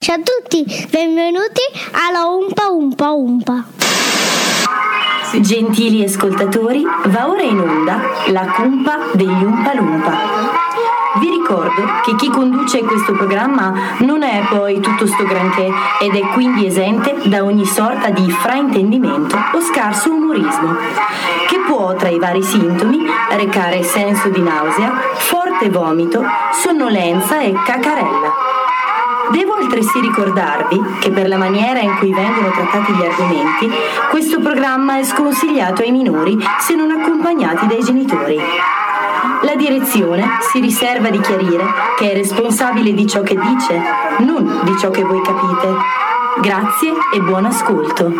Ciao a tutti, benvenuti alla Umpa Umpa Umpa. Gentili ascoltatori, va ora in onda la cumpa degli Umpa Lumpa. Vi ricordo che chi conduce questo programma non è poi tutto sto granché ed è quindi esente da ogni sorta di fraintendimento o scarso umorismo, che può tra i vari sintomi recare senso di nausea, forte vomito, sonnolenza e cacarella. Devo altresì ricordarvi che per la maniera in cui vengono trattati gli argomenti, questo programma è sconsigliato ai minori se non accompagnati dai genitori. La direzione si riserva di chiarire che è responsabile di ciò che dice, non di ciò che voi capite. Grazie e buon ascolto.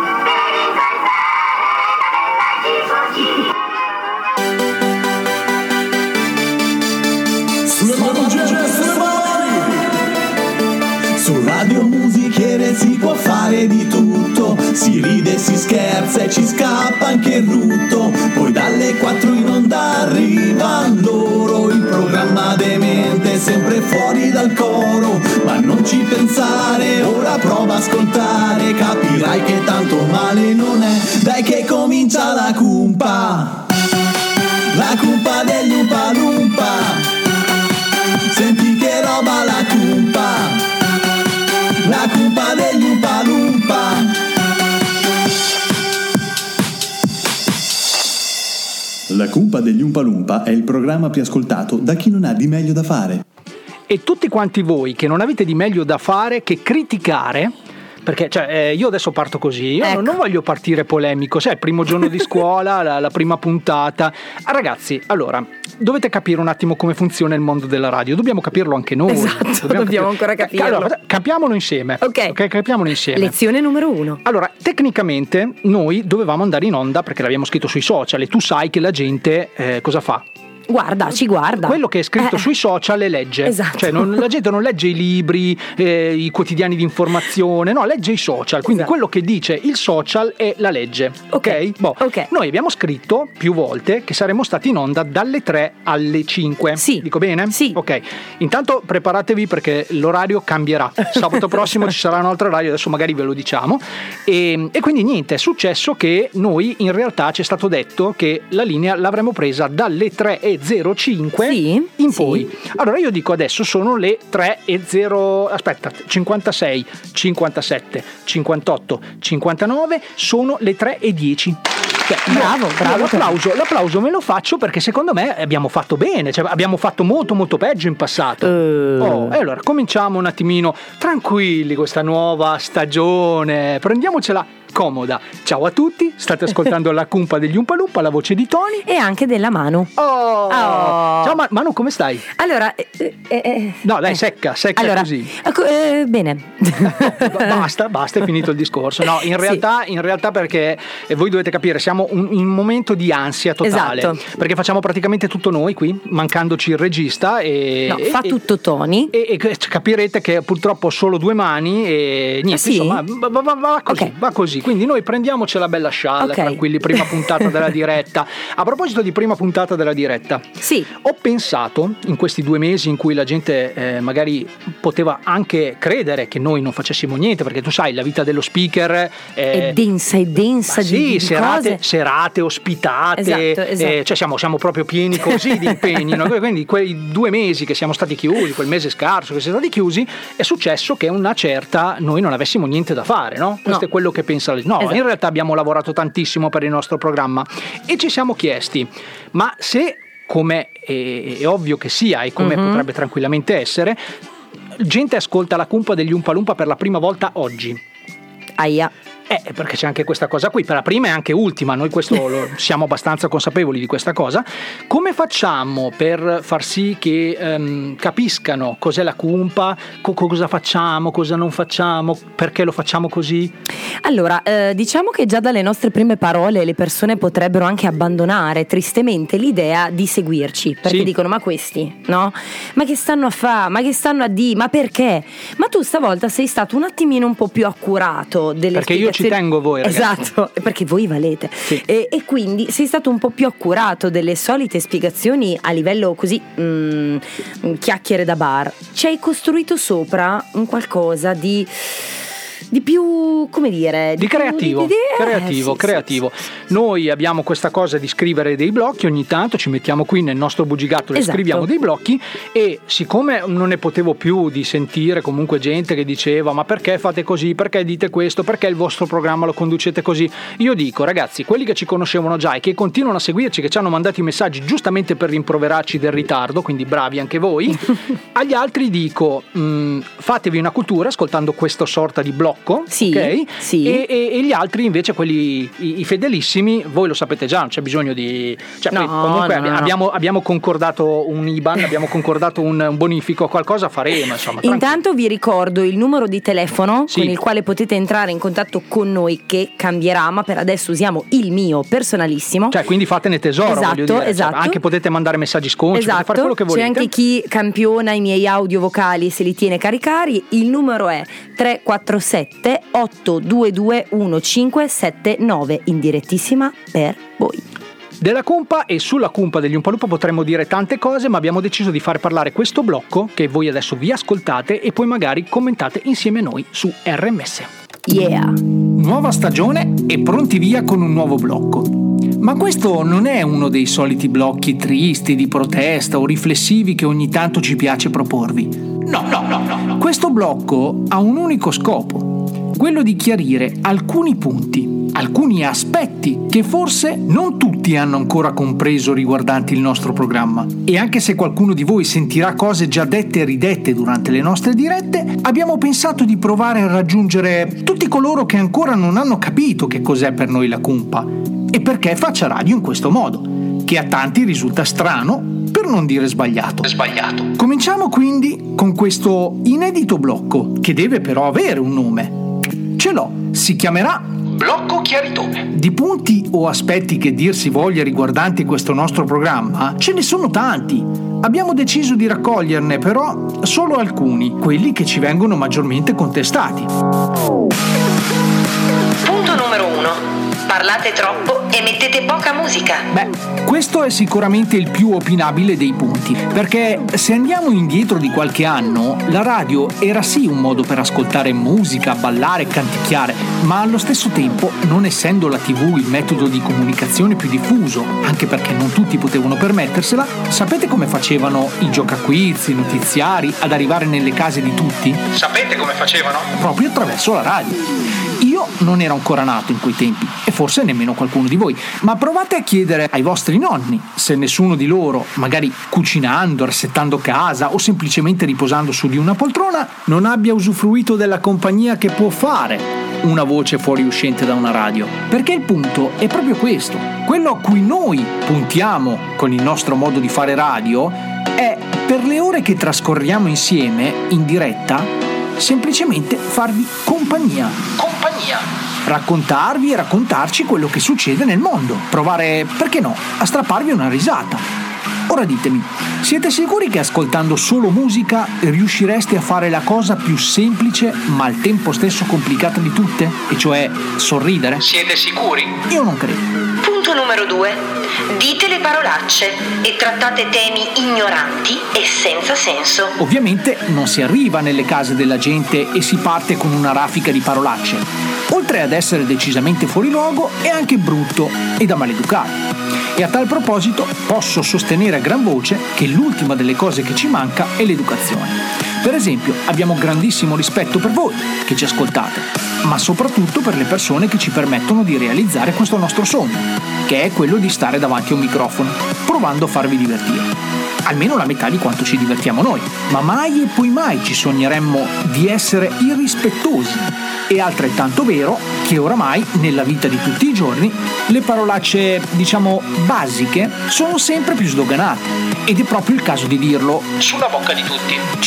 Su Radio Musichiere si può fare di tutto, si ride, si scherza e ci scappa anche il rutto. Poi dalle 4 in onda arriva loro, il programma demente sempre fuori dal coro. Ma non ci pensare, ora prova a ascoltare, capirai che tanto male non è. Dai che comincia la cumpa, la cumpa degli Umpa Lumpa. Senti che roba la cumpa, la cumpa degli Umpa Lumpa. La cumpa degli Umpa Lumpa è il programma più ascoltato da chi non ha di meglio da fare. E tutti quanti voi che non avete di meglio da fare che criticare, perché io adesso parto così, io non voglio partire polemico, sai, il primo giorno di scuola, la prima puntata. Ragazzi, allora, dovete capire un attimo come funziona il mondo della radio, dobbiamo capirlo anche noi. Esatto, dobbiamo ancora capirlo. Allora, capiamolo insieme. Ok, capiamolo insieme. Lezione numero 1. Allora, tecnicamente noi dovevamo andare in onda perché l'abbiamo scritto sui social e tu sai che la gente cosa fa? Ci guarda. Quello che è scritto sui social le legge. Esatto. Cioè la gente non legge i libri, i quotidiani di informazione, no, legge i social. Quindi quello che dice il social è la legge. Ok? Noi abbiamo scritto più volte che saremmo stati in onda dalle 3 alle 5. Sì. Dico bene? Sì. Ok. Intanto preparatevi perché l'orario cambierà. Sabato prossimo ci sarà un altro orario, adesso magari ve lo diciamo. E quindi niente, è successo che noi in realtà ci è stato detto che la linea l'avremmo presa dalle 3:05 in poi. Allora io dico adesso sono le 56, 57, 58, 59, sono le 3:10. Bravo. L'applauso me lo faccio perché secondo me abbiamo fatto bene, cioè abbiamo fatto molto molto peggio in passato. E allora cominciamo un attimino tranquilli questa nuova stagione, prendiamocela comoda. Ciao a tutti, state ascoltando la cumpa degli Umpa Lumpa, la voce di Tony e anche della Manu. Ciao Manu, come stai? Allora no dai, secca allora, così bene. basta, è finito il discorso. No, in realtà perché voi dovete capire, siamo in un momento di ansia totale. Esatto. Perché facciamo praticamente tutto noi qui, mancandoci il regista fa tutto Tony e capirete che purtroppo ho solo 2 mani e niente, insomma va così. Quindi noi prendiamocela bella scialla, tranquilli, prima puntata della diretta. A proposito di prima puntata della diretta, ho pensato in questi 2 mesi in cui la gente magari poteva anche credere che noi non facessimo niente, perché tu sai, la vita dello speaker è densa di serate ospitate, esatto. Cioè siamo proprio pieni così di impegni, no? Quindi quei 2 mesi che siamo stati chiusi, quel mese scarso che siamo stati chiusi, è successo che una certa noi non avessimo niente da fare, no? Questo è quello che pensa. Esatto. In realtà abbiamo lavorato tantissimo per il nostro programma e ci siamo chiesti, ma se, come è ovvio che sia e come potrebbe tranquillamente essere, gente ascolta la cumpa degli Umpa Lumpa per la prima volta oggi. Aia. Perché c'è anche questa cosa qui, per la prima e anche ultima, noi siamo abbastanza consapevoli di questa cosa. Come facciamo per far sì che capiscano cos'è la cumpa, cosa facciamo, cosa non facciamo, perché lo facciamo così? Allora, diciamo che già dalle nostre prime parole le persone potrebbero anche abbandonare tristemente l'idea di seguirci, perché dicono: ma questi, no? Ma che stanno a fare? Ma che stanno a dire? Ma perché? Ma tu stavolta sei stato un attimino un po' più accurato delle perché spiegazioni. ci tengo a voi, ragazzi. Esatto, perché voi valete. Sì. E quindi sei stato un po' più accurato delle solite spiegazioni a livello così chiacchiere da bar. Ci hai costruito sopra un qualcosa di più, come dire, di creativo, creativo. Noi abbiamo questa cosa di scrivere dei blocchi, ogni tanto ci mettiamo qui nel nostro bugigattolo e scriviamo dei blocchi, e siccome non ne potevo più di sentire comunque gente che diceva ma perché fate così, perché dite questo, perché il vostro programma lo conducete così, io dico ragazzi, quelli che ci conoscevano già e che continuano a seguirci, che ci hanno mandato i messaggi giustamente per rimproverarci del ritardo, quindi bravi anche voi, agli altri dico fatevi una cultura ascoltando questa sorta di blocco. Sì, okay? sì. E gli altri invece, quelli i fedelissimi, voi lo sapete già, non c'è bisogno di comunque abbiamo concordato un IBAN, abbiamo concordato un bonifico, qualcosa faremo, insomma. Intanto vi ricordo il numero di telefono con il quale potete entrare in contatto con noi, che cambierà, ma per adesso usiamo il mio personalissimo, cioè quindi fatene tesoro, voglio dire. Esatto. Cioè, anche potete mandare messaggi sconci, potete fare quello che volete. C'è anche chi campiona i miei audio vocali e se li tiene caricari. Il numero è 347 822 1579, in direttissima per voi. Della Cumpa e sulla Cumpa degli Umpalupa potremmo dire tante cose, ma abbiamo deciso di far parlare questo blocco che voi adesso vi ascoltate e poi magari commentate insieme a noi su RMS. Yeah! Nuova stagione e pronti via con un nuovo blocco. Ma questo non è uno dei soliti blocchi tristi, di protesta o riflessivi che ogni tanto ci piace proporvi. No. Questo blocco ha un unico scopo, quello di chiarire alcuni punti, alcuni aspetti che forse non tutti hanno ancora compreso riguardanti il nostro programma. E anche se qualcuno di voi sentirà cose già dette e ridette durante le nostre dirette, abbiamo pensato di provare a raggiungere tutti coloro che ancora non hanno capito che cos'è per noi la Cumpa e perché faccia radio in questo modo, che a tanti risulta strano, per non dire sbagliato. Cominciamo quindi con questo inedito blocco, che deve però avere un nome. Ce l'ho, si chiamerà Blocco Chiaritone. Di punti o aspetti che dir si voglia riguardanti questo nostro programma, ce ne sono tanti. Abbiamo deciso di raccoglierne però solo alcuni, quelli che ci vengono maggiormente contestati. Punto numero 1. Parlate troppo e mettete poca musica. Questo è sicuramente il più opinabile dei punti, perché se andiamo indietro di qualche anno, la radio era sì un modo per ascoltare musica, ballare, canticchiare, ma allo stesso tempo, non essendo la TV il metodo di comunicazione più diffuso, anche perché non tutti potevano permettersela, sapete come facevano i giocaquiz, i notiziari ad arrivare nelle case di tutti? Sapete come facevano? Proprio attraverso la radio. Io non ero ancora nato in quei tempi e forse nemmeno qualcuno di voi, ma provate a chiedere ai vostri nonni se nessuno di loro, magari cucinando, rassettando casa o semplicemente riposando su di una poltrona, non abbia usufruito della compagnia che può fare una voce fuoriuscente da una radio. Perché il punto è proprio questo, quello a cui noi puntiamo con il nostro modo di fare radio è, per le ore che trascorriamo insieme in diretta, semplicemente farvi compagnia. Raccontarvi e raccontarci quello che succede nel mondo. Provare, perché no, a strapparvi una risata. Ora ditemi, siete sicuri che ascoltando solo musica riuscireste a fare la cosa più semplice ma al tempo stesso complicata di tutte? E cioè sorridere? Siete sicuri? Io non credo. Punto numero 2. Dite le parolacce e trattate temi ignoranti e senza senso. Ovviamente non si arriva nelle case della gente e si parte con una raffica di parolacce. Oltre ad essere decisamente fuori luogo, è anche brutto e da maleducati. E a tal proposito posso sostenere a gran voce che l'ultima delle cose che ci manca è l'educazione. Per esempio, abbiamo grandissimo rispetto per voi che ci ascoltate, ma soprattutto per le persone che ci permettono di realizzare questo nostro sogno, che è quello di stare davanti a un microfono, provando a farvi divertire. Almeno la metà di quanto ci divertiamo noi, ma mai e poi mai ci sogneremmo di essere irrispettosi. È altrettanto vero che oramai, nella vita di tutti i giorni, le parolacce, diciamo, basiche sono sempre più sdoganate. Ed è proprio il caso di dirlo sulla bocca di tutti. Ci impegneremo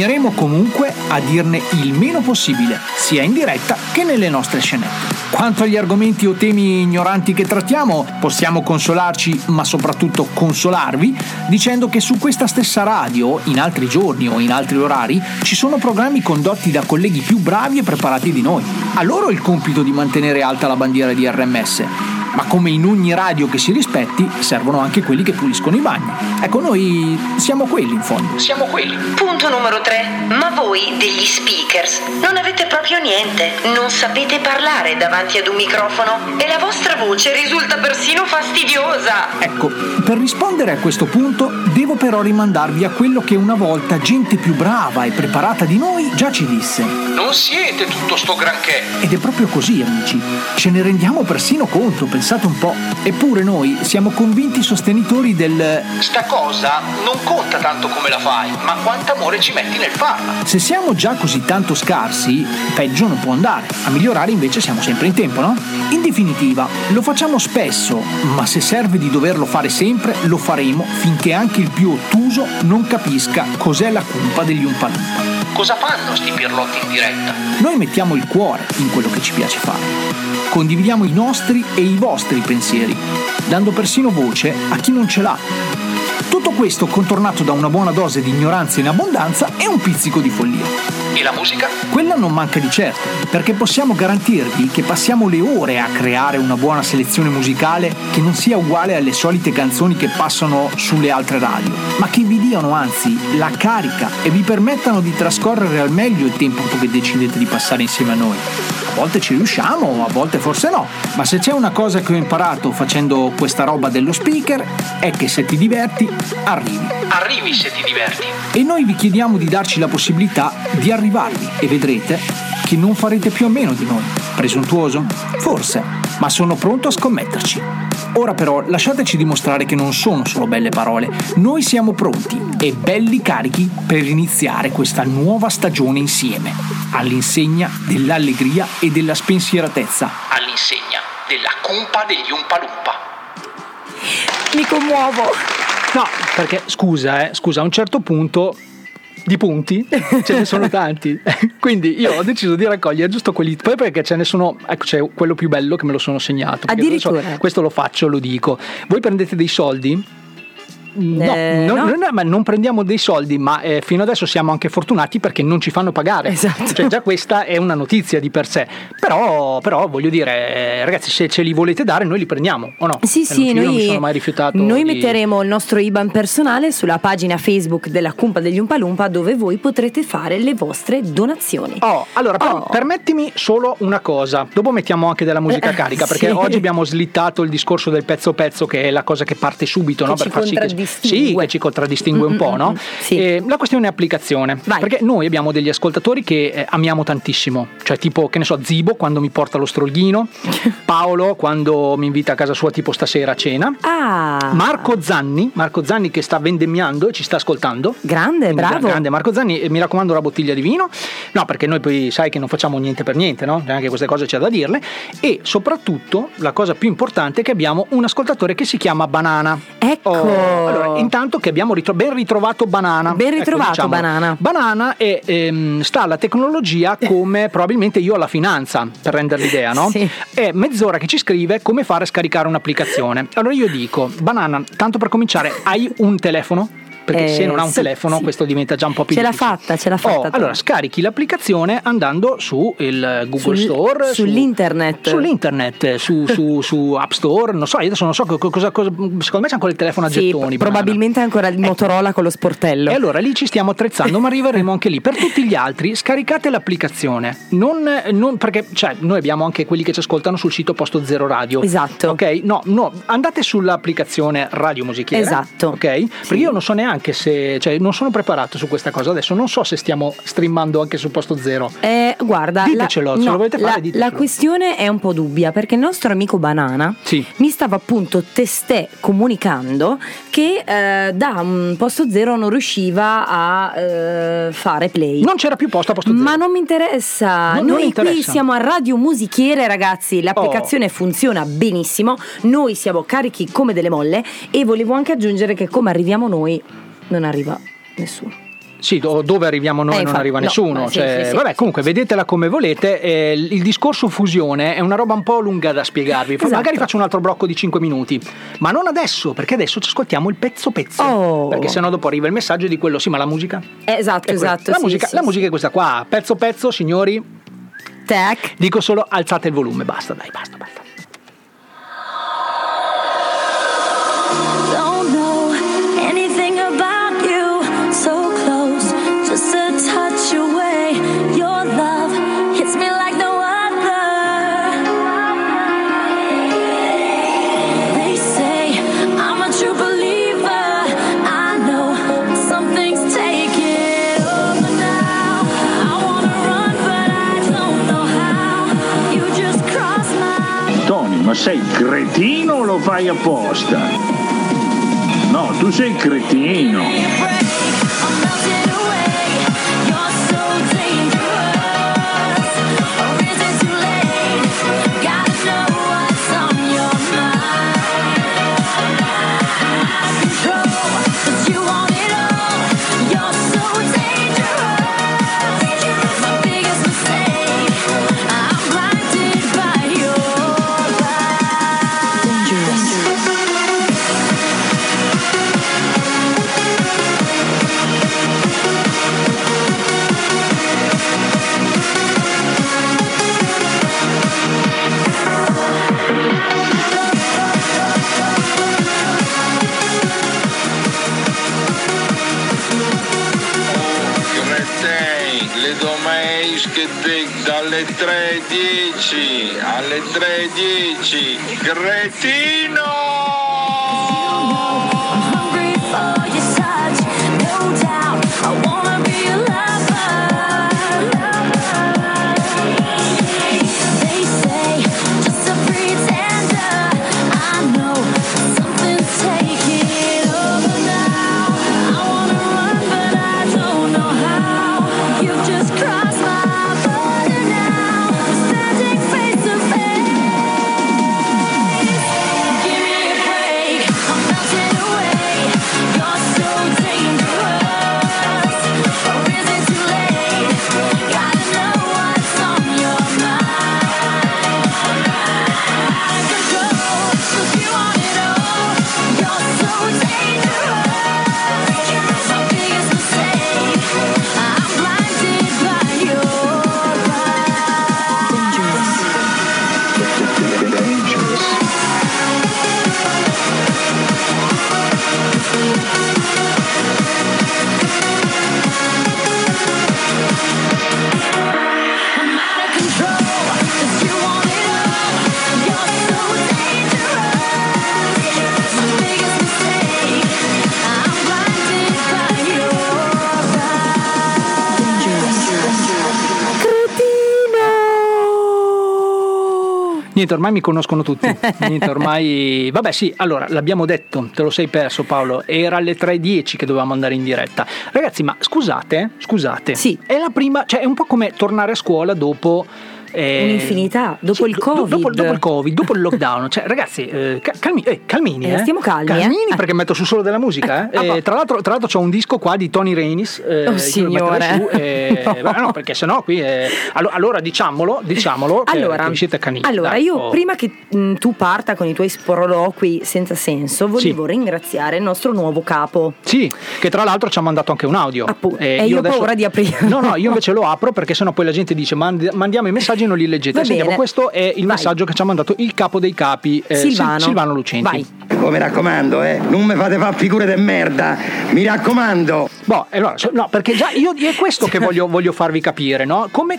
Continueremo comunque a dirne il meno possibile, sia in diretta che nelle nostre scenette. Quanto agli argomenti o temi ignoranti che trattiamo, possiamo consolarci, ma soprattutto consolarvi, dicendo che su questa stessa radio, in altri giorni o in altri orari, ci sono programmi condotti da colleghi più bravi e preparati di noi. A loro il compito di mantenere alta la bandiera di RMS. Ma come in ogni radio che si rispetti, servono anche quelli che puliscono i bagni. Ecco, noi siamo quelli in fondo. Siamo quelli. Punto numero 3. Ma voi degli speakers non avete proprio niente. Non sapete parlare davanti ad un microfono e la vostra voce risulta persino fastidiosa. Ecco, per rispondere a questo punto devo però rimandarvi a quello che una volta gente più brava e preparata di noi già ci disse. Non siete tutto sto granché. Ed è proprio così, amici. Ce ne rendiamo persino conto, pensate un po'. Eppure noi siamo convinti sostenitori del sta cosa non conta tanto come la fai, ma quanto amore ci metti nel farla. Se siamo già così tanto scarsi, peggio non può andare. A migliorare invece siamo sempre in tempo, no? In definitiva, lo facciamo spesso, ma se serve di doverlo fare sempre, lo faremo finché anche il più ottuso non capisca cos'è la cumpa degli Umpalumpa. Cosa fanno sti pirlotti in diretta? Noi mettiamo il cuore in quello che ci piace fare. Condividiamo i nostri e i vostri pensieri, dando persino voce a chi non ce l'ha. Tutto questo contornato da una buona dose di ignoranza in abbondanza e un pizzico di follia. E la musica? Quella non manca di certo, perché possiamo garantirvi che passiamo le ore a creare una buona selezione musicale che non sia uguale alle solite canzoni che passano sulle altre radio, ma che vi diano anzi la carica e vi permettano di trascorrere al meglio il tempo che decidete di passare insieme a noi. A volte ci riusciamo, a volte forse no, ma se c'è una cosa che ho imparato facendo questa roba dello speaker è che se ti diverti, arrivi. Arrivi se ti diverti. E noi vi chiediamo di darci la possibilità di arrivarvi e vedrete che non farete più a meno di noi. Presuntuoso? Forse, ma sono pronto a scommetterci. Ora però lasciateci dimostrare che non sono solo belle parole. Noi siamo pronti e belli carichi per iniziare questa nuova stagione insieme, all'insegna dell'allegria e della spensieratezza. All'insegna della cumpa degli Umpalumpa. Mi commuovo. No, perché scusa, a un certo punto di punti ce ne sono tanti. Quindi io ho deciso di raccogliere giusto quelli, poi perché ce ne sono, ecco, c'è quello più bello che me lo sono segnato. Addirittura. Questo lo faccio, lo dico. Voi prendete dei soldi? No, ma non prendiamo dei soldi, ma fino adesso siamo anche fortunati perché non ci fanno pagare. Esatto. Cioè già questa è una notizia di per sé. Però voglio dire, ragazzi, se ce li volete dare noi li prendiamo, o no? Sì, io non mi sono mai rifiutato. Noi metteremo il nostro IBAN personale sulla pagina Facebook della Cumpa degli Umpalumpa, dove voi potrete fare le vostre donazioni. Allora permettimi solo una cosa. Dopo mettiamo anche della musica carica, perché sì. oggi abbiamo slittato il discorso del pezzo che è la cosa che parte subito, che no? ci Per far sì che ci contraddistingue un po', no? Sì. La questione è applicazione. Vai. Perché noi abbiamo degli ascoltatori che amiamo tantissimo, cioè tipo, che ne so, Zibo quando mi porta lo strollino, Paolo quando mi invita a casa sua tipo stasera a cena, Marco Zanni che sta vendemmiando e ci sta ascoltando. Grande, bravo. Grande Marco Zanni, mi raccomando la bottiglia di vino, no, perché noi poi sai che non facciamo niente per niente, no? Anche queste cose c'è da dirle. E soprattutto la cosa più importante è che abbiamo un ascoltatore che si chiama Banana. Ecco. Allora, intanto che abbiamo ben ritrovato Banana. Ben ritrovato, ecco, Banana. Banana sta alla tecnologia come probabilmente io alla finanza, per rendere l'idea, no? Sì. È mezz'ora che ci scrive come fare a scaricare un'applicazione. Allora io dico, Banana, tanto per cominciare, hai un telefono? Perché se non ha un telefono questo diventa già un po' più difficile. Ce l'ha fatta. Allora scarichi l'applicazione andando su il Google Store, sull'internet, su App Store, non so, io adesso non so cosa secondo me c'è ancora il telefono a gettoni. Probabilmente ancora il Motorola con lo sportello. E allora lì ci stiamo attrezzando, ma arriveremo anche lì. Per tutti gli altri scaricate l'applicazione, non perché cioè noi abbiamo anche quelli che ci ascoltano sul sito Posto Zero Radio. Esatto. Ok? No, andate sull'applicazione Radio Musichiera. Esatto. Ok? Sì. Perché io non so neanche se, cioè non sono preparato su questa cosa adesso, non so se stiamo streamando anche su Posto Zero. Guarda, ditecelo, se lo volete fare, ditecelo. La questione è un po' dubbia, perché il nostro amico Banana mi stava appunto testè comunicando che da Posto Zero non riusciva a fare play. Non c'era più posto a Posto Zero. Ma non mi interessa. Noi qui siamo a Radio Musichiere, ragazzi, l'applicazione funziona benissimo, noi siamo carichi come delle molle, e volevo anche aggiungere che come arriviamo noi non arriva nessuno. Sì, dove arriviamo noi non arriva nessuno. Vabbè, comunque vedetela come volete. Il discorso fusione è una roba un po' lunga da spiegarvi. Esatto. Magari faccio un altro blocco di 5 minuti, ma non adesso, perché adesso ci ascoltiamo il pezzo. Perché sennò dopo arriva il messaggio di quello, sì, ma la musica? Esatto. La musica è questa qua. Pezzo, signori. Tac. Dico solo alzate il volume, basta. Don't know anything about you, so close, just a touch away. Your love hits me like no other. They say I'm a true believer. I know something's taking over now. I wanna run, but I don't know how. You just cross my... Tony, ma sei cretino o lo fai apposta? No, tu sei cretino. Dalle 3:10 alle 3:10, cretino! Niente, ormai mi conoscono tutti. Niente, ormai. Vabbè, sì, allora l'abbiamo detto, te lo sei perso, Paolo. Era alle 3:10 che dovevamo andare in diretta. Ragazzi, ma scusate. Sì. È la prima, cioè è un po' come tornare a scuola dopo. Un'infinità, dopo il Covid. Dopo il Covid, dopo il lockdown. Cioè, ragazzi, calmini. Stiamo calmi. Calmini perché metto su solo della musica. Tra l'altro c'ho un disco qua di Tony Renis. Signore. No, perché sennò qui. Allora diciamolo. Che siete canini. Allora, io prima che tu parta con i tuoi sproloqui senza senso, volevo ringraziare il nostro nuovo capo. Sì, che tra l'altro ci ha mandato anche un audio. Io ho paura di aprire. No, io invece lo apro perché sennò poi la gente dice mandiamo i messaggi e non li leggete. Sentiamo, questo è il messaggio che ci ha mandato il capo dei capi, Silvano Lucenti. Vai. Mi raccomando, non mi fate fare figure de merda, mi raccomando. Allora, no, perché già io è questo che voglio farvi capire, no? Come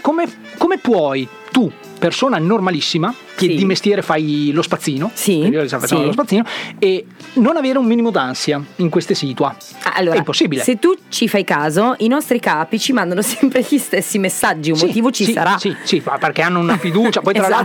puoi tu, persona normalissima, che di mestiere fai lo spazzino, lo spazzino, e non avere un minimo d'ansia in queste situa. Allora, è impossibile. Se tu ci fai caso, i nostri capi ci mandano sempre gli stessi messaggi, un motivo ci sarà. Sì, perché hanno una fiducia. Poi tra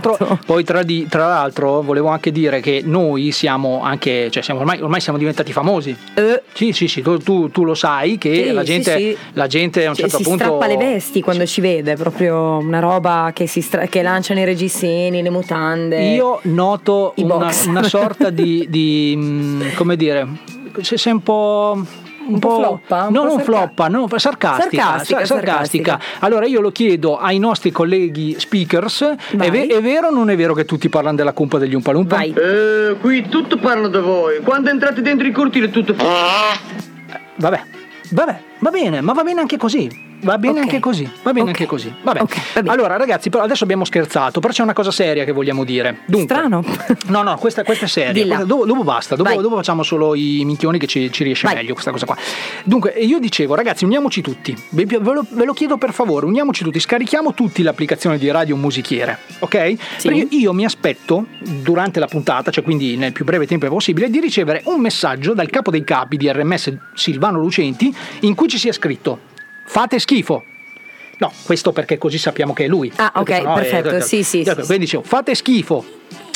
l'altro volevo anche dire che noi siamo anche, cioè ormai siamo diventati famosi. Sì, tu lo sai che la gente a un certo punto si strappa le vesti quando ci vede, proprio una roba che che lanciano i reggiseni, le mutande. Io noto una sorta di come dire, sei un po' Un po' floppa? Non floppa, no, sarcastica. Allora io lo chiedo ai nostri colleghi speakers, è vero o non è vero che tutti parlano della cumpa degli Oompa Loompa? Qui tutto parla da voi. Quando entrate dentro il cortile tutto... Vabbè, va bene, ma va bene anche così. Va bene anche così. Vabbè. Allora ragazzi, però adesso abbiamo scherzato, però c'è una cosa seria che vogliamo dire. Dunque, strano. No, questa è seria. Dopo basta, dopo facciamo solo i minchioni che ci riesce meglio questa cosa qua. Dunque, io dicevo, ragazzi, uniamoci tutti. Ve lo chiedo per favore, uniamoci tutti, scarichiamo tutti l'applicazione di Radio Musichiere, ok? Sì. Perché io mi aspetto durante la puntata, cioè quindi nel più breve tempo possibile, di ricevere un messaggio dal capo dei capi di RMS Silvano Lucenti in cui ci sia scritto: fate schifo. No, questo perché così sappiamo che è lui. Ah, ok, perfetto. Sì. Quindi dicevo, fate schifo.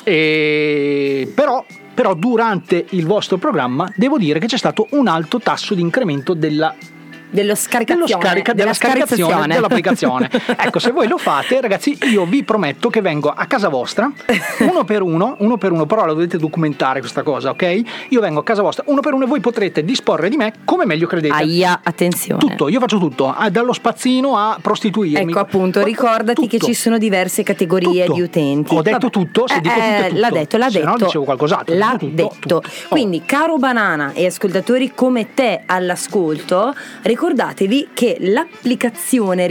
Però durante il vostro programma devo dire che c'è stato un alto tasso di incremento della scaricazione dell'applicazione. Ecco, se voi lo fate, ragazzi, io vi prometto che vengo a casa vostra uno per uno, però la dovete documentare questa cosa, ok? Io vengo a casa vostra uno per uno e voi potrete disporre di me come meglio credete. Attenzione. Tutto, io faccio tutto, dallo spazzino a prostituirmi. Ecco, appunto, ricordati che ci sono diverse categorie di utenti. Ho detto tutto, se dico tutto è tutto. L'ha detto. Se no dicevo qualcos'altro. L'ha detto. Quindi, caro Banana e ascoltatori come te all'ascolto, ricordatevi che l'applicazione,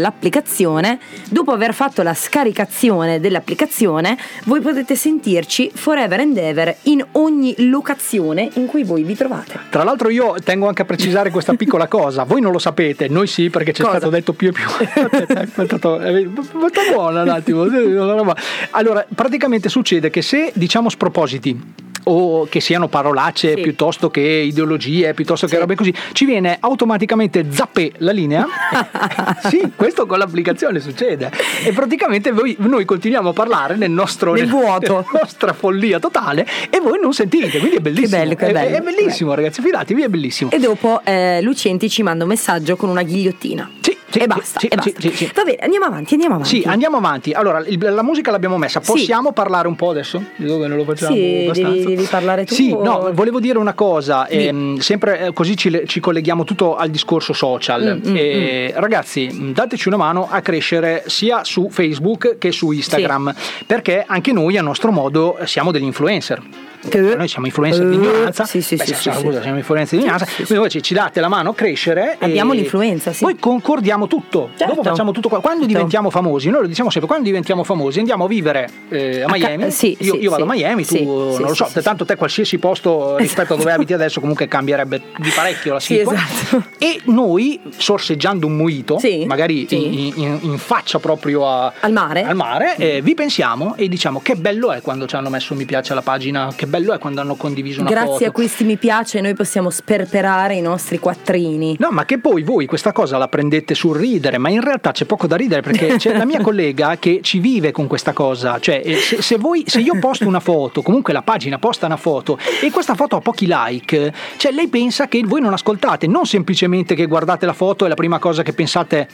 dopo aver fatto la scaricazione dell'applicazione, voi potete sentirci forever and ever in ogni locazione in cui voi vi trovate. Tra l'altro io tengo anche a precisare questa piccola cosa, voi non lo sapete, noi sì, perché c'è stato detto più e più. Molto buona un attimo. Allora, praticamente succede che se diciamo spropositi o che siano parolacce piuttosto che ideologie, piuttosto che robe così, ci viene automaticamente zappè la linea. Sì, questo con l'applicazione succede. E praticamente noi continuiamo a parlare nel vuoto, nella nostra follia totale, e voi non sentite, quindi è bellissimo. Che bello. È bellissimo, ragazzi, fidatevi, è bellissimo. E dopo Lucenti ci manda un messaggio con una ghigliottina. Sì, e basta. Sì. Va bene, andiamo avanti. Sì, andiamo avanti. Allora, la musica l'abbiamo messa. Possiamo parlare un po' adesso? Di dove non lo facciamo abbastanza? Devi parlare tu. Sì, no, volevo dire una cosa. Sempre così ci colleghiamo tutto al discorso social. Ragazzi, dateci una mano a crescere sia su Facebook che su Instagram, perché anche noi a nostro modo siamo degli influencer. Noi siamo influencer di ignoranza. Siamo influencer di ignoranza. Quindi voi ci date la mano a crescere. Abbiamo l'influenza, sì. Poi concordiamo tutto. Certo. Dopo facciamo tutto qua. Quando diventiamo famosi, noi lo diciamo sempre, quando diventiamo famosi andiamo a vivere a Miami. Io vado a Miami, tu non lo so, tanto te qualsiasi posto rispetto a dove abiti adesso comunque cambierebbe di parecchio la situazione. Esatto. E noi, sorseggiando un mojito, magari in faccia proprio al mare, vi pensiamo e diciamo: che bello è quando ci hanno messo mi piace alla pagina, che bello è quando hanno condiviso una foto. Grazie a questi mi piace noi possiamo sperperare i nostri quattrini. No, ma che poi voi questa cosa la prendete sul ridere, ma in realtà c'è poco da ridere, perché c'è la mia collega che ci vive con questa cosa. Cioè se io posto una foto, comunque la pagina posta una foto e questa foto ha pochi like, cioè lei pensa che voi non ascoltate, non semplicemente che guardate la foto e la prima cosa che pensate.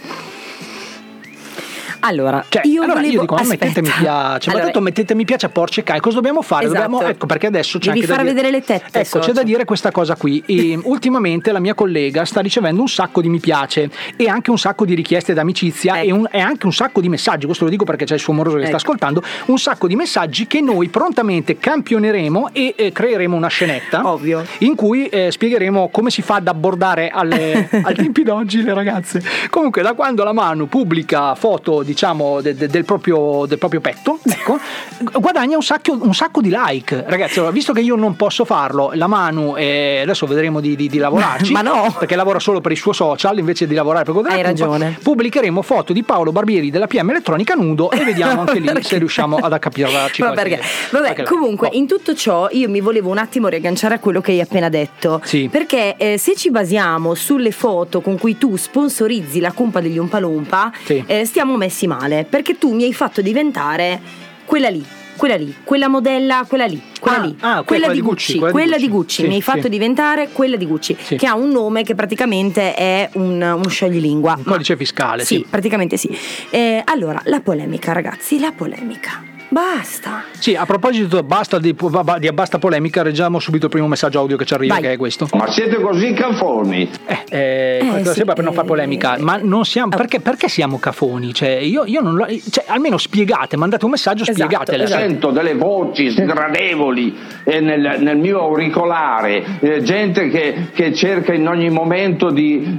Allora, io dico, mettete mi piace, ma tanto mettete mi piace a porce cane, cosa dobbiamo fare? Esatto. Ecco, perché adesso c'è devi far vedere le tette. Ecco, c'è da dire questa cosa qui. E ultimamente la mia collega sta ricevendo un sacco di mi piace e anche un sacco di richieste d'amicizia e anche un sacco di messaggi. Questo lo dico perché c'è il suo moroso che sta ascoltando. Un sacco di messaggi che noi prontamente campioneremo e creeremo una scenetta, ovvio, in cui spiegheremo come si fa ad abbordare ai tempi d'oggi le ragazze. Comunque, da quando la Manu pubblica foto diciamo del proprio petto, ecco, guadagna un sacco di like, ragazzi. Allora, visto che io non posso farlo, la Manu adesso vedremo di lavorarci, ma no, perché lavora solo per i suoi social invece di lavorare per Hai ragione. Pubblicheremo foto di Paolo Barbieri della PM Elettronica nudo e vediamo anche lì se riusciamo ad accapirarci. Vabbè, comunque in tutto ciò io mi volevo un attimo riagganciare a quello che hai appena detto, perché se ci basiamo sulle foto con cui tu sponsorizzi la cumpa degli Oompa Loompa, stiamo messi male, perché tu mi hai fatto diventare quella modella, quella di Gucci, mi hai fatto diventare quella di Gucci, che ha un nome che praticamente è un scioglilingua, un codice fiscale, praticamente sì. Allora, la polemica, ragazzi, Basta. Sì, a proposito basta di basta polemica, leggiamo subito il primo messaggio audio che ci arriva. Vai. Che è questo. Ma siete così cafoni? Questo sempre per non fare polemica, ma non siamo perché siamo cafoni? Cioè, io non lo, cioè, almeno spiegate, mandate un messaggio, spiegatele. Sento delle voci sgradevoli nel mio auricolare, gente che cerca in ogni momento di?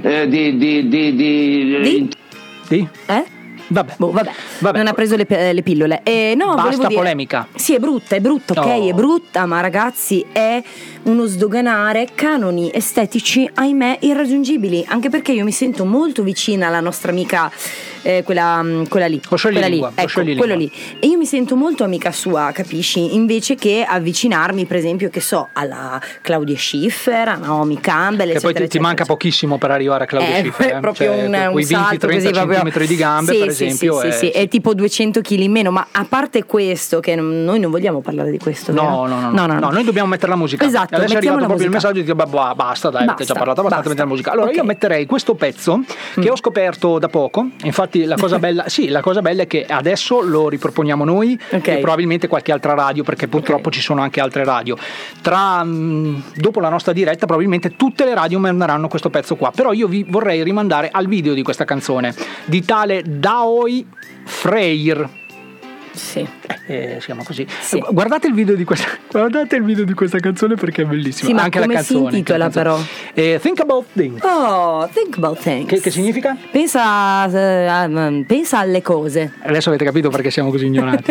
Vabbè. Non ha preso le pillole. No, basta polemica. Sì, è brutta, ok, è brutta, ma ragazzi è uno sdoganare canoni estetici, ahimè, irraggiungibili, anche perché io mi sento molto vicina alla nostra amica quella lì, quello lì, e io mi sento molto amica sua, capisci? Invece che avvicinarmi, per esempio, che so, alla Claudia Schiffer, a Naomi Campbell, che eccetera, poi ti manca pochissimo per arrivare a Claudia Schiffer, è proprio cioè, un salto 20-30 così, centimetri di gambe, per esempio, sì, è tipo 200 kg in meno. Ma a parte questo, che noi non vogliamo parlare di questo, no, noi dobbiamo mettere la musica. Esatto, adesso è arrivato proprio musica. il messaggio di dire basta, dai, avete già parlato abbastanza, mettere la musica. Allora io metterei questo pezzo che ho scoperto da poco. Infatti la cosa bella è che adesso lo riproponiamo noi e probabilmente qualche altra radio, perché purtroppo ci sono anche altre radio. Dopo la nostra diretta probabilmente tutte le radio manderanno questo pezzo qua, però io vi vorrei rimandare al video di questa canzone di tale Daoi Freir. Sì. Si chiama così. Sì. Guardate il video di questa canzone perché è bellissima. Sì, ma anche come la canzone. Si intitola però? Think About Things. Oh, Think About Things. Che significa? Pensa alle cose. Adesso avete capito perché siamo così ignoranti.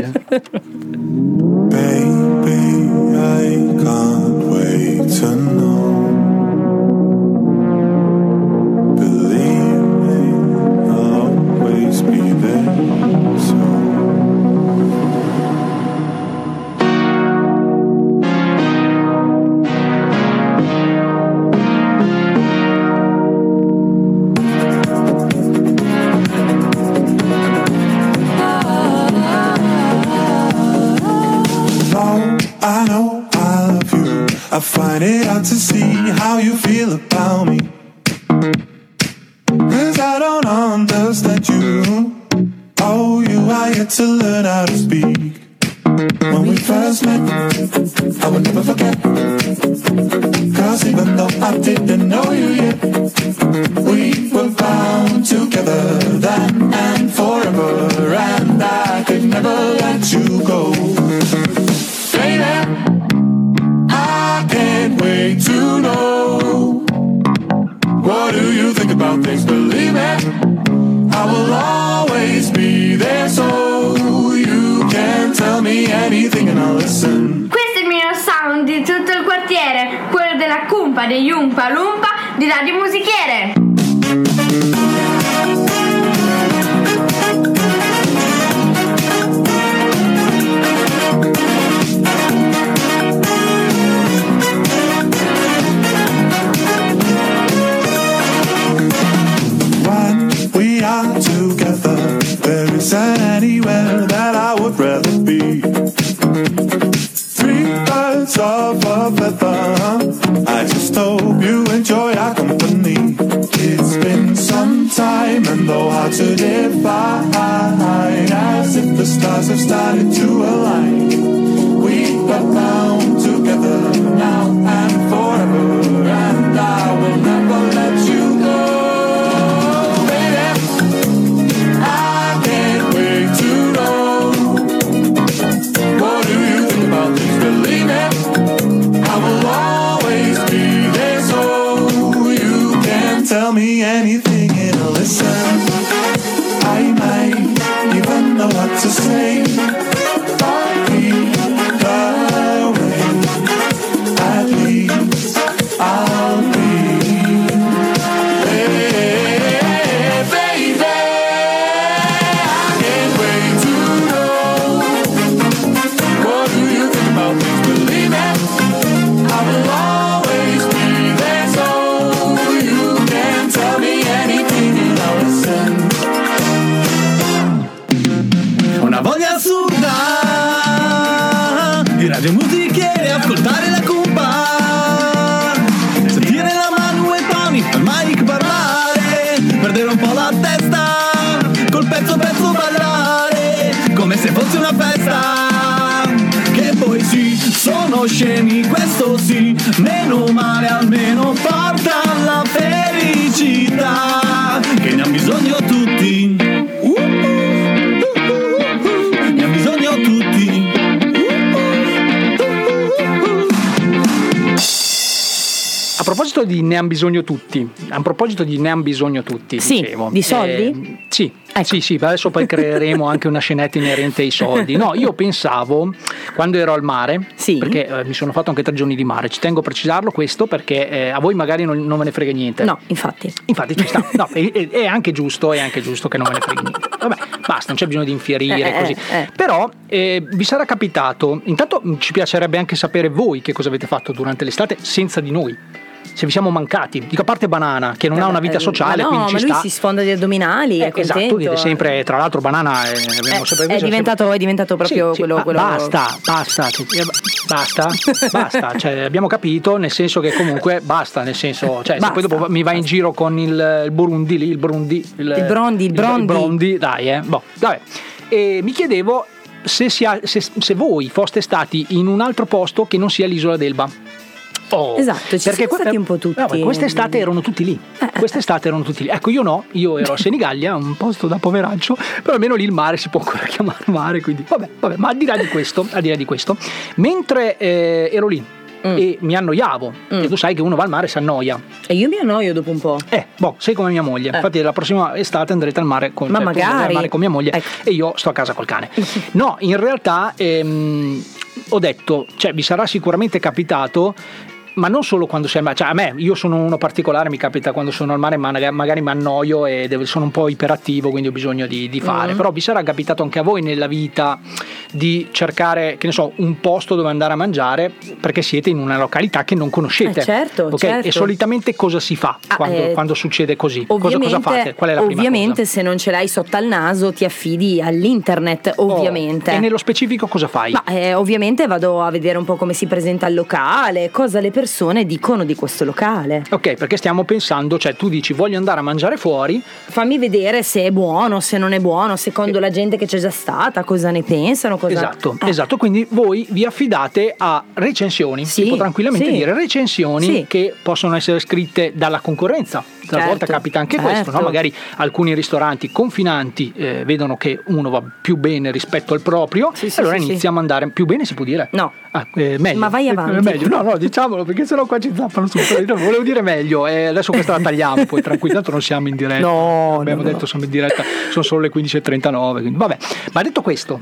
Baby, I can't wait to know. Believe me, I'll always be there. So I know I love you. I find it hard to see how you feel about me, 'cause I don't understand you. Oh, you are yet to learn how to speak. When we first met, I will never forget, 'cause even though I didn't know you yet, we were bound together then and forever, and I could never let you go. Baby, I can't wait to know. What do you think about things? Believe me, I will always be there, so you can tell me anything and I'll listen. Questo è il mio sound di tutto il quartiere, quello della cumpa degli Umpa Lumpa di Radio Musichiere. Together, there isn't anywhere that I would rather be. Three birds of a feather, I just hope you enjoy our company. It's been some time and though hard to define, as if the stars have started to align. We are bound together now and forever, and I will never let you go. Tell me anything and I'll listen. I might even know what to say. I'll be the way, at least I'll be. Hey, baby, I can't wait to know. What do you think about things? Believe me, I will always be there, so you can tell me anything and I'll listen. Una voglia assurda di Radio Musichiere, ascoltare la cumpa, sentire la Manu e Tony al mic parlare, perdere un po' la testa, col pezzo ballare, come se fosse una festa. sono scemi, questo sì, meno male almeno porta alla felicità, che ne ha bisogno tutti, ne ha bisogno tutti. A proposito di ne han bisogno tutti, sì, dicevo. Di soldi? Sì, ecco. sì, adesso poi creeremo anche una scenetta inerente ai soldi. No, io pensavo, quando ero al mare, sì, perché mi sono fatto anche 3 giorni di mare, ci tengo a precisarlo questo perché a voi magari non ve ne frega niente. No, infatti ci sta, no, è anche giusto che non ve ne frega niente. Vabbè, basta, non c'è bisogno di infierire così. Però vi sarà capitato, intanto ci piacerebbe anche sapere voi che cosa avete fatto durante l'estate senza di noi. Se vi siamo mancati, dico, a parte Banana che non ha una vita sociale, ma quindi ci lui sta. si sfonda gli addominali, è contento. Esatto, vede sempre, tra l'altro Banana abbiamo sempre è diventato proprio quello. Basta, cioè, abbiamo capito, nel senso che comunque basta, nel senso, cioè, se poi dopo mi vai in giro con il Burundi lì, il Brondi, dai, vabbè. E mi chiedevo se voi foste stati in un altro posto che non sia l'isola d'Elba. Esatto, ci siamo stati un po' tutti. Quest'estate erano tutti lì. Ecco, io ero a Senigallia, un posto da poveraccio, però almeno lì il mare si può ancora chiamare mare, quindi vabbè, ma al di là di questo, mentre ero lì e mi annoiavo, e tu sai che uno va al mare e si annoia. E io mi annoio dopo un po'. Sei come mia moglie. Infatti la prossima estate andrete al mare con mia moglie, e io sto a casa col cane. No, in realtà ho detto, cioè vi sarà sicuramente capitato, ma non solo quando sei al mare, cioè a me, io sono uno particolare, mi capita quando sono al mare magari mi annoio e sono un po' iperattivo, quindi ho bisogno di fare, però vi sarà capitato anche a voi nella vita di cercare, che ne so, un posto dove andare a mangiare perché siete in una località che non conoscete. Certo. E solitamente cosa si fa quando succede così? Cosa fate? Qual è la prima cosa? Ovviamente se non ce l'hai sotto al naso ti affidi all'internet, ovviamente. E nello specifico cosa fai? Ovviamente vado a vedere un po' come si presenta il locale, cosa le persone dicono di questo locale. Ok, perché stiamo pensando, cioè tu dici voglio andare a mangiare fuori, fammi vedere se è buono, se non è buono, secondo la gente che c'è già stata, cosa ne pensano, Esatto, quindi voi vi affidate a recensioni, si può tranquillamente dire recensioni che possono essere scritte dalla concorrenza. Talvolta capita anche questo, no? Magari alcuni ristoranti confinanti vedono che uno va più bene rispetto al proprio, allora inizia a mandare più bene, si può dire? No. Meglio. Ma vai avanti. Meglio. No, diciamolo, perché sennò qua ci zappano subito. Volevo dire meglio, adesso questa la tagliamo, poi tranquilli, tanto non siamo in diretta. Abbiamo detto siamo in diretta, sono solo le 15:39, quindi vabbè. Ma detto questo,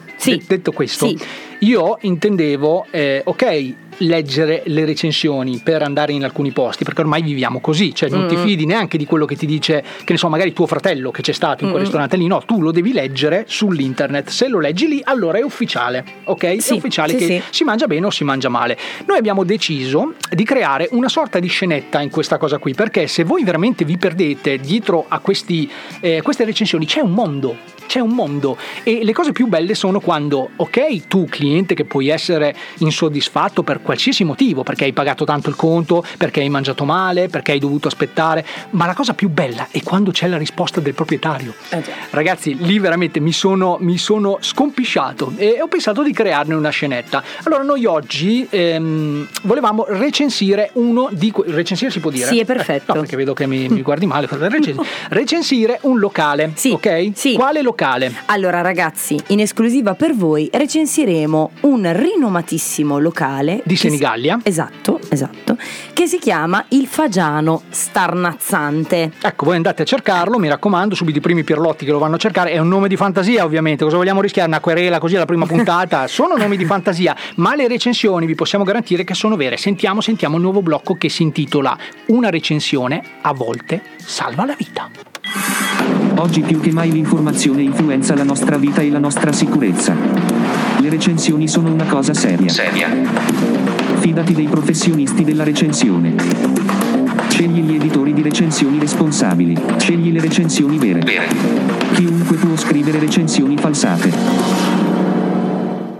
io intendevo, leggere le recensioni per andare in alcuni posti, perché ormai viviamo così, cioè non ti fidi neanche di quello che ti dice, che ne so, magari tuo fratello che c'è stato in quel ristorante lì, no, tu lo devi leggere sull'internet, se lo leggi lì allora è ufficiale, ok? È ufficiale che si mangia bene o si mangia male. Noi abbiamo deciso di creare una sorta di scenetta in questa cosa qui, perché se voi veramente vi perdete dietro a queste recensioni c'è un mondo, e le cose più belle sono quando, ok, tu cliente che puoi essere insoddisfatto per qualsiasi motivo, perché hai pagato tanto il conto, perché hai mangiato male, perché hai dovuto aspettare, ma la cosa più bella è quando c'è la risposta del proprietario. Ragazzi, lì veramente mi sono scompisciato e ho pensato di crearne una scenetta. Allora noi oggi volevamo recensire recensire si può dire? Sì, è perfetto. No, perché vedo che mi guardi male. Recensire un locale, ok? Sì. Quale locale? Allora ragazzi, in esclusiva per voi recensiremo un rinomatissimo locale di Senigallia. Esatto, che si chiama il Fagiano Starnazzante. Ecco, voi andate a cercarlo, mi raccomando, subito i primi pirlotti che lo vanno a cercare. È un nome di fantasia, ovviamente, cosa vogliamo rischiare? Una querela così alla prima puntata? Sono nomi di fantasia, ma le recensioni vi possiamo garantire che sono vere. Sentiamo il nuovo blocco che si intitola Una recensione a volte salva la vita. Oggi più che mai l'informazione influenza la nostra vita e la nostra sicurezza. Le recensioni sono una cosa seria. Fidati dei professionisti della recensione. Scegli gli editori di recensioni responsabili. Scegli le recensioni vere. Chiunque può scrivere recensioni falsate.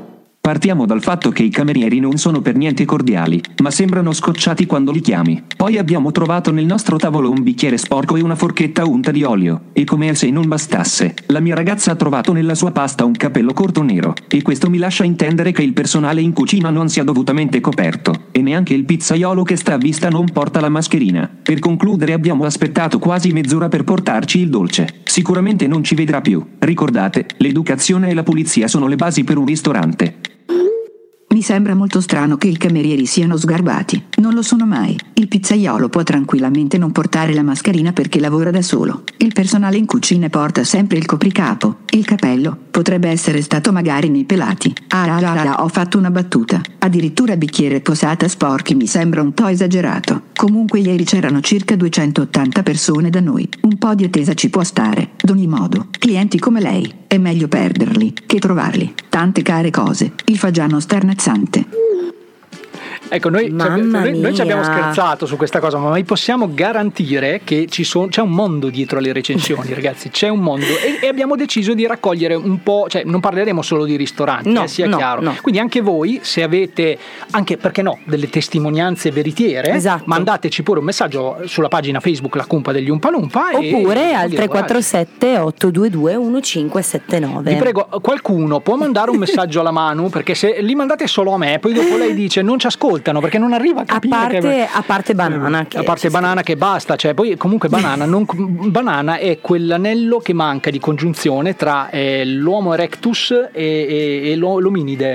Partiamo dal fatto che i camerieri non sono per niente cordiali, ma sembrano scocciati quando li chiami. Poi abbiamo trovato nel nostro tavolo un bicchiere sporco e una forchetta unta di olio, e come se non bastasse, la mia ragazza ha trovato nella sua pasta un capello corto nero, e questo mi lascia intendere che il personale in cucina non sia dovutamente coperto, e neanche il pizzaiolo che sta a vista non porta la mascherina. Per concludere abbiamo aspettato quasi mezz'ora per portarci il dolce. Sicuramente non ci vedrà più. Ricordate, l'educazione e la pulizia sono le basi per un ristorante. Mi sembra molto strano che i camerieri siano sgarbati. Non lo sono mai. Il pizzaiolo può tranquillamente non portare la mascherina perché lavora da solo. Il personale in cucina porta sempre il copricapo. Il capello potrebbe essere stato magari nei pelati. Ho fatto una battuta. Addirittura bicchiere e posata sporchi mi sembra un po' esagerato. Comunque ieri c'erano circa 280 persone da noi. Un po' di attesa ci può stare. Ad ogni modo, clienti come lei è meglio perderli che trovarli. Tante care cose. Il fagiano sternazzante. Ecco, noi ci abbiamo scherzato su questa cosa, ma vi possiamo garantire che c'è un mondo dietro le recensioni, ragazzi, c'è un mondo e abbiamo deciso di raccogliere un po', cioè non parleremo solo di ristoranti, sia chiaro. No. Quindi anche voi, se avete, anche perché no, delle testimonianze veritiere, mandateci pure un messaggio sulla pagina Facebook La Cumpa degli Umpa Lumpa oppure al 347 822 1579. Vi prego, qualcuno può mandare un messaggio alla Manu, perché se li mandate solo a me, poi dopo lei dice non ci ascoltano perché non arriva a capire a parte Banana che basta, cioè poi comunque Banana è quell'anello che manca di congiunzione tra l'Homo erectus e l'ominide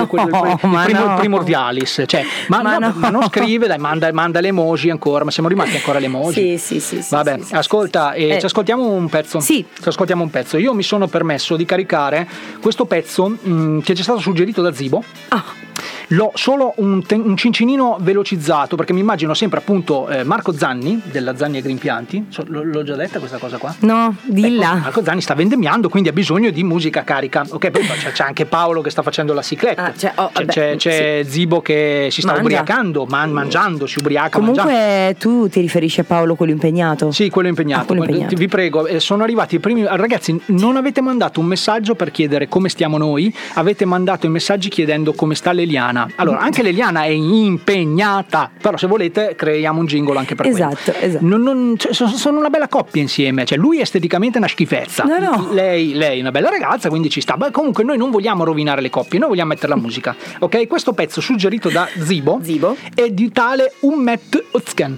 primordialis, cioè ma non scrive, dai, manda le emoji ancora, ma siamo rimasti ancora le emoji. Sì. Vabbè, ascolta, ci ascoltiamo un pezzo. Sì. Ci ascoltiamo un pezzo. Io mi sono permesso di caricare questo pezzo che ci è stato suggerito da Zibo. L'ho solo un cincinino velocizzato, perché mi immagino sempre appunto Marco Zanni della Zanni Agrimpianti. L'ho già detta questa cosa qua? No, dilla. Marco Zanni sta vendemmiando, quindi ha bisogno di musica carica. Ok, poi c'è anche Paolo che sta facendo la cicletta. C'è Zibo che si sta ubriacando, mangiando, si ubriaca. Comunque tu ti riferisci a Paolo, quello impegnato? Sì, quello impegnato. Vi prego, sono arrivati i primi. Ragazzi, non avete mandato un messaggio per chiedere come stiamo noi, avete mandato i messaggi chiedendo come sta l'Eliana. Allora, anche l'Eliana è impegnata, però se volete creiamo un jingle anche per quello. Esatto. Sono una bella coppia insieme, cioè lui è esteticamente una schifezza, lei è una bella ragazza, quindi ci sta. Beh, comunque noi non vogliamo rovinare le coppie, noi vogliamo mettere la musica. Ok, questo pezzo suggerito da Zibo è di tale Ummet Özcan.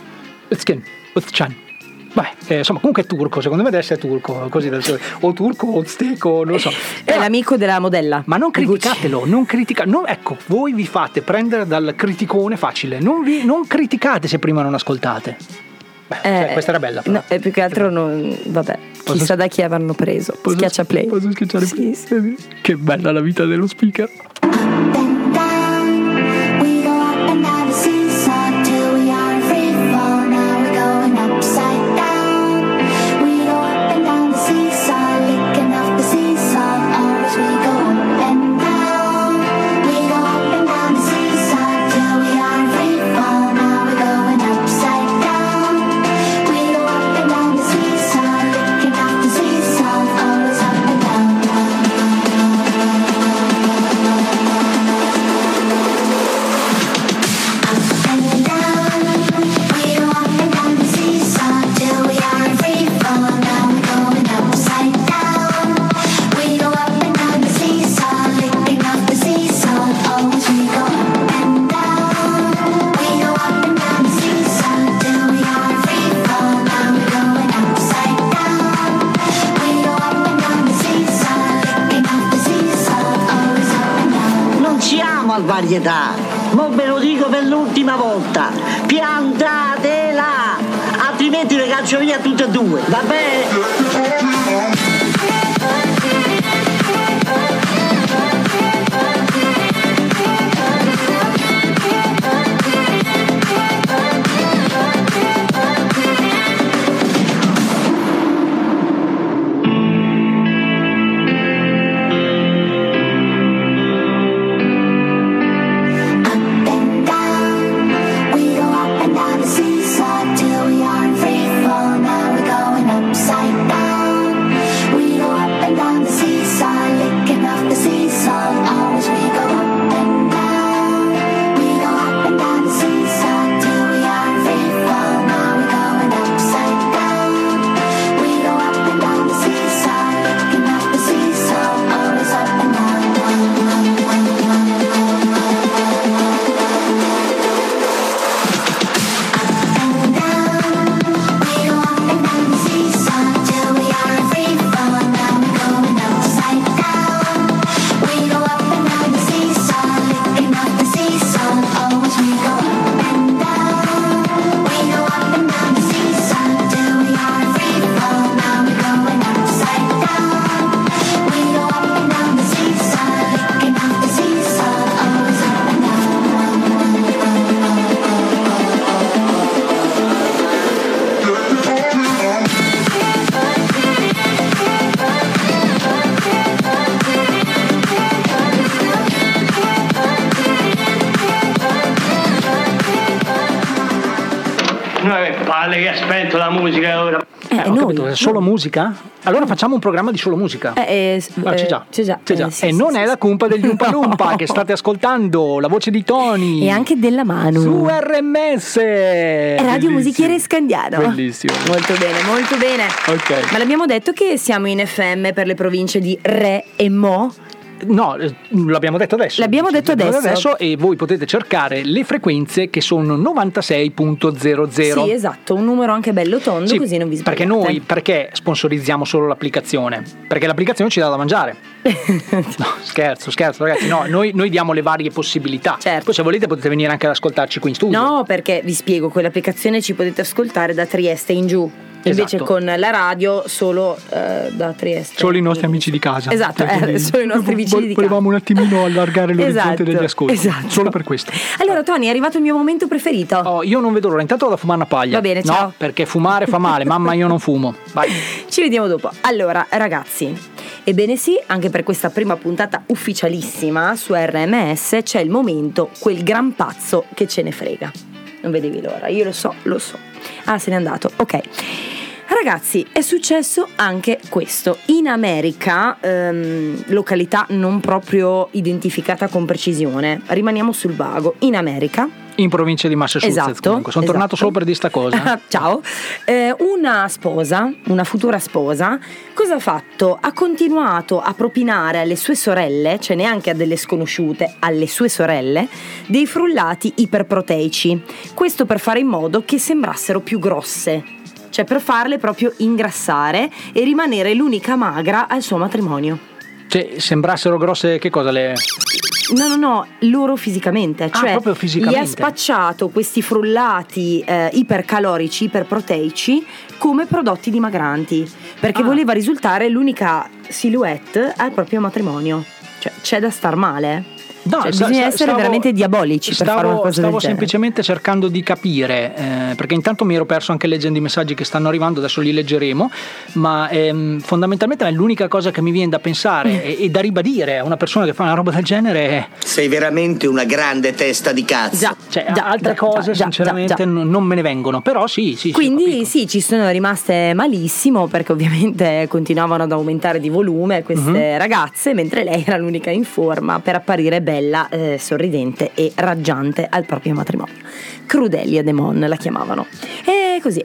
Beh, insomma, comunque è turco, secondo me deve essere turco, così o turco o azteco, non lo so. È l'amico della modella. Ma non criticatelo, ecco, voi vi fate prendere dal criticone facile, non criticate se prima non ascoltate. Beh, questa era bella. Però. No, più che altro vabbè, chissà da chi avranno preso. Schiaccia play. Posso schiacciare play? Sì. Che bella la vita dello speaker. Varietà, ma ve lo dico per l'ultima volta, piantatela, altrimenti le caccio via tutte e due, va bene? Till we are free fall, now we're going upside down. Ma che palle che ha spento la musica ora. Ho capito, è solo musica? Allora facciamo un programma di solo musica. C'è già. Sì, e non è la cumpa degli Umpa Lumpa che state ascoltando, la voce di Tony. E anche della Manu. Su RMS. Radio Musichiere Scandiano. Bellissimo. Molto bene. Ok. Ma l'abbiamo detto che siamo in FM per le province di Re e Mo? No, l'abbiamo detto adesso. L'abbiamo detto adesso. E voi potete cercare le frequenze che sono 96.00. Sì, esatto, un numero anche bello tondo, sì, così non vi sbagliate. Perché sponsorizziamo solo l'applicazione? Perché l'applicazione ci dà da mangiare. No, scherzo ragazzi, no, noi diamo le varie possibilità. Certo. Poi se volete potete venire anche ad ascoltarci qui in studio. No, perché vi spiego, con l'applicazione ci potete ascoltare da Trieste in giù. Invece con la radio solo da Trieste. Solo i nostri amici di casa. Esatto, solo i nostri vicini di casa. Volevamo un attimino allargare l'orizzonte degli ascolti. Esatto. Solo per questo. Allora Tony, è arrivato il mio momento preferito. Io non vedo l'ora, intanto vado a fumare una paglia. Va bene, ciao. No, perché fumare fa male, mamma io non fumo. Vai. Ci vediamo dopo. Allora ragazzi, ebbene sì, anche per questa prima puntata ufficialissima su RMS c'è il momento, quel gran pazzo che ce ne frega. Non vedevi l'ora, io lo so. Ah, se n'è andato, ok. Ragazzi, è successo anche questo. In America, località non proprio identificata con precisione, rimaniamo sul vago. In America, in provincia di Massachusetts, esatto, comunque. Sono tornato solo per dire sta cosa. Ciao. Una futura sposa, cosa ha fatto? Ha continuato a propinare alle sue sorelle, cioè neanche a delle sconosciute, alle sue sorelle, dei frullati iperproteici. Questo per fare in modo che sembrassero più grosse. Cioè per farle proprio ingrassare e rimanere l'unica magra al suo matrimonio. Cioè sembrassero grosse che cosa le... No, loro fisicamente. Cioè proprio fisicamente. Gli ha spacciato questi frullati ipercalorici, iperproteici come prodotti dimagranti. Perché voleva risultare l'unica silhouette al proprio matrimonio. Cioè c'è da star male. No, bisogna essere veramente diabolici per fare una cosa del genere. Stavo semplicemente cercando di capire, perché intanto mi ero perso anche leggendo i messaggi che stanno arrivando, adesso li leggeremo, ma fondamentalmente è l'unica cosa che mi viene da pensare e da ribadire a una persona che fa una roba del genere. Sei veramente una grande testa di cazzo. Altre cose sinceramente non me ne vengono, però sì. Quindi sì, ci sono rimaste malissimo perché ovviamente continuavano ad aumentare di volume queste ragazze, mentre lei era l'unica in forma per apparire bella, sorridente e raggiante al proprio matrimonio. Crudelia Demon la chiamavano. E così.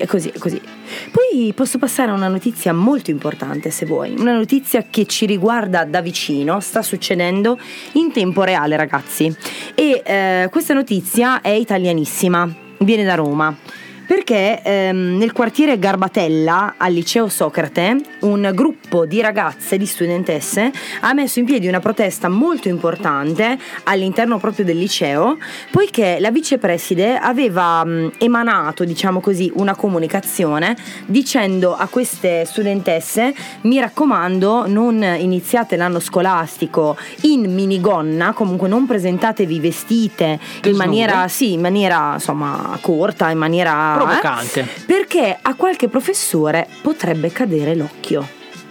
Poi posso passare a una notizia molto importante, se vuoi, una notizia che ci riguarda da vicino, sta succedendo in tempo reale, ragazzi, e questa notizia è italianissima, viene da Roma. Perché nel quartiere Garbatella al liceo Socrate un gruppo di ragazze, di studentesse, ha messo in piedi una protesta molto importante all'interno proprio del liceo, poiché la vicepreside aveva emanato, diciamo così, una comunicazione dicendo a queste studentesse: mi raccomando, non iniziate l'anno scolastico in minigonna, comunque non presentatevi vestite in maniera insomma corta, in maniera provocante, perché a qualche professore potrebbe cadere l'occhio.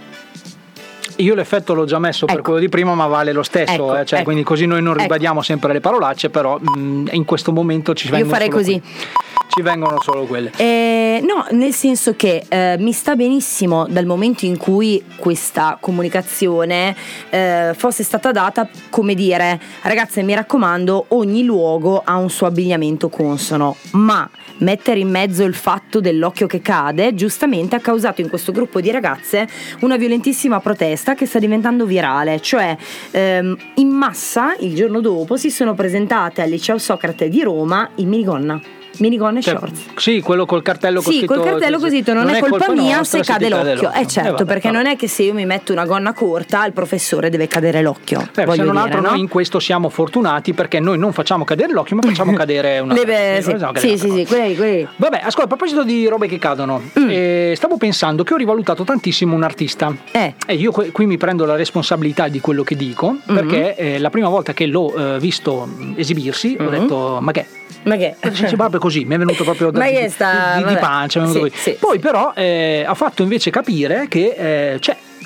Io l'effetto l'ho già messo per quello di prima, ma vale lo stesso, quindi così noi non ribadiamo sempre le parolacce, però in questo momento ci vengono. Io farei così. Ci vengono solo quelle. No, nel senso che mi sta benissimo dal momento in cui questa comunicazione fosse stata data, come dire: ragazze, mi raccomando, ogni luogo ha un suo abbigliamento consono, ma mettere in mezzo il fatto dell'occhio che cade giustamente ha causato in questo gruppo di ragazze una violentissima protesta che sta diventando virale. Cioè in massa il giorno dopo si sono presentate al liceo Socrate di Roma in minigonna e shorts. Sì, quello col cartello così. Sì, col cartello così, non è colpa mia nostra, se cade l'occhio. Certo, perché non è che se io mi metto una gonna corta al professore deve cadere l'occhio. Se non altro noi in questo siamo fortunati, perché noi non facciamo cadere l'occhio, ma facciamo cadere una sì, quelli. Vabbè, ascolta, a proposito di robe che cadono, stavo pensando che ho rivalutato tantissimo un artista. E io qui mi prendo la responsabilità di quello che dico, perché la prima volta che l'ho visto esibirsi ho detto: ma che? Proprio così mi è venuto proprio di pancia, è venuto così. Poi però ha fatto invece capire che c'è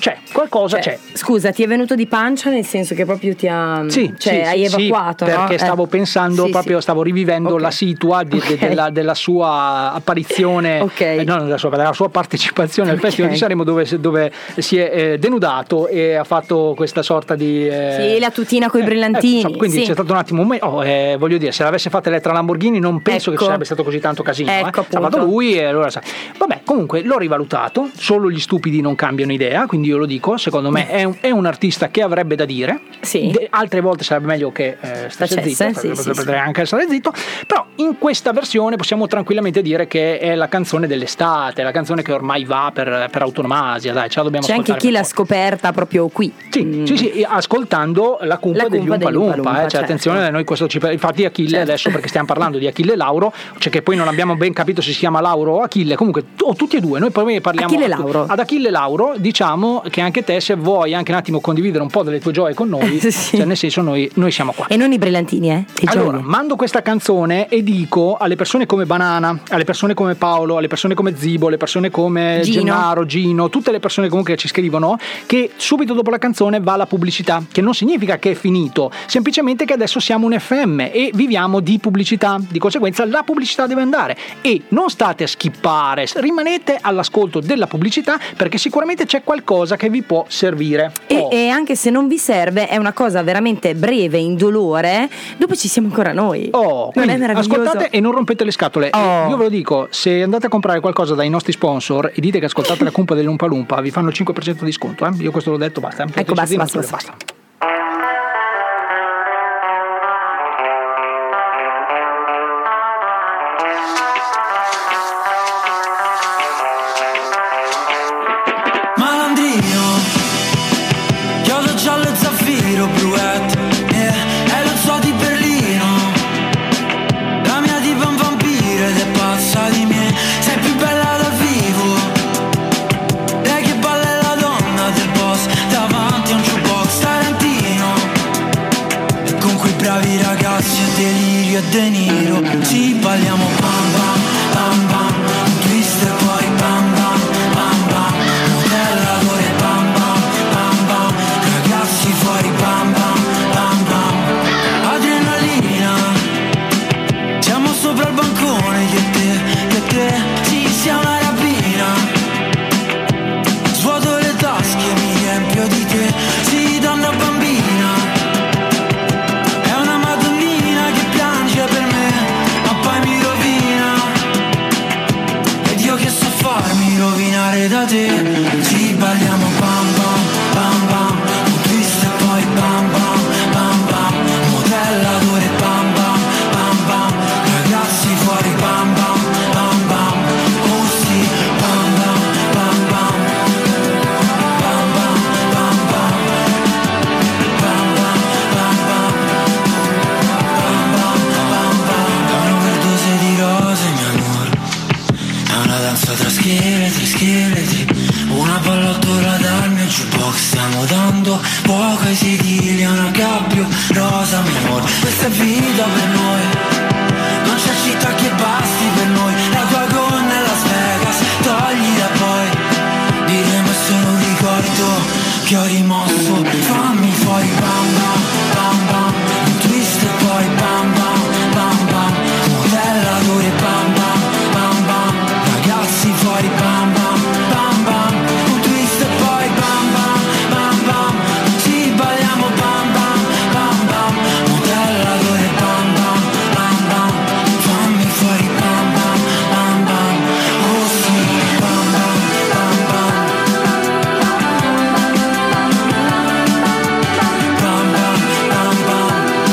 c'è, qualcosa c'è. Scusa, ti è venuto di pancia nel senso che proprio ti ha hai evacuato, perché no? stavo pensando proprio, stavo rivivendo la situa della sua apparizione, della sua partecipazione al Festival di Sanremo, dove si è denudato e ha fatto questa sorta di la tutina coi brillantini, quindi c'è stato un attimo voglio dire, se l'avesse fatta Elettra Lamborghini non penso che ci sarebbe stato così tanto casino, l'ha fatto lui e allora vabbè, comunque l'ho rivalutato, solo gli stupidi non cambiano idea, quindi io lo dico, secondo me è un artista che avrebbe da dire, altre volte sarebbe meglio che stesse zitto, potrei anche stare zitto, però in questa versione possiamo tranquillamente dire che è la canzone dell'estate, la canzone che ormai va per autonomasia, dai, ce la dobbiamo ascoltare. C'è anche chi l'ha scoperta proprio qui, sì, ascoltando la cumpa degli Umpa Lumpa, attenzione, noi questo infatti Achille adesso, perché stiamo parlando di Achille e Lauro, cioè che poi non abbiamo ben capito se si chiama Lauro o Achille, comunque o tutti e due, noi poi parliamo ad Achille Lauro, diciamo che anche te, se vuoi anche un attimo condividere un po' delle tue gioie con noi, cioè nel senso noi siamo qua. E non i brillantini, allora mando questa canzone e dico alle persone come Banana, alle persone come Paolo, alle persone come Zibo, alle persone come Gennaro, Gino, tutte le persone comunque che ci scrivono, che subito dopo la canzone va la pubblicità, che non significa che è finito, semplicemente che adesso siamo un FM e viviamo di pubblicità, di conseguenza la pubblicità deve andare e non state a skippare, rimanete all'ascolto della pubblicità perché sicuramente c'è qualcosa che vi può servire e anche se non vi serve è una cosa veramente breve, indolore, dopo ci siamo ancora noi. Non è meraviglioso? Ascoltate e non rompete le scatole. Io ve lo dico, se andate a comprare qualcosa dai nostri sponsor e dite che ascoltate la cumpa degli Umpa Lumpa, vi fanno il 5% di sconto, io questo l'ho detto, basta. Ecco, basta. Delirio e De Niro, ci balliamo bam bam bam bam, un twist e poi bam bam bam bam, modellatore bam bam bam bam, ragazzi fuori bam bam bam bam, adrenalina, siamo sopra il bancone che te, ci sia una rapina, svuoto le tasche, mi riempio di te, sì donna bambina. Rovinare da te, ci balliamo bam bam bam bam, un twist e poi bam bam bam bam, modellatore bam bam bam bam, ragazzi fuori bam bam bam bam, oh sì bam bam bam bam, bam bam bam bam, bam bam bam bam, bam bam bam bam, un'overdose di rose mio amore, è una danza tra scheletri, una pallottola dal mio jukebox, stiamo dando poco ai sedili, è una gabbia rosa mio amore, questa è vita per noi, non c'è città che basti per noi, la tua gonna è Las Vegas, toglila poi, diremo è solo un ricordo che ho rimosso, fammi fuori bam bam bam bam, un twist e poi bam bam bam bam, modellatore bam bam bam bam, ragazzi fuori bam bam bam bam, un twist e poi bam bam bam bam, ci balliamo bam bam bam bam, modellatore bam bam bam bam, fammi fuori bam bam bam bam, oh sì bam bam bam bam, bam bam bam bam,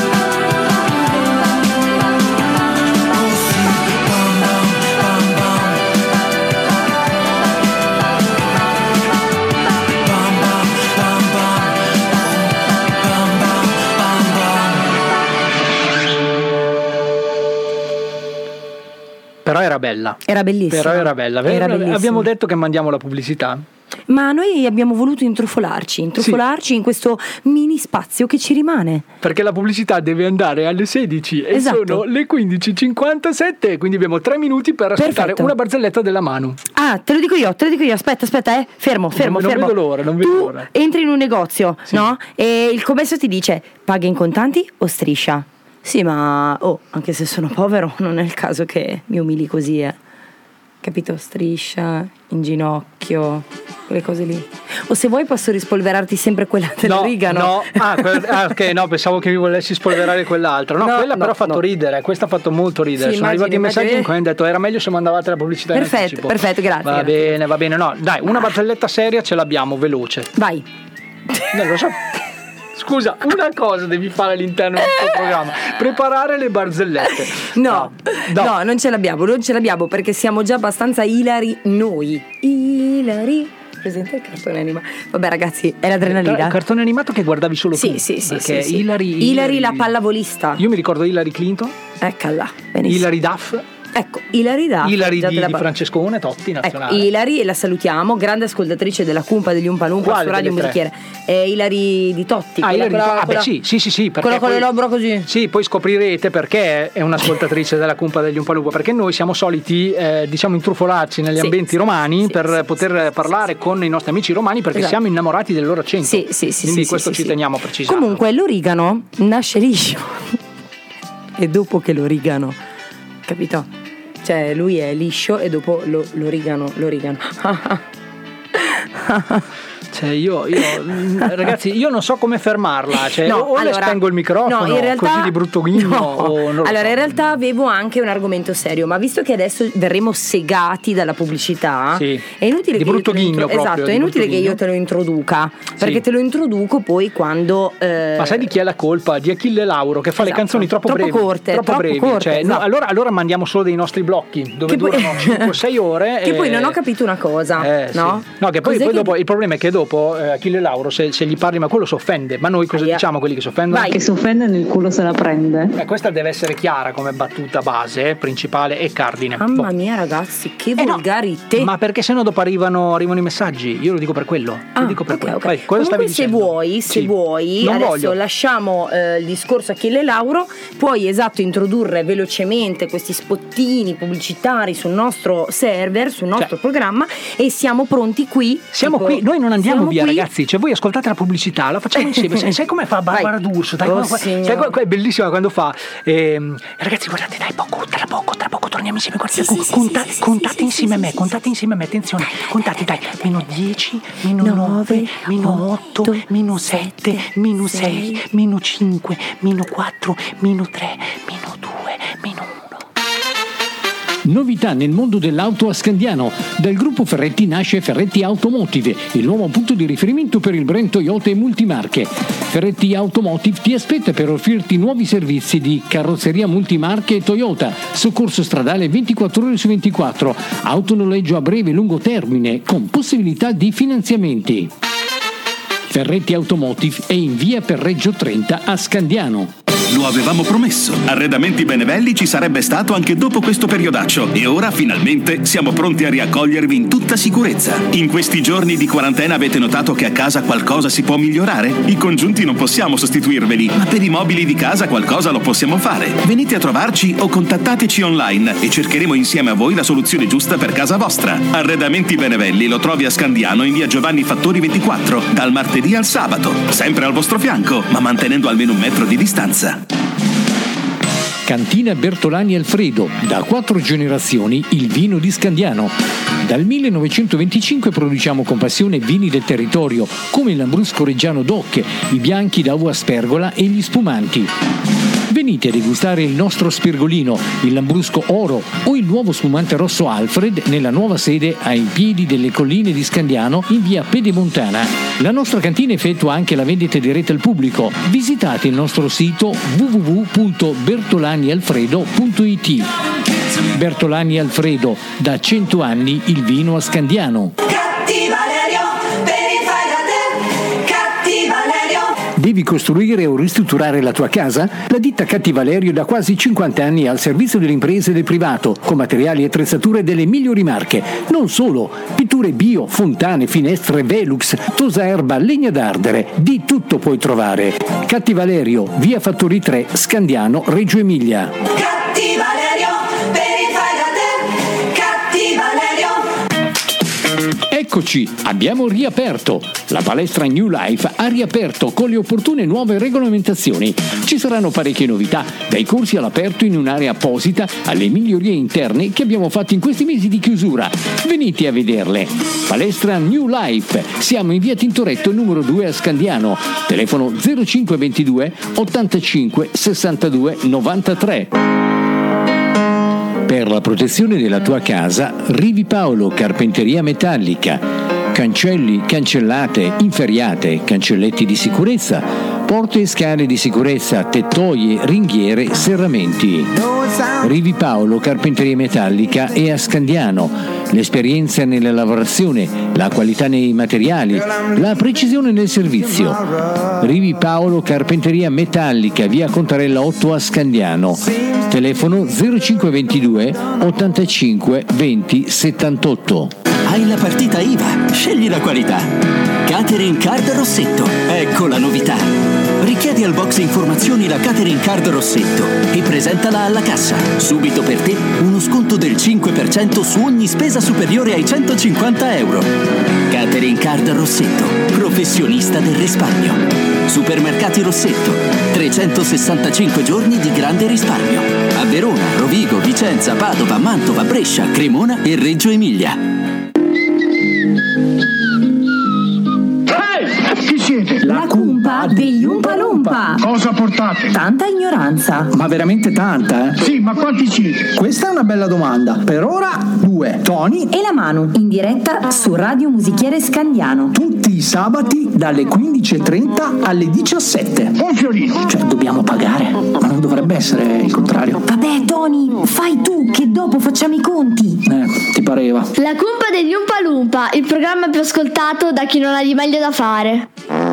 oh sì bam bam bam bam. Però era bella. Era bellissima. Però era bella. Era bellissima. Abbiamo detto che mandiamo la pubblicità. ma noi abbiamo voluto intrufolarci in questo mini spazio che ci rimane. Perché la pubblicità deve andare alle 16 e sono le 15:57, quindi abbiamo 3 minuti per ascoltare una barzelletta della Manu. Ah, te lo dico io, aspetta, fermo. Non vedo l'ora. Tu entri in un negozio, no? E il commesso ti dice: paga in contanti o striscia? Sì, ma anche se sono povero non è il caso che mi umili così, capito? Striscia, in ginocchio, quelle cose lì. O se vuoi posso rispolverarti sempre quella dell'origano. Ok, no, pensavo che mi volessi spolverare quell'altra. Quella però ha fatto ridere, questa ha fatto molto ridere. Sì, sono arrivati i messaggi in cui hanno detto era meglio se mandavate la pubblicità in anticipo. Perfetto, grazie. Va bene, no, dai, una barzelletta seria ce l'abbiamo, veloce. Vai. Non lo so. Scusa, una cosa devi fare all'interno del tuo programma: preparare le barzellette. No, non ce l'abbiamo perché siamo già abbastanza ilari noi. Presente il cartone animato? Vabbè ragazzi, è l'adrenalina. Il cartone animato che guardavi solo tu. Sì. Hilary la pallavolista. Io mi ricordo Hilary Clinton. Eccola, benissimo. Hilary Duff. Ecco, Hilary Duff. Hilary di Francescone Totti, nazionale. Ecco, Hilary, e la salutiamo, grande ascoltatrice della Cumpa degli Umpa Lumpa su Radio Musichiere. Hilary di Totti. Sì. Quella con le labbra così. Sì, poi scoprirete perché è un'ascoltatrice della Cumpa degli Umpa Lumpa, perché noi siamo soliti intrufolarci negli ambienti romani per poter parlare con i nostri amici romani, perché siamo innamorati del loro accento. Quindi questo ci teniamo a precisare. Comunque l'origano nasce liscio e dopo che l'origano, capito? Cioè lui è liscio e dopo l'origano. Cioè io ragazzi, io non so come fermarla, cioè le spengo il microfono, in realtà, così di brutto ghigno. In realtà avevo anche un argomento serio, ma visto che adesso verremo segati dalla pubblicità, è inutile di che brutto ghigno esatto, è inutile che io te lo introduca, perché te lo introduco poi quando ma sai di chi è la colpa? Di Achille Lauro, che fa le canzoni troppo brevi, troppo brevi. Corte, cioè, allora mandiamo solo dei nostri blocchi dove durano 5-6 ore che poi non ho capito una cosa, no? No, che poi dopo il problema è che dopo Achille Lauro se gli parli, ma quello si offende, ma noi cosa diciamo quelli che si offendono? Che si offendono il culo se la prende. Questa deve essere chiara come battuta base, principale e cardine. Mamma mia ragazzi, che volgarite. No, ma perché sennò dopo arrivano i messaggi, io lo dico per quello. Okay. Vai, cosa stavi dicendo? Se vuoi non adesso voglio. Lasciamo il discorso Achille Lauro, puoi introdurre velocemente questi spottini pubblicitari sul nostro server, sul nostro programma, e siamo pronti qui. Siamo qui, noi non andiamo via, ragazzi, cioè voi ascoltate la pubblicità, la facciamo insieme. Sai come fa Barbara D'Urso? È bellissima quando fa ragazzi, guardate, dai, tra poco torniamo insieme. Contate insieme a me, attenzione, contate, dai, -10, -9, -8, -7, -6, -5, -4, -3, -2, -1. Novità nel mondo dell'auto a Scandiano. Dal gruppo Ferretti nasce Ferretti Automotive, il nuovo punto di riferimento per il brand Toyota e multimarche. Ferretti Automotive ti aspetta per offrirti nuovi servizi di carrozzeria multimarche Toyota, soccorso stradale 24 ore su 24, autonoleggio a breve e lungo termine con possibilità di finanziamenti. Ferretti Automotive è in via per Reggio 30 a Scandiano. Lo avevamo promesso. Arredamenti Benevelli ci sarebbe stato anche dopo questo periodaccio e ora finalmente siamo pronti a riaccogliervi in tutta sicurezza. In questi giorni di quarantena avete notato che a casa qualcosa si può migliorare? I congiunti non possiamo sostituirveli, ma per i mobili di casa qualcosa lo possiamo fare. Venite a trovarci o contattateci online e cercheremo insieme a voi la soluzione giusta per casa vostra. Arredamenti Benevelli lo trovi a Scandiano in via Giovanni Fattori 24, dal martedì al sabato, sempre al vostro fianco, ma mantenendo almeno 1 metro di distanza. Cantina Bertolani Alfredo, da 4 generazioni il vino di Scandiano. Dal 1925 produciamo con passione vini del territorio, come il Lambrusco Reggiano DOC, i bianchi da uva spergola e gli spumanti. Venite a degustare il nostro spirgolino, il Lambrusco Oro o il nuovo spumante rosso Alfred nella nuova sede ai piedi delle colline di Scandiano in via Pedemontana. La nostra cantina effettua anche la vendita diretta al pubblico. Visitate il nostro sito www.bertolanialfredo.it. Bertolani Alfredo, da 100 anni il vino a Scandiano. Devi costruire o ristrutturare la tua casa? La ditta Cattivalerio da quasi 50 anni è al servizio delle imprese e del privato, con materiali e attrezzature delle migliori marche. Non solo, pitture bio, fontane, finestre, Velux, tosa erba, legna d'ardere, di tutto puoi trovare. Cattivalerio, via Fattori 3, Scandiano, Reggio Emilia. Cattivalerio, veni fai da te. Cattivalerio. Eccoci, abbiamo riaperto. La palestra New Life ha riaperto con le opportune nuove regolamentazioni. Ci saranno parecchie novità, dai corsi all'aperto in un'area apposita alle migliorie interne che abbiamo fatto in questi mesi di chiusura. Venite a vederle. Palestra New Life. Siamo in via Tintoretto numero 2 a Scandiano. Telefono 0522 85 62 93. Per la protezione della tua casa, Rivi Paolo Carpenteria Metallica. Cancelli, cancellate, inferriate, cancelletti di sicurezza, porte e scale di sicurezza, tettoie, ringhiere, serramenti. Rivi Paolo Carpenteria Metallica è a Scandiano. L'esperienza nella lavorazione, la qualità nei materiali, la precisione nel servizio. Rivi Paolo Carpenteria Metallica, via Contarella 8 a Scandiano. Telefono 0522 85 20 78. Hai la partita IVA, scegli la qualità. Catering Card Rossetto, ecco la novità. Richiedi al box informazioni la Catering Card Rossetto e presentala alla cassa. Subito per te uno sconto del 5% su ogni spesa superiore ai 150 euro. Catering Card Rossetto, professionista del risparmio. Supermercati Rossetto, 365 giorni di grande risparmio. A Verona, Rovigo, Vicenza, Padova, Mantova, Brescia, Cremona e Reggio Emilia. Chi siete? La cumpa degli Umpa Lumpa. Cosa portate? Tanta ignoranza. Ma veramente tanta, eh? Sì, ma quanti siete? Questa è una bella domanda. Per ora 2. Tony e la Manu, in diretta su Radio Musichiere Scandiano. Tutti i sabati dalle 15:30 alle 17. Un fiorino. Cioè, dobbiamo pagare. Ma non dovrebbe essere il contrario. Vabbè, Tony, fai tu, che dopo facciamo i conti. Ti pareva. La cumpa degli Umpa Lumpa, il programma più ascoltato da chi non ha di meglio da fare.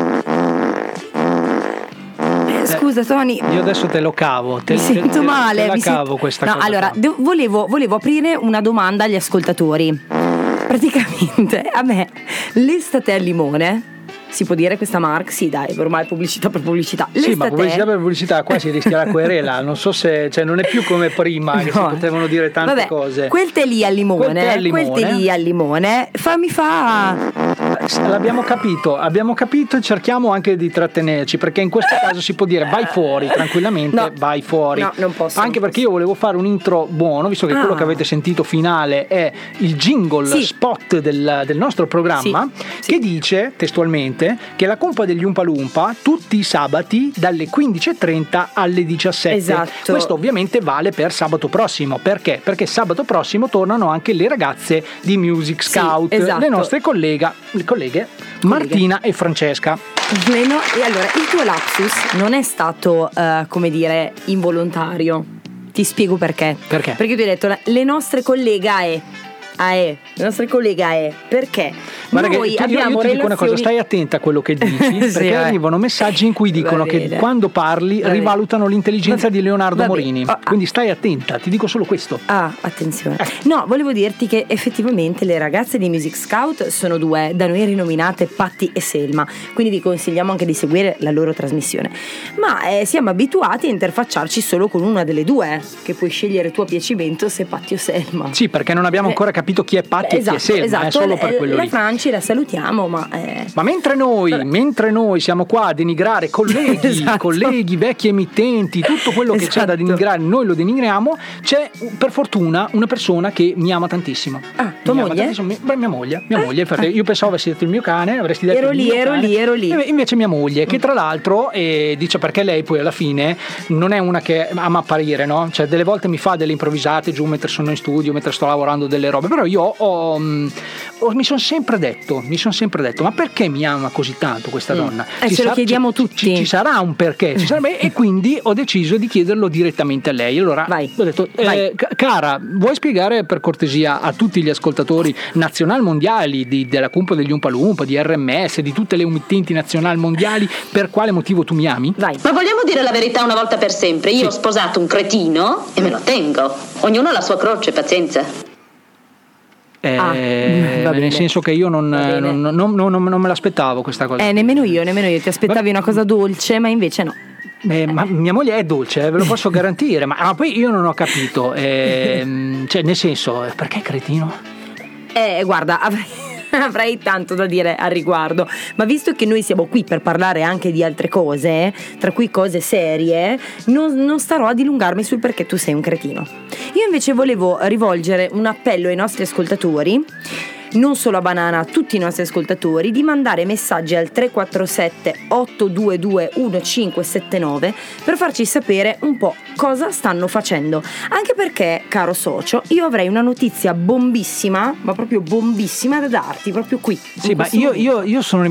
Scusa Tony, io adesso te lo cavo, mi sento male. Te la cavo questa cosa. Allora, volevo aprire una domanda agli ascoltatori. Praticamente a me l'estate al limone, si può dire questa marca? Sì, dai, ormai pubblicità per pubblicità. Sì, ma pubblicità per pubblicità, qua si rischia la querela. Non so se, cioè, non è più come prima, che si potevano dire tante cose. Quel tè lì al limone, L'abbiamo capito e cerchiamo anche di trattenerci, perché in questo caso si può dire vai fuori tranquillamente, vai fuori. No, non posso. Anche perché io volevo fare un intro buono, visto che quello che avete sentito finale è il jingle spot del nostro programma, che dice testualmente che la cumpa degli Umpa Lumpa tutti i sabati dalle 15:30 alle 17. Esatto. Questo ovviamente vale per sabato prossimo. Perché? Perché sabato prossimo tornano anche le ragazze di Music Scout, le nostre colleghe Martina e Francesca. E allora, il tuo lapsus non è stato, come dire, involontario. Ti spiego perché. Perché? Perché ti ho detto, le nostre colleghe perché guarda, noi abbiamo io ti dico una cosa, stai attenta a quello che dici, perché arrivano messaggi in cui dicono che quando parli rivalutano l'intelligenza di Leonardo Morini, quindi stai attenta, ti dico solo questo. Attenzione. No, volevo dirti che effettivamente le ragazze di Music Scout sono 2, da noi rinominate Patti e Selma, quindi vi consigliamo anche di seguire la loro trasmissione, ma siamo abituati a interfacciarci solo con una delle 2, che puoi scegliere tu a piacimento se Patti o Selma. Sì, perché non abbiamo ancora capito chi è Patti e chi è Selma, solo per quello la lì. Franci la salutiamo, ma mentre noi siamo qua a denigrare colleghi, vecchi emittenti, tutto quello che c'è da denigrare, noi lo denigriamo. C'è per fortuna una persona che mi ama tantissimo. Tua moglie? Mia moglie. Io pensavo avessi detto il mio cane, avresti detto ero lì. Invece mia moglie, che tra l'altro dice, perché lei poi alla fine non è una che ama apparire, no? Cioè delle volte mi fa delle improvvisate giù mentre sono in studio, mentre sto lavorando delle robe, però io mi sono sempre detto, detto, ma perché mi ama così tanto questa donna? Ce lo chiediamo tutti. Ci sarà un perché, e quindi ho deciso di chiederlo direttamente a lei. Allora ho detto, cara, vuoi spiegare per cortesia a tutti gli ascoltatori nazional mondiali della Cumpa degli Oompa Loompa, di RMS, di tutte le emittenti nazionali mondiali, per quale motivo tu mi ami? Ma vogliamo dire la verità una volta per sempre? Io ho sposato un cretino e me lo tengo. Ognuno ha la sua croce, pazienza. Nel senso che io non me l'aspettavo questa cosa. Nemmeno io ti aspettavi una cosa dolce, ma invece no. Ma mia moglie è dolce, ve lo posso garantire, ma poi io non ho capito, cioè nel senso, perché cretino? Guarda, avrei tanto da dire al riguardo, ma visto che noi siamo qui per parlare anche di altre cose, tra cui cose serie, non starò a dilungarmi sul perché tu sei un cretino. Io invece volevo rivolgere un appello ai nostri ascoltatori, non solo a Banana, a tutti i nostri ascoltatori, di mandare messaggi al 347 822 1579 per farci sapere un po' cosa stanno facendo. Anche perché, caro socio, io avrei una notizia bombissima, ma proprio bombissima da darti proprio qui. Sì, ma io sono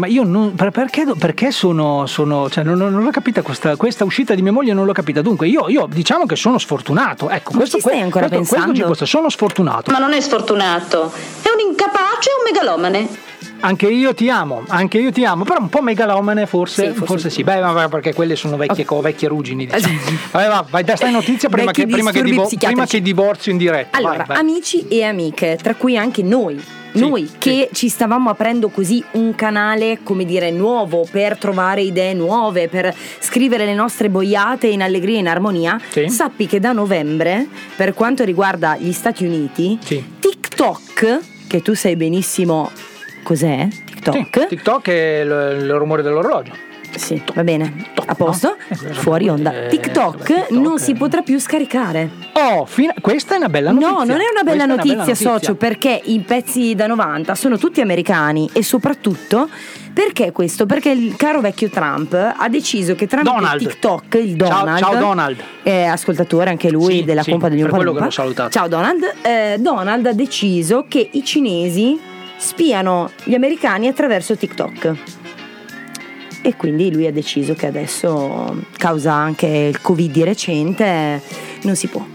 perché sono cioè non l'ho capita questa uscita di mia moglie, non l'ho capita. Dunque io diciamo che sono sfortunato. Ecco, ma ci stai ancora pensando? Sono sfortunato. Ma non è sfortunato, è un incapace e un megalomane. Anche io ti amo, però un po' megalomane forse sì. Beh, perché quelle sono vecchie ruggini, diciamo. Vai, dai, stai notizia prima che divorzio in diretta. Allora, vai. Amici e amiche, tra cui anche noi che ci stavamo aprendo così un canale, come dire, nuovo, per trovare idee nuove, per scrivere le nostre boiate in allegria e in armonia, sappi che da novembre, per quanto riguarda gli Stati Uniti, TikTok, che tu sai benissimo cos'è, TikTok? TikTok è il rumore dell'orologio. Sì, va bene, a posto, fuori onda. TikTok non si potrà più scaricare. Questa è una bella notizia. No, non è una bella notizia, socio, perché i pezzi da 90 sono tutti americani, e soprattutto perché questo? Perché il caro vecchio Trump ha deciso che tramite TikTok, il Donald, ciao Donald, ascoltatore anche lui della Cumpa degli Oompa Loompa. Che l'ho salutato. Ciao Donald. Donald ha deciso che i cinesi spiano gli americani attraverso TikTok. E quindi lui ha deciso che adesso, causa anche il Covid di recente, non si può.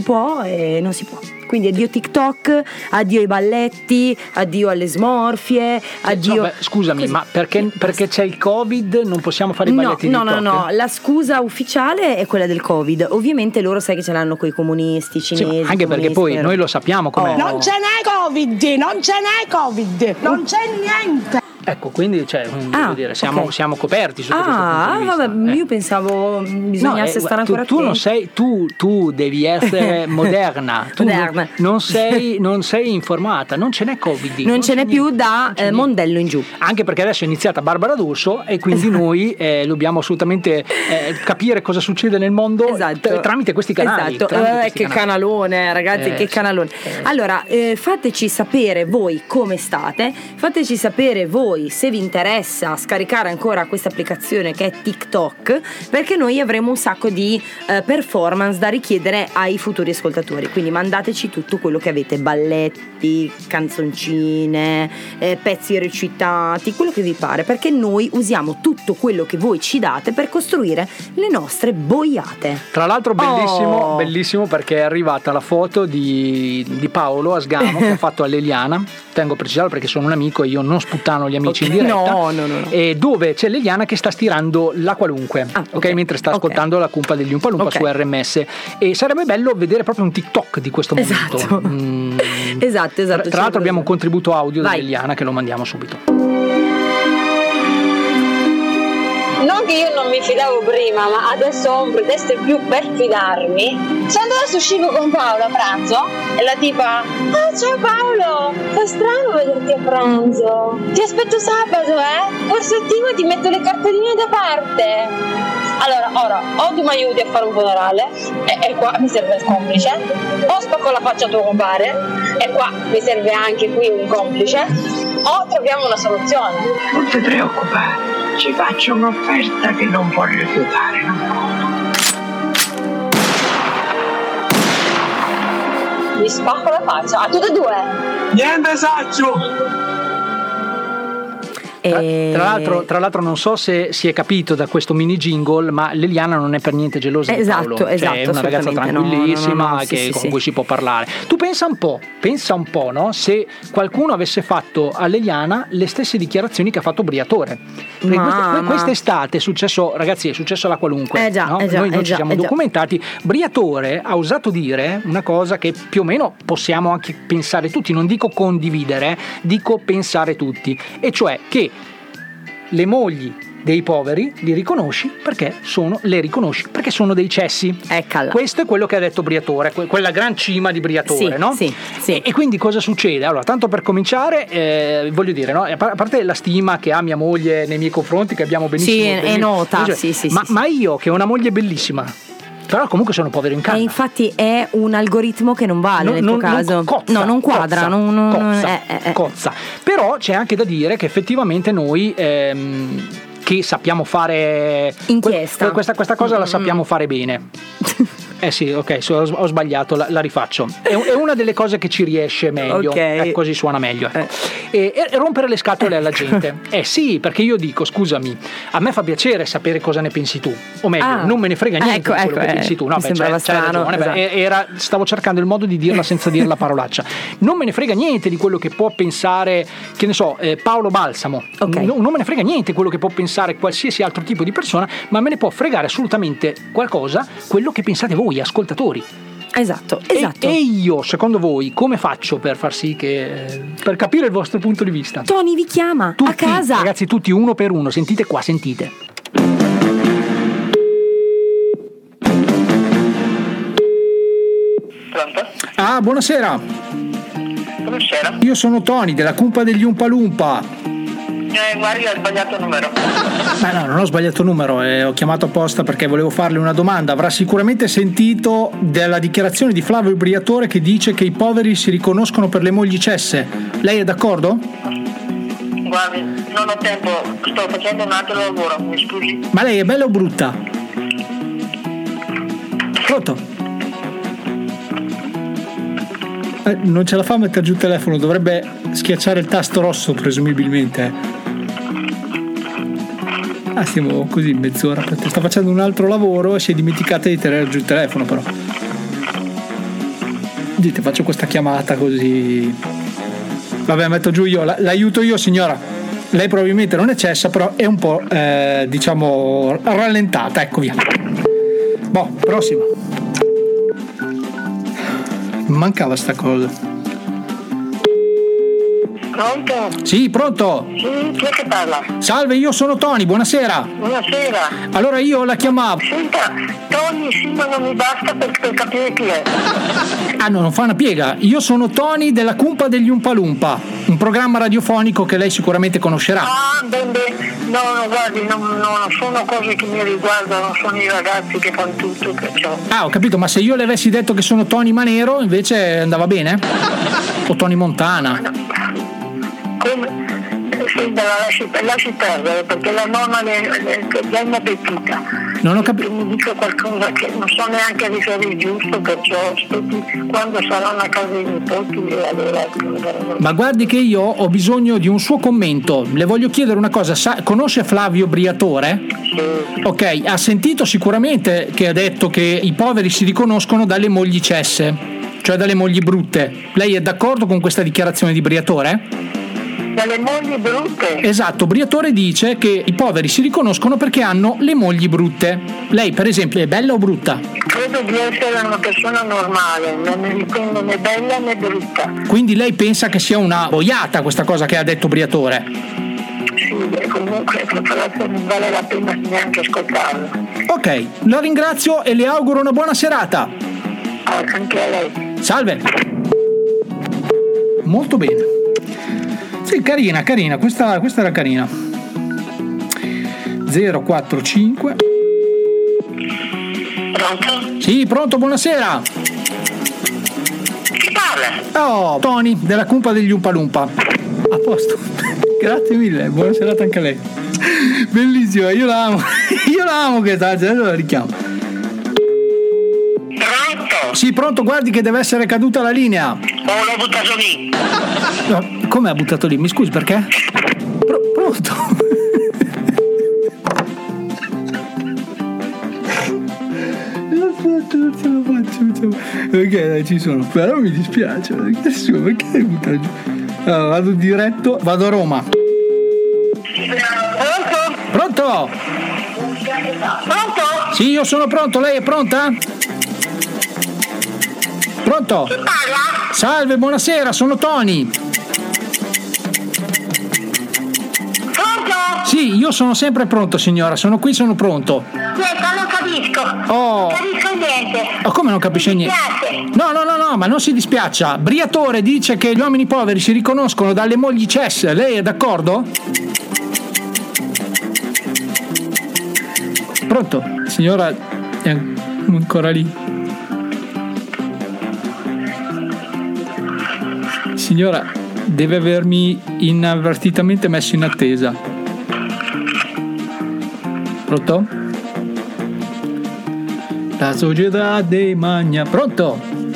Quindi addio TikTok, addio ai balletti, addio alle smorfie, addio. Scusami, ma perché c'è il Covid non possiamo fare i balletti di TikTok? No, la scusa ufficiale è quella del Covid. Ovviamente loro sai che ce l'hanno coi comunisti cinesi. Anche perché poi noi lo sappiamo com'è. Non ce n'è Covid, non c'è niente. Ecco, quindi voglio dire, siamo coperti su questo punto di vista. Vabbè, io pensavo bisognasse stare ancora tu non sei, tu devi essere moderna. Non sei informata, non ce n'è Covid. Non ce n'è più da Mondello in giù. Anche perché adesso è iniziata Barbara D'Urso e quindi noi dobbiamo assolutamente capire cosa succede nel mondo tramite questi canali. Canalone, ragazzi, che canalone. Allora, fateci sapere voi come state, fateci sapere voi se vi interessa scaricare ancora questa applicazione che è TikTok, perché noi avremo un sacco di performance da richiedere ai futuri ascoltatori. Quindi mandateci tutto quello che avete, balletti, canzoncine, pezzi recitati, quello che vi pare, perché noi usiamo tutto quello che voi ci date per costruire le nostre boiate. Tra l'altro bellissimo perché è arrivata la foto di Paolo Asgano che ha fatto all'Eliana. Tengo a precisarlo perché sono un amico e io non sputtano gli amici in diretta. No. E dove c'è l'Eliana che sta stirando la qualunque, mentre sta ascoltando la Cumpa degli Oompa Loompa su RMS. E sarebbe bello vedere proprio un TikTok di questo momento. Esatto. Tra l'altro abbiamo un contributo audio dell'Eliana che lo mandiamo subito. Non che io non mi fidavo prima, ma adesso ho un pretesto in più per fidarmi. Sono andata su Uscivo con Paolo a pranzo e la tipa: ciao Paolo, fa strano vederti a pranzo. Ti aspetto sabato, Forse attivo e ti metto le cartoline da parte. Allora, ora, o tu mi aiuti a fare un funerale, e qua mi serve il complice, o spacco la faccia a tuo compare, e qua mi serve anche qui un complice, o troviamo una soluzione. Non ti preoccupare. Ci faccio un'offerta che non puoi rifiutare, Mi spacco la faccia a tutte e due. Niente saggio. Tra l'altro non so se si è capito da questo mini jingle, ma Leliana non è per niente gelosa di Paolo. Cioè, è una ragazza tranquillissima con cui si può parlare. Tu pensa un po', no? Se qualcuno avesse fatto a Leliana le stesse dichiarazioni che ha fatto Briatore. Quest'estate è successo, ragazzi, è successo alla qualunque. Noi non ci siamo documentati. Briatore ha osato dire una cosa che più o meno possiamo anche pensare tutti, non dico condividere, dico pensare tutti, e cioè che le mogli dei poveri le riconosci perché sono dei cessi. Eccala. Questo è quello che ha detto Briatore, quella gran cima di Briatore, no? Sì. E quindi cosa succede? Allora, tanto per cominciare, voglio dire, no? A parte la stima che ha mia moglie nei miei confronti, che abbiamo benissimo. Sì, è nota. Ma io, che ho una moglie bellissima, però comunque sono povero in casa. E infatti è un algoritmo che non vale nel tuo caso. Non quadra. Cozza. Però c'è anche da dire che effettivamente noi che sappiamo fare inchiesta, questa cosa la sappiamo fare bene. Sì, ok, ho sbagliato, la rifaccio. È una delle cose che ci riesce meglio, così suona meglio. E rompere le scatole alla gente. Sì, perché io dico, scusami, a me fa piacere sapere cosa ne pensi tu, o meglio, non me ne frega niente di quello che pensi tu. No, c'hai ragione, esatto. Stavo cercando il modo di dirla senza dire la parolaccia. Non me ne frega niente di quello che può pensare, che ne so, Paolo Balsamo. Non me ne frega niente quello che può pensare qualsiasi altro tipo di persona, ma me ne può fregare assolutamente qualcosa quello che pensate voi ascoltatori. Esatto. E io, secondo voi, come faccio per far sì che per capire il vostro punto di vista? Tony vi chiama tutti, a casa. Ragazzi, tutti uno per uno. Sentite qua, sentite. Pronto? Buonasera. Buonasera. Io sono Tony della Cumpa degli Umpa Lumpa. Guardi, ho sbagliato numero. Ma no, non ho sbagliato numero, ho chiamato apposta perché volevo farle una domanda. Avrà sicuramente sentito della dichiarazione di Flavio Briatore che dice che i poveri si riconoscono per le mogli cesse. Lei è d'accordo? Guardi, non ho tempo, sto facendo un altro lavoro, mi scusi. Ma lei è bella o brutta? Pronto? Non ce la fa a mettere giù il telefono, dovrebbe schiacciare il tasto rosso presumibilmente. Stiamo così mezz'ora, sta facendo un altro lavoro e si è dimenticata di tenere giù il telefono, però. Dite, faccio questa chiamata così. Vabbè, metto giù io, l'aiuto io, signora. Lei probabilmente non è cessa, però è un po' diciamo rallentata, ecco, via. Prossimo. Mancava sta cosa. Pronto? Sì, pronto? Sì, chi è che parla? Salve, io sono Tony, buonasera. Buonasera. Allora io la chiamavo. Senta, Tony, sì, ma non mi basta per capire chi è. No, non fa una piega. Io sono Tony della Cumpa degli Umpa Lumpa, un programma radiofonico che lei sicuramente conoscerà. No, guardi, non sono cose che mi riguardano, sono i ragazzi che fanno tutto, perciò. Ho capito, ma se io le avessi detto che sono Tony Manero, invece andava bene? O Tony Montana? Come? Senta, lasci perdere, perché la nonna è una petita. Non ho capito. Mi dica qualcosa che non so neanche riferire giusto, perciò aspetti quando saranno a casa i nipoti e allora. Ma guardi che io ho bisogno di un suo commento. Le voglio chiedere una cosa, conosce Flavio Briatore? Sì. Ok, ha sentito sicuramente che ha detto che i poveri si riconoscono dalle mogli cesse, cioè dalle mogli brutte. Lei è d'accordo con questa dichiarazione di Briatore? Dalle mogli brutte? Esatto, Briatore dice che i poveri si riconoscono perché hanno le mogli brutte. Lei, per esempio, è bella o brutta? Credo di essere una persona normale, non mi ritengo né bella né brutta. Quindi lei pensa che sia una boiata questa cosa che ha detto Briatore? Sì, comunque non vale la pena neanche ascoltarlo. Ok, la ringrazio e le auguro una buona serata. Anche a lei. Salve. Molto bene. Sì, carina, questa era carina. 045. Pronto? Sì, pronto, buonasera. Chi parla? Oh, Tony, della Cumpa degli Umpa Lumpa. A posto. Grazie mille, buona serata anche a lei. Bellissimo, io la amo questa, adesso la richiamo. Pronto? Sì, pronto, guardi che deve essere caduta la linea. L'ho buttato lì. No, come ha buttato lì? Mi scusi, perché? Pronto? Non ce la faccio. Ok, dai, ci sono. Però mi dispiace. Perché hai buttato giù? Allora, vado diretto, vado a Roma. Pronto? Pronto? Sì, io sono pronto, lei è pronta? Pronto? Chi parla? Salve, buonasera, sono Tony. Pronto? Sì, io sono sempre pronto, signora, sono qui, sono pronto. Niente, non capisco. Oh. Non capisco niente. Oh, come non capisce niente? No, ma non si dispiaccia. Briatore dice che gli uomini poveri si riconoscono dalle mogli cesse. Lei è d'accordo? Pronto? Signora è ancora lì. Signora, deve avermi inavvertitamente messo in attesa. Pronto? La società dei magna. Pronto?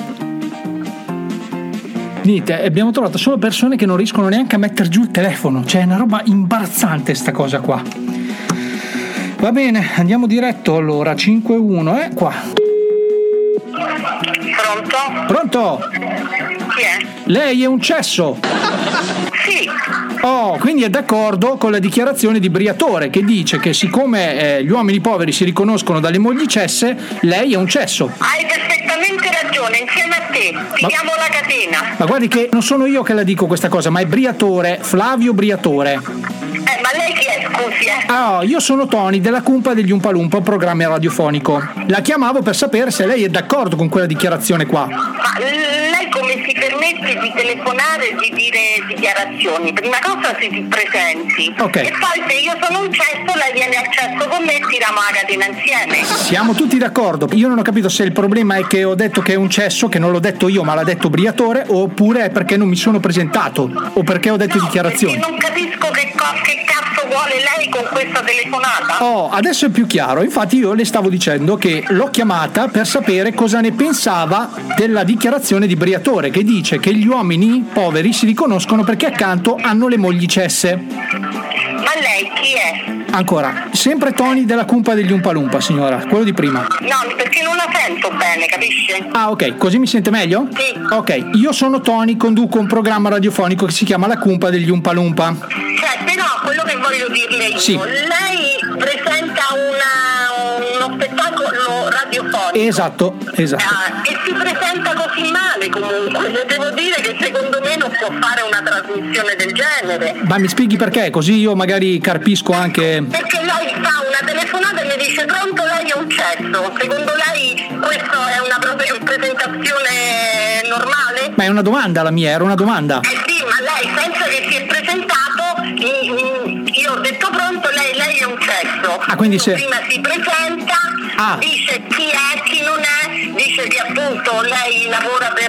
Niente, abbiamo trovato solo persone che non riescono neanche a mettere giù il telefono. Cioè, è una roba imbarazzante sta cosa qua. Va bene, andiamo diretto allora. 5-1, qua. Pronto? Pronto? Chi è? Lei è un cesso? Sì. Oh, quindi è d'accordo con la dichiarazione di Briatore che dice che siccome gli uomini poveri si riconoscono dalle mogli cesse, lei è un cesso. Hai perfettamente ragione, insieme a te. Ti diamo la catena. Ma guardi che non sono io che la dico questa cosa, ma è Briatore, Flavio Briatore. Ma lei chi è, scusi, Ah, io sono Tony della Cumpa degli Umpalumpa, un programma radiofonico. La chiamavo per sapere se lei è d'accordo con quella dichiarazione qua. Ma lei come si permette di telefonare e di dire dichiarazioni? Prima cosa si presenti. Ok. E poi se io sono un cesso, lei viene al cesso con me e tiriamo la catena insieme. Siamo tutti d'accordo. Io non ho capito se il problema è che ho detto che è un cesso, che non l'ho detto io ma l'ha detto Briatore, oppure è perché non mi sono presentato o perché ho detto dichiarazioni. Non capisco che cazzo vuole lei con questa telefonata. Oh, adesso è più chiaro. Infatti io le stavo dicendo che l'ho chiamata per sapere cosa ne pensava della dichiarazione di Briatore, che dice che gli uomini poveri si riconoscono perché accanto hanno le mogli cesse. Ma lei chi è? Ancora, sempre Tony della Cumpa degli Umpalumpa, signora, quello di prima. No, perché non la sento bene, capisce? Ah, ok, così mi sente meglio? Sì. Ok, io sono Tony, conduco un programma radiofonico che si chiama La Cumpa degli Umpalumpa. Cioè, però quello che voglio dirle io, Sì. lei presenta uno spettacolo radiofonico. Esatto. E si presenta così male comunque. Le devo dire che secondo me non può fare una trasmissione del genere. Ma mi spieghi perché? Così io magari carpisco anche... Perché lei fa una telefonata e mi dice pronto, lei è un cesso. Secondo lei questo è una presentazione normale? Ma è una domanda la mia, era una domanda. Sì, ma lei senza che si è presentato, io ho detto pronto, lei è un cesso. Ah, quindi se... Prima si presenta, dice chi è, chi non è, dice che appunto lei lavora per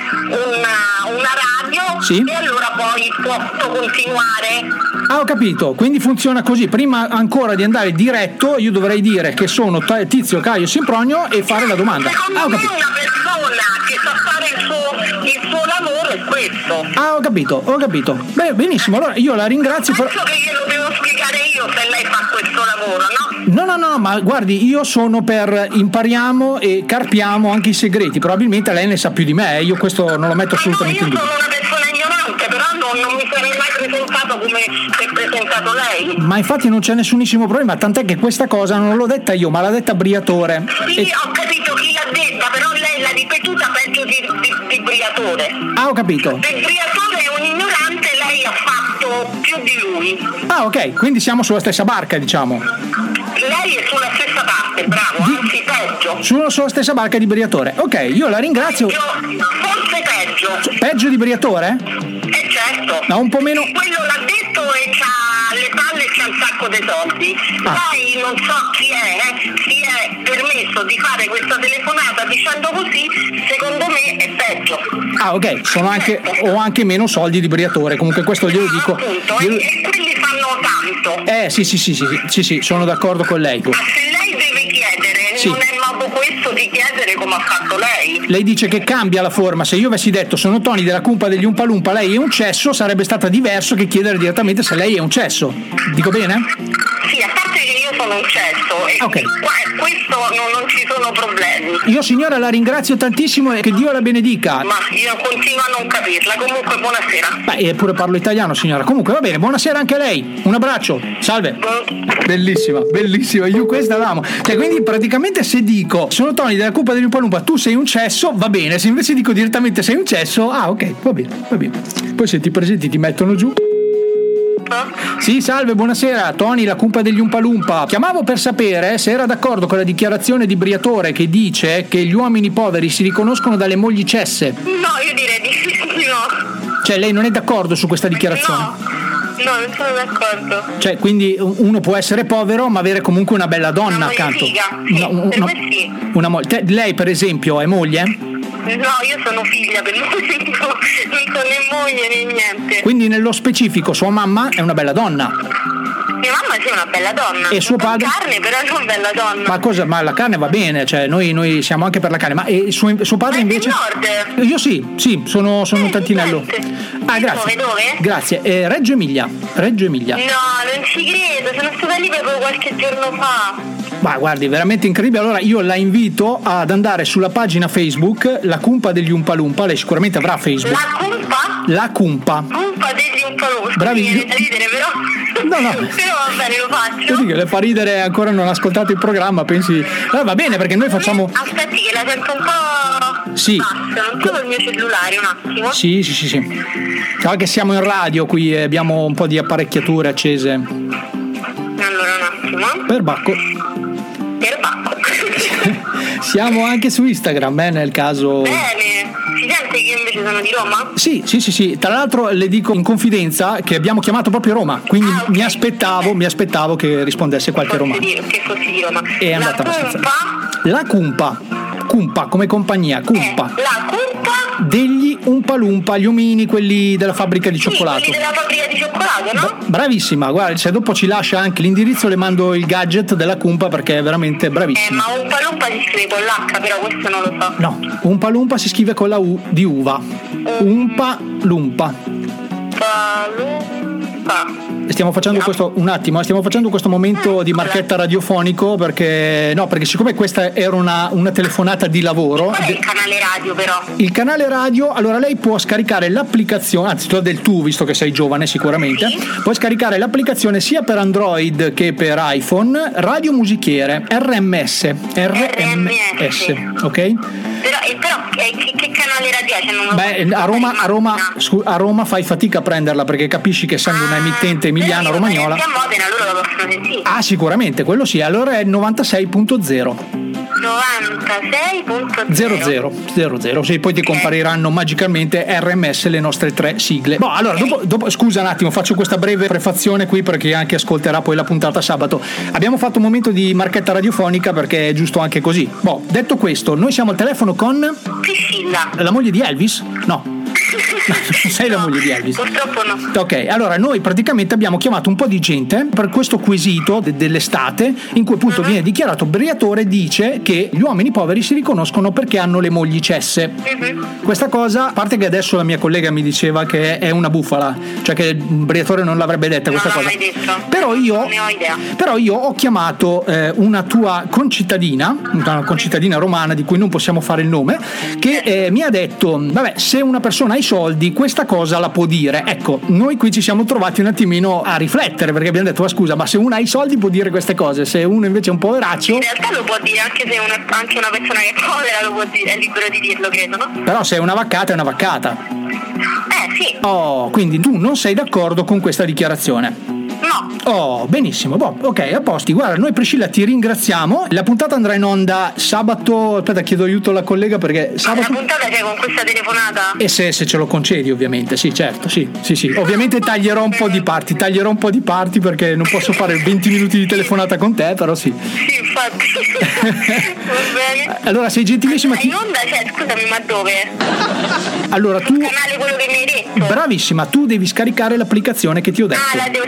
una radio, sì? E allora poi posso continuare. Ah, ho capito, quindi funziona così. Prima ancora di andare diretto io dovrei dire che sono Tizio Caio Sempronio e fare la domanda. Secondo me una persona che sa fare il suo lavoro è questo. Ah, ho capito. Beh, benissimo, allora io la ringrazio per... Penso che glielo devo spiegare io se lei fa questo lavoro, no? No, ma guardi, io sono per impariamo e carpiamo anche i segreti. Probabilmente lei ne sa più di me, io questo non lo metto assolutamente in dubbio. Sono una persona ignorante, però non mi sarei mai presentato come si è presentato lei. Ma infatti non c'è nessunissimo problema, tant'è che questa cosa non l'ho detta io, ma l'ha detta Briatore. Sì, ho capito chi l'ha detta, però lei l'ha ripetuta peggio di Briatore. Ah, ho capito. Se Briatore è un ignorante, lei ha fatto più di lui. Ah, ok, quindi siamo sulla stessa barca, diciamo. Lei è sulla stessa parte, bravo, anzi peggio. Sulla stessa barca di Briatore. Ok, io la ringrazio. Forse peggio. Peggio di Briatore? Certo. No, un po' meno. Quello l'ha detto e c'ha le palle e c'ha un sacco di soldi. Poi non so chi è permesso di fare questa telefonata dicendo così, secondo me è peggio. Ah, ok, ho anche meno soldi di Briatore, comunque questo glielo dico. Appunto, e quelli fanno tanto. Sì, sono d'accordo con lei. Ma se lei deve chiedere, sì. Non è modo questo di chiedere come ha fatto lei. Lei dice che cambia la forma. Se io avessi detto sono Tony della cumpa degli Umpa Lumpa, lei è un cesso, sarebbe stata diverso che chiedere direttamente se lei è un cesso. Dico bene? Sì, a parte che io sono un cesso e questo non ci sono problemi. Io signora la ringrazio tantissimo e che Dio la benedica. Ma io continuo a non capirla. Comunque buonasera. Beh, pure parlo italiano signora. Comunque va bene, buonasera anche a lei. Un abbraccio. Salve. Bellissima, io questa l'amo. Cioè, quindi praticamente se dico sono Tony della cumpa degli Umpa Lumpa, tu sei un cesso, va bene. Se invece dico direttamente sei un cesso, ok, va bene. Poi se ti presenti ti mettono giù. Sì, salve, buonasera, Tony, la cumpa degli Umpa Lumpa. Chiamavo per sapere se era d'accordo con la dichiarazione di Briatore che dice che gli uomini poveri si riconoscono dalle mogli cesse. No, io direi di no. Cioè, lei non è d'accordo su questa dichiarazione? No, non sono d'accordo. Cioè, quindi uno può essere povero ma avere comunque una bella donna accanto. Figa. Sì, una moglie. Lei, per esempio, è moglie? No, io sono figlia per il momento, non sono né moglie né niente. Quindi nello specifico sua mamma è una bella donna. Mia mamma sì è una bella donna. E suo padre? Carne, però è una bella donna. Ma la carne va bene, cioè noi siamo anche per la carne. Ma suo padre invece? Nord? Io sì, sono un tantinello. Grazie. Dove? Grazie. Reggio Emilia. No, non ci credo, sono stata lì proprio qualche giorno fa. Ma guardi, veramente incredibile. Allora io la invito ad andare sulla pagina Facebook La Cumpa degli Umpa Lumpa. Lei sicuramente avrà Facebook. La cumpa? La Cumpa. Cumpa degli Umpa Lumpa. Bravi. Mi viene da ridere però. No. Però va bene, lo faccio. Così che le fa ridere, ancora non ha ascoltato il programma, pensi. Va bene, perché noi facciamo. Aspetti che la sento un po'. Sì. Basta, non trovo il mio cellulare, un attimo. Sì. Ciao che siamo in radio qui, abbiamo un po' di apparecchiature accese. Allora un attimo. Perbacco. Siamo anche su Instagram, nel caso. Bene, si sente che io invece sono di Roma? Sì. Tra l'altro le dico in confidenza che abbiamo chiamato proprio Roma, quindi okay. mi aspettavo che rispondesse qualche romano. Che fossi di Roma. È andata abbastanza. La cumpa come compagnia, cumpa. La cumpa degli Umpa Lumpa, gli omini, quelli della fabbrica di cioccolato. Quelli della fabbrica di cioccolato, no? Bravissima, guarda, se dopo ci lascia anche l'indirizzo le mando il gadget della cumpa perché è veramente bravissima. Ma Umpa Lumpa si scrive con l'H, però questo non lo so. No, Umpa Lumpa si scrive con la U di uva. Umpa Lumpa. Stiamo facendo questo momento di marchetta radiofonico perché siccome questa era una telefonata di lavoro. Qual è il canale radio però? Il canale radio, allora lei può scaricare l'applicazione, anzi tu hai del tu visto che sei giovane sicuramente, sì. Puoi scaricare l'applicazione sia per Android che per iPhone, Radio Musichiere, RMS, ok? Però che canale radio è? A Roma fai fatica a prenderla perché capisci che essendo una emittente emiliana romagnola. Se a Modena loro lo possono sentire. Ah, sicuramente, quello sì, allora è 96.0. 96.00, sì, poi ti compariranno magicamente RMS, le nostre 3 sigle. Allora dopo scusa un attimo, faccio questa breve prefazione qui perché anche ascolterà poi la puntata sabato. Abbiamo fatto un momento di marchetta radiofonica perché è giusto anche così. Detto questo, noi siamo al telefono con Priscilla, la moglie di Elvis? No. Sei la moglie di Elvis? Purtroppo no. Ok, allora noi praticamente abbiamo chiamato un po' di gente per questo quesito dell'estate in cui appunto viene dichiarato Briatore dice che gli uomini poveri si riconoscono perché hanno le mogli cesse. Questa cosa, a parte che adesso la mia collega mi diceva che è una bufala, cioè che Briatore non l'avrebbe detta questa cosa. Mai detto. Però io ho chiamato una tua concittadina, una concittadina romana di cui non possiamo fare il nome, che mi ha detto vabbè, se una persona ha i soldi questa cosa la può dire. Ecco, noi qui ci siamo trovati un attimino a riflettere perché abbiamo detto scusa, ma se uno ha i soldi può dire queste cose, se uno invece è un poveraccio in realtà lo può dire anche se anche una persona che è povera lo può dire, è libero di dirlo, credo, no? Però se è una vaccata è una vaccata. Sì. Quindi tu non sei d'accordo con questa dichiarazione? No. Benissimo, ok, a posti. Guarda, noi Priscilla ti ringraziamo. La puntata andrà in onda sabato. Aspetta, chiedo aiuto alla collega perché sabato. La puntata c'è con questa telefonata? E se ce lo concedi, ovviamente, sì, certo, sì. Ovviamente taglierò un po' di parti perché non posso fare 20 minuti di telefonata con te, però sì. Sì, infatti. Va bene. Allora, sei gentilissima. In onda scusami, ma dove? Allora tu. Il canale quello che mi hai detto. Bravissima, tu devi scaricare l'applicazione che ti ho detto. La devo scaricare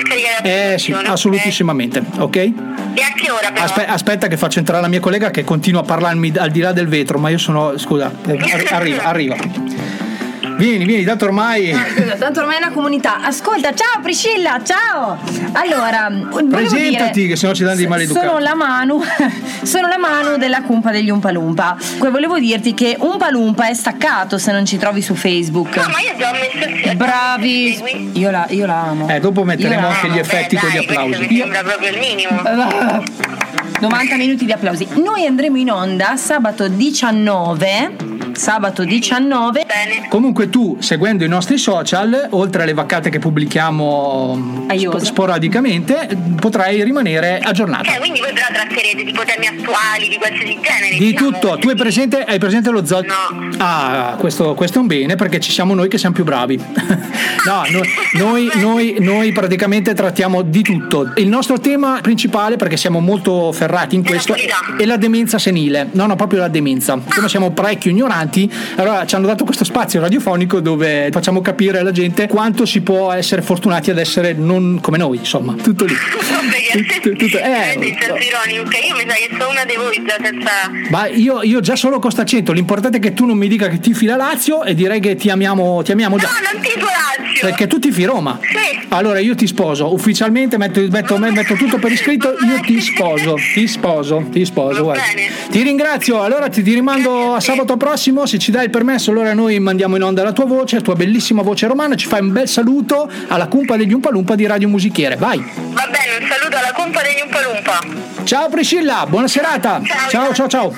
sì, assolutissimamente, ok? E a che ora però? Aspetta che faccio entrare la mia collega che continua a parlarmi al di là del vetro, ma io sono, scusa, arriva. Vieni, tanto ormai è una comunità. Ascolta, ciao Priscilla, ciao. Allora, presentati, che sennò ci danno di maleducati. Sono la Manu della Cumpa degli Umpa Lumpa. Volevo dirti che Umpa Lumpa è staccato, se non ci trovi su Facebook. No, ma io già ho messo il bravi. Io la amo. Dopo metteremo anche gli effetti con gli applausi. Mi sembra proprio il minimo. 90 minuti di applausi. Noi andremo in onda sabato 19. Bene. Comunque tu, seguendo i nostri social, oltre alle vaccate che pubblichiamo sporadicamente, potrai rimanere aggiornato. Quindi voi però tratterete tipo temi attuali di qualsiasi genere. Di tutto. Tu hai presente lo zoo? No. Ah, questo è un bene, perché ci siamo noi che siamo più bravi. No, noi praticamente trattiamo di tutto. Il nostro tema principale, perché siamo molto ferrati in questo, è la demenza senile. No, proprio la demenza. Come siamo parecchio ignoranti, allora ci hanno dato questo spazio radiofonico dove facciamo capire alla gente quanto si può essere fortunati ad essere non come noi, insomma, tutto lì. Tutto. Ironico, che io mi sa che sono una di voi già senza. Ma io già solo con st'accento, l'importante è che tu non mi dica che tifi la Lazio, e direi che ti amiamo già. No, non tifo Lazio. Perché tu tifi Roma. Sì. Allora io ti sposo, ufficialmente metto tutto per iscritto, io ti sposo, guarda. Ti ringrazio, allora ti rimando a sabato prossimo, se ci dai il permesso, allora noi mandiamo in onda la tua voce, la tua bellissima voce romana, ci fai un bel saluto alla Cumpa degli Umpa Lumpa di Radio Musichiere, vai. Va bene, un saluto alla Cumpa degli Umpa Lumpa. Ciao Priscilla, buona serata. Ciao.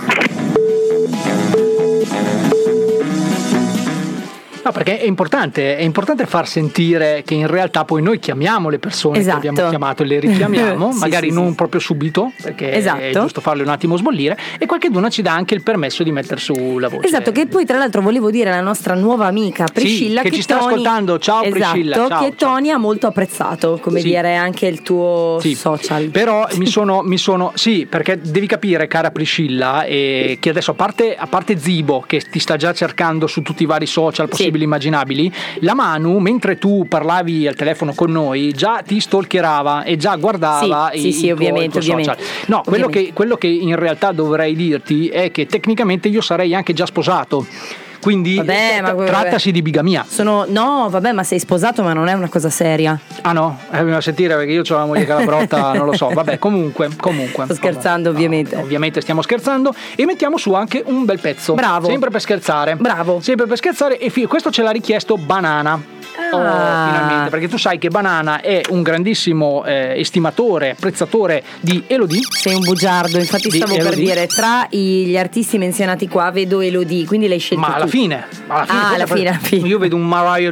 No, perché è importante far sentire che in realtà poi noi chiamiamo le persone che abbiamo chiamato e le richiamiamo, magari non proprio subito, perché è giusto farle un attimo sbollire, e qualcheduna ci dà anche il permesso di mettere su la voce. Esatto, che poi tra l'altro volevo dire alla nostra nuova amica Priscilla che ci sta ascoltando. Ciao Priscilla. Ciao, che Tony ha molto apprezzato, come dire, anche il tuo social. Però mi sono sì, perché devi capire, cara Priscilla, che adesso a parte Zibo che ti sta già cercando su tutti i vari social possibili immaginabili, la Manu, mentre tu parlavi al telefono con noi, già ti stalkerava e già guardava ovviamente. social. No, quello che in realtà dovrei dirti è che tecnicamente io sarei anche già sposato. Quindi trattasi di bigamia. Ma sei sposato, ma non è una cosa seria. Ah no? Bisogna sentire, perché io ho la moglie calabrotta, non lo so. Vabbè, comunque. Sto scherzando, ovviamente. Ovviamente stiamo scherzando, e mettiamo su anche un bel pezzo. Bravo. Sempre per scherzare. Bravo. Sempre per scherzare, e questo ce l'ha richiesto Banana. Finalmente, perché tu sai che Banana è un grandissimo estimatore, apprezzatore di Elodie. Sei un bugiardo, infatti stavo per dire, tra gli artisti menzionati qua vedo Elodie, quindi l'hai scelto alla fine. Alla fine. Io vedo un Mariah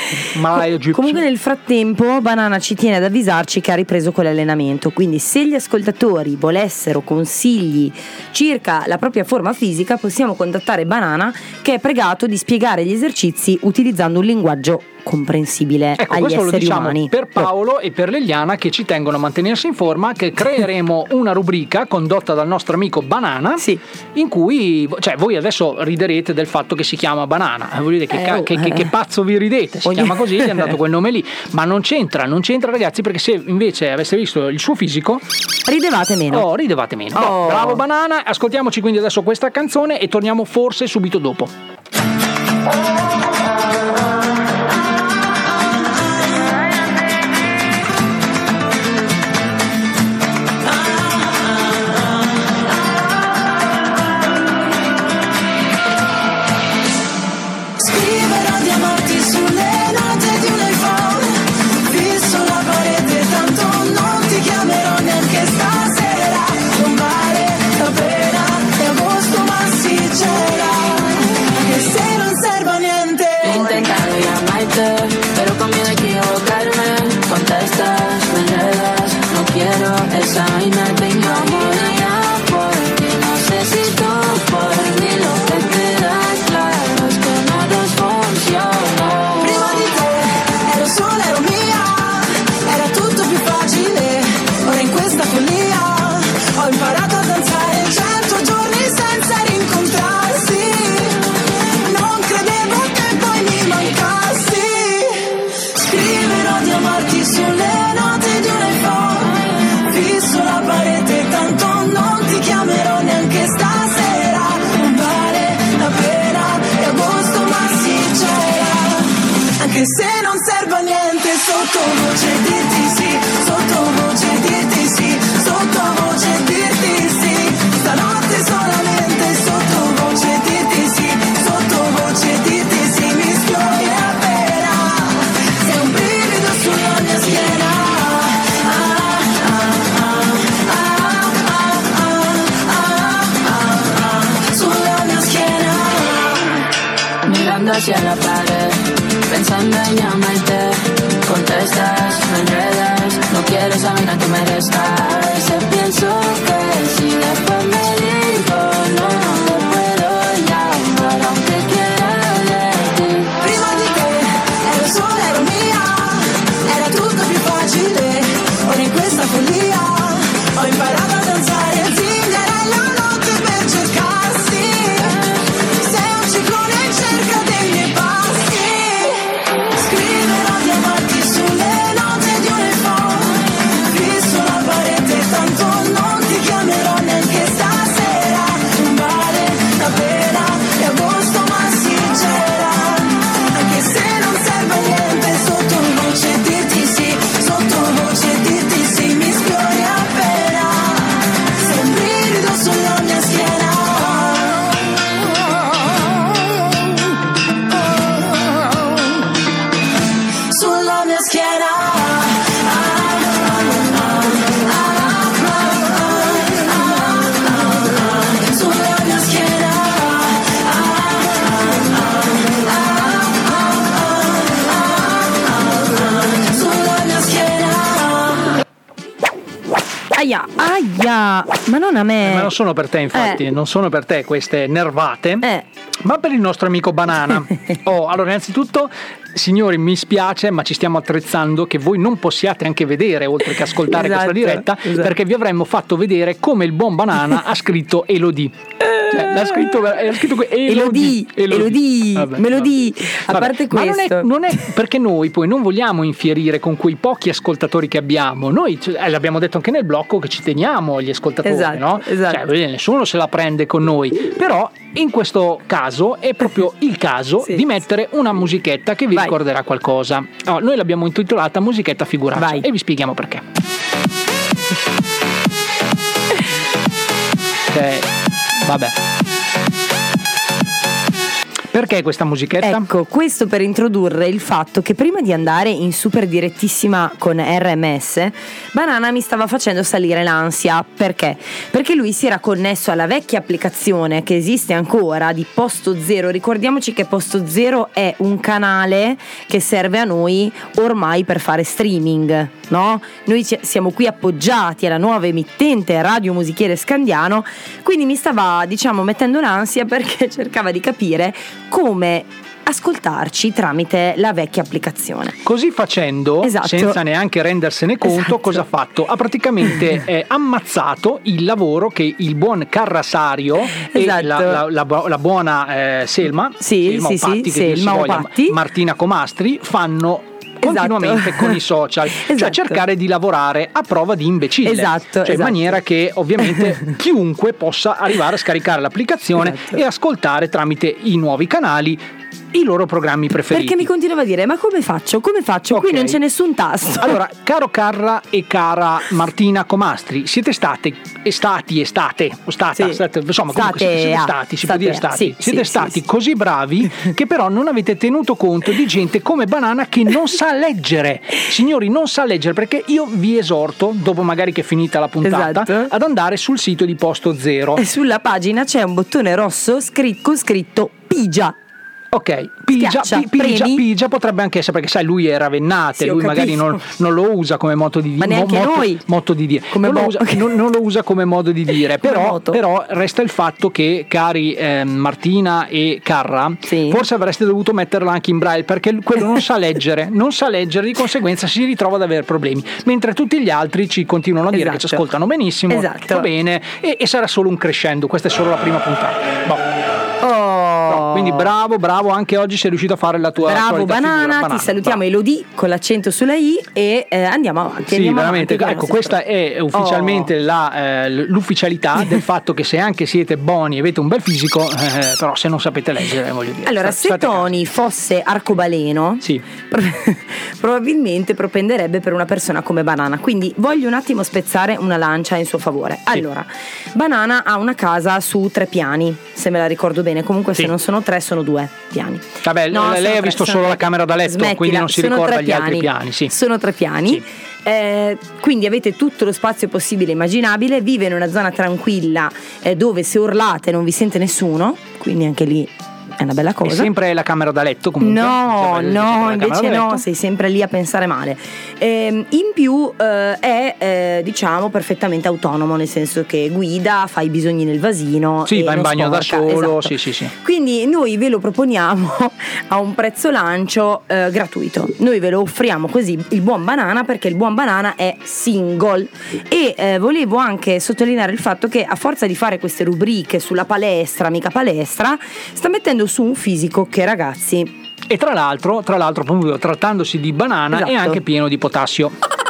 Gypsy. Comunque nel frattempo Banana ci tiene ad avvisarci che ha ripreso con l'allenamento, quindi se gli ascoltatori volessero consigli circa la propria forma fisica, possiamo contattare Banana, che è pregato di spiegare gli esercizi utilizzando un linguaggio comprensibile agli esseri lo diciamo umani. Per Paolo e per Leliana, che ci tengono a mantenersi in forma, che creeremo una rubrica condotta dal nostro amico Banana, in cui voi adesso riderete del fatto che si chiama Banana, vuol dire che pazzo vi ridete, si chiama così, gli è andato quel nome lì, ma non c'entra ragazzi, perché se invece aveste visto il suo fisico ridevate meno. Bravo Banana. Ascoltiamoci quindi adesso questa canzone e torniamo forse subito dopo. Che se non serve a niente sottovoce dirti sì, sottovoce dirti sì, sottovoce dirti sì, stanotte solamente sottovoce dirti sì, sottovoce dirti sì, mi sfiori appena, sei un brivido sulla mia schiena. Mirando hacia la pared, pensando en llamarte, contestas, me enredas, no quiero saber a qué me restas. A veces pienso que si después me digo no, no te puedo llamar aunque quiera de ti. Prima di te ero sola, ero mia, era tutto più facile, ora in questa follia ho imparato a danzare e zingara la notte per cercarsi. Sei un ciclone in cerca dei miei passi, scriverò di amarti sulle note di un iPhone, fisso la parete tanto non ti chiamerò neanche stasera. Un mare da pena di agosto ma sincera, anche se non serve a niente sottovoce dirti sì, sottovoce dirti sì, mi sfiori appena, sei un brivido sulla mia schiena. Sulla mia schiena. Sulla mia schiena. Sulla mia schiena. Aia, ma non a me. Ma non sono per te, infatti, non sono per te queste nervate, ma per il nostro amico Banana. Allora, innanzitutto, signori, mi spiace, ma ci stiamo attrezzando che voi non possiate anche vedere, oltre che ascoltare questa diretta, perché vi avremmo fatto vedere come il buon Banana ha scritto Elodie. L'ha scritto Elodie. Melodie. A parte questo, ma non è perché noi poi non vogliamo infierire con quei pochi ascoltatori che abbiamo. Noi l'abbiamo detto anche nel blocco che ci teniamo agli ascoltatori, no? Esatto. Cioè, nessuno se la prende con noi. Però in questo caso è proprio il caso di mettere una musichetta che vi ricorderà qualcosa. Allora, noi l'abbiamo intitolata Musichetta Figuraccia e vi spieghiamo perché. Vabbè. Perché questa musichetta? Ecco, questo per introdurre il fatto che prima di andare in super direttissima con RMS, Banana mi stava facendo salire l'ansia. Perché? Perché lui si era connesso alla vecchia applicazione che esiste ancora di Posto Zero. Ricordiamoci che Posto Zero è un canale che serve a noi ormai per fare streaming, no? Noi siamo qui appoggiati alla nuova emittente Radio Musichiere Scandiano, quindi mi stava, mettendo l'ansia perché cercava di capire come ascoltarci tramite la vecchia applicazione. Così facendo, senza neanche rendersene conto, cosa ha fatto? Ha praticamente ammazzato il lavoro che il buon Carrasario e la buona Selma Opatti, Martina Comastri fanno continuamente con i social, cioè cercare di lavorare a prova di imbecille, in maniera che ovviamente chiunque possa arrivare a scaricare l'applicazione e ascoltare tramite i nuovi canali i loro programmi preferiti. Perché mi continuava a dire: ma come faccio? Okay. Qui non c'è nessun tasto. Allora, caro Carra e cara Martina Comastri, siete stati così bravi che però non avete tenuto conto di gente come Banana che non sa leggere. Signori, non sa leggere, perché io vi esorto, dopo magari che è finita la puntata, ad andare sul sito di Posto Zero. E sulla pagina c'è un bottone rosso con scritto Pigia. Ok, pigia potrebbe anche essere, perché sai, lui è ravennate, lui magari non lo usa come modo di dire, ma neanche noi non lo usa come modo di dire, però resta il fatto che, cari Martina e Carra, forse avreste dovuto metterla anche in braille, perché quello non sa leggere, di conseguenza si ritrova ad avere problemi, mentre tutti gli altri ci continuano a dire che ci ascoltano benissimo, va bene, e sarà solo un crescendo. Questa è solo la prima puntata. quindi bravo, anche oggi sei riuscito a fare la tua bravo banana, ti salutiamo Elodie con l'accento sulla I e andiamo avanti. Sì, veramente, ecco, questa è ufficialmente l'ufficialità del fatto che se anche siete buoni e avete un bel fisico, però se non sapete leggere, voglio dire. Allora, se Tony fosse arcobaleno, sì, probabilmente propenderebbe per una persona come Banana, quindi voglio un attimo spezzare una lancia in suo favore. Sì. Allora, Banana ha una casa su 3 piani, se me la ricordo bene, comunque se non sono 3 sono 2 piani. Vabbè, lei ha visto solo la camera da letto, quindi non si ricorda gli altri piani. Sì. Sono 3 piani. Sì. Quindi avete tutto lo spazio possibile e immaginabile, vive in una zona tranquilla dove se urlate non vi sente nessuno, quindi anche lì è una bella cosa. È sempre la camera da letto comunque? No, invece no, sei sempre lì a pensare male. In più è diciamo perfettamente autonomo, nel senso che guida, fa i bisogni nel vasino. Sì, va in bagno da solo, esatto. Sì. Quindi noi ve lo proponiamo a un prezzo lancio gratuito. Noi ve lo offriamo così, il buon Banana, perché il buon Banana è single. E volevo anche sottolineare il fatto che a forza di fare queste rubriche sulla palestra, mica palestra, sta mettendo su un fisico che, ragazzi, e tra l'altro appunto, trattandosi di banana, esatto, è anche pieno di potassio.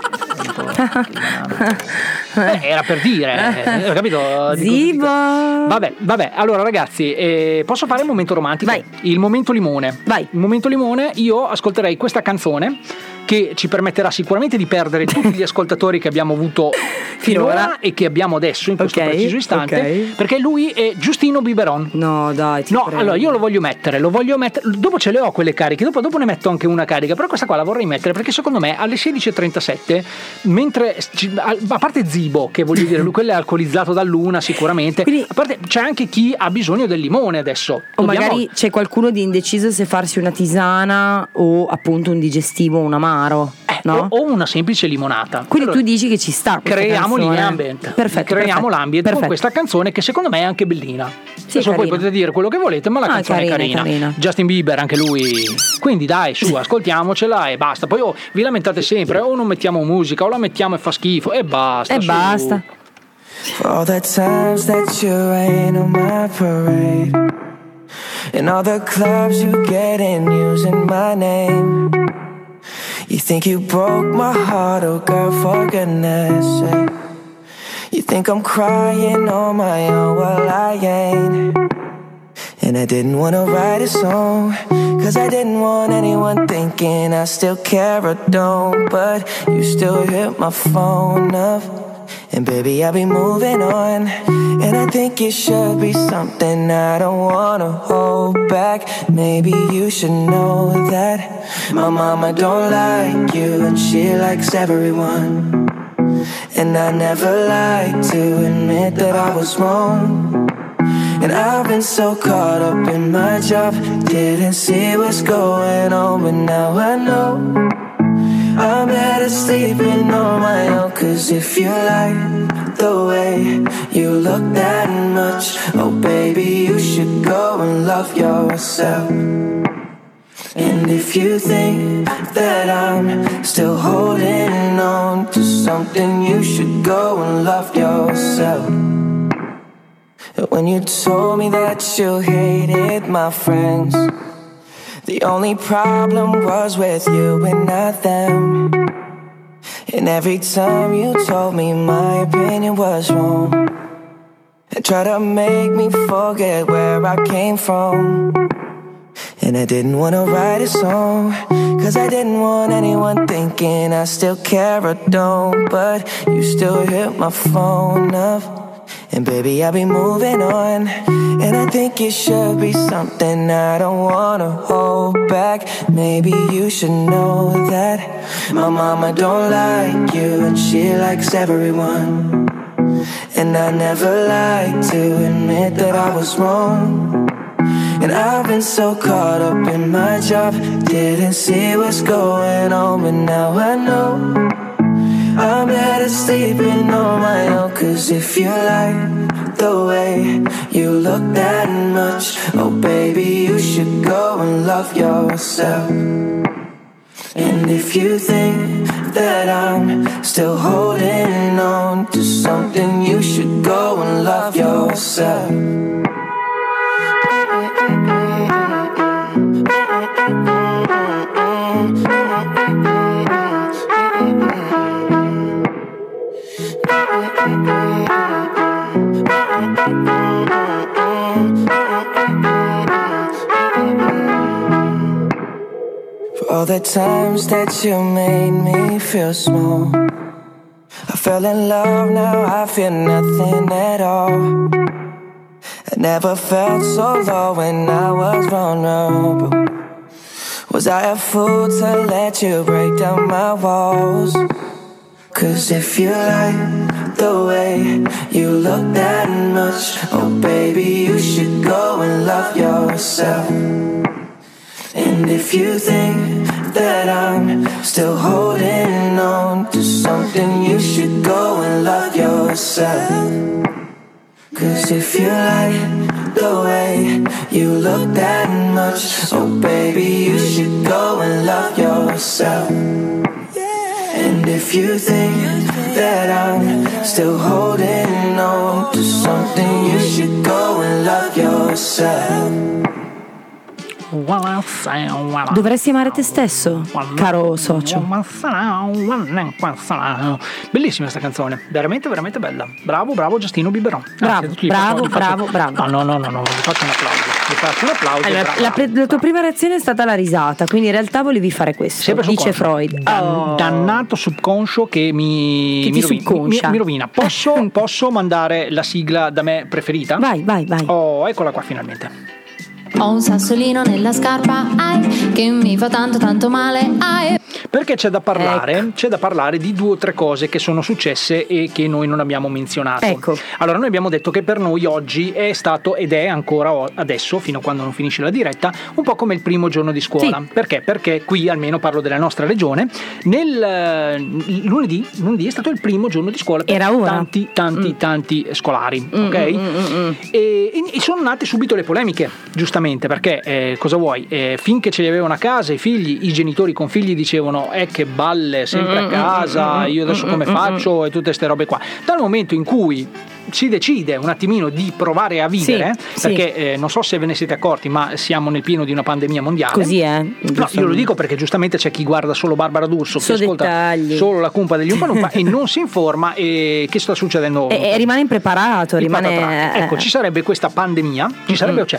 Era per dire, capito? Zibo. Vabbè, allora ragazzi, posso fare il momento romantico? Vai. Il momento limone. Vai. Il momento limone, io ascolterei questa canzone che ci permetterà sicuramente di perdere tutti gli ascoltatori che abbiamo avuto finora e che abbiamo adesso in questo preciso istante, perché lui è Giustino Biberon. No, dai, prego. Allora io lo voglio mettere, dopo ce le ho quelle cariche, dopo ne metto anche una carica, però questa qua la vorrei mettere perché secondo me alle 16:37, mentre a parte Zibo, che voglio dire, lui quello è alcolizzato dall'una sicuramente, quindi, a parte c'è anche chi ha bisogno del limone adesso, o magari c'è qualcuno di indeciso se farsi una tisana o appunto un digestivo, un amaro, no? o una semplice limonata. Quindi tu dici che ci sta, creiamo l'ambient. Perfetto, creiamo l'ambient con questa canzone che secondo me è anche bellina. Sì, adesso poi potete dire quello che volete, ma la canzone è carina. Justin Bieber anche lui, quindi dai, su, ascoltiamocela e basta. Poi vi lamentate sempre, o non mettiamo musica o la mettiamo e fa schifo e basta. For all the times that you rain on my parade, and all the clubs you get in using my name. You think you broke my heart, oh girl, for goodness sake. You think I'm crying on my own, well I ain't. And I didn't wanna write a song, cause I didn't want anyone thinking I still care or don't. But you still hit my phone up, and baby I'll be moving on. And I think it should be something I don't wanna hold back. Maybe you should know that my mama don't like you, and she likes everyone. And I never like to admit that I was wrong. And I've been so caught up in my job, didn't see what's going on, but now I know I'm better sleeping on my own. Cause if you like the way you look that much, oh baby, you should go and love yourself. And if you think that I'm still holding on to something, you should go and love yourself. When you told me that you hated my friends, the only problem was with you and not them. And every time you told me my opinion was wrong, and tried to make me forget where I came from. And I didn't wanna write a song, cause I didn't want anyone thinking I still care or don't. But you still hit my phone up, and baby I'll be moving on. And I think it should be something I don't wanna hold back. Maybe you should know that my mama don't like you, and she likes everyone. And I never like to admit that I was wrong. And I've been so caught up in my job, didn't see what's going on, but now I know I'm better sleeping on my own. Cause if you like the way you look that much, oh baby, you should go and love yourself. And if you think that I'm still holding on to something, you should go and love yourself. all the times that you made me feel small. I fell in love, now I feel nothing at all. I never felt so low when I was vulnerable. Was I a fool to let you break down my walls? 'Cause if you like the way you look that much, oh baby, you should go and love yourself. And if you think that I'm still holding on to something, you should go and love yourself. 'Cause if you like the way you look that much, oh baby, you should go and love yourself. And if you think that I'm still holding on to something, you should go and love yourself. Dovresti amare te stesso, caro socio. Bellissima sta canzone, veramente veramente bella. Bravo Giustino Biberon. Bravo. No, vi faccio un applauso. Allora, la tua prima reazione è stata la risata, quindi in realtà volevi fare questo. Sempre dice Freud. Dannato subconscio che mi rovina. Posso mandare la sigla da me preferita? Vai. Oh, eccola qua finalmente. Ho un sassolino nella scarpa, ai, che mi fa tanto male, ai. Perché c'è da parlare di 2 o 3 cose che sono successe e che noi non abbiamo menzionato. Ecco. Allora, noi abbiamo detto che per noi oggi è stato ed è ancora adesso, fino a quando non finisce la diretta, un po' come il primo giorno di scuola. Sì. Perché qui, almeno parlo della nostra regione, nel lunedì è stato il primo giorno di scuola per tanti scolari, ok? E sono nate subito le polemiche, giustamente, perché cosa vuoi? Finché ce li avevano a casa i figli, i genitori con figli dicevano che balle, sempre a casa, io adesso come faccio, e tutte ste robe qua. Dal momento in cui si decide un attimino di provare a vivere, perché non so se ve ne siete accorti, ma siamo nel pieno di una pandemia mondiale. Così è. No, io lo dico perché giustamente c'è chi guarda solo Barbara D'Urso, chi ascolta solo la cumpa degli Umpalumpa e non si informa che sta succedendo. E rimane impreparato, Ecco, ci sarebbe questa pandemia, ci sarebbe o c'è?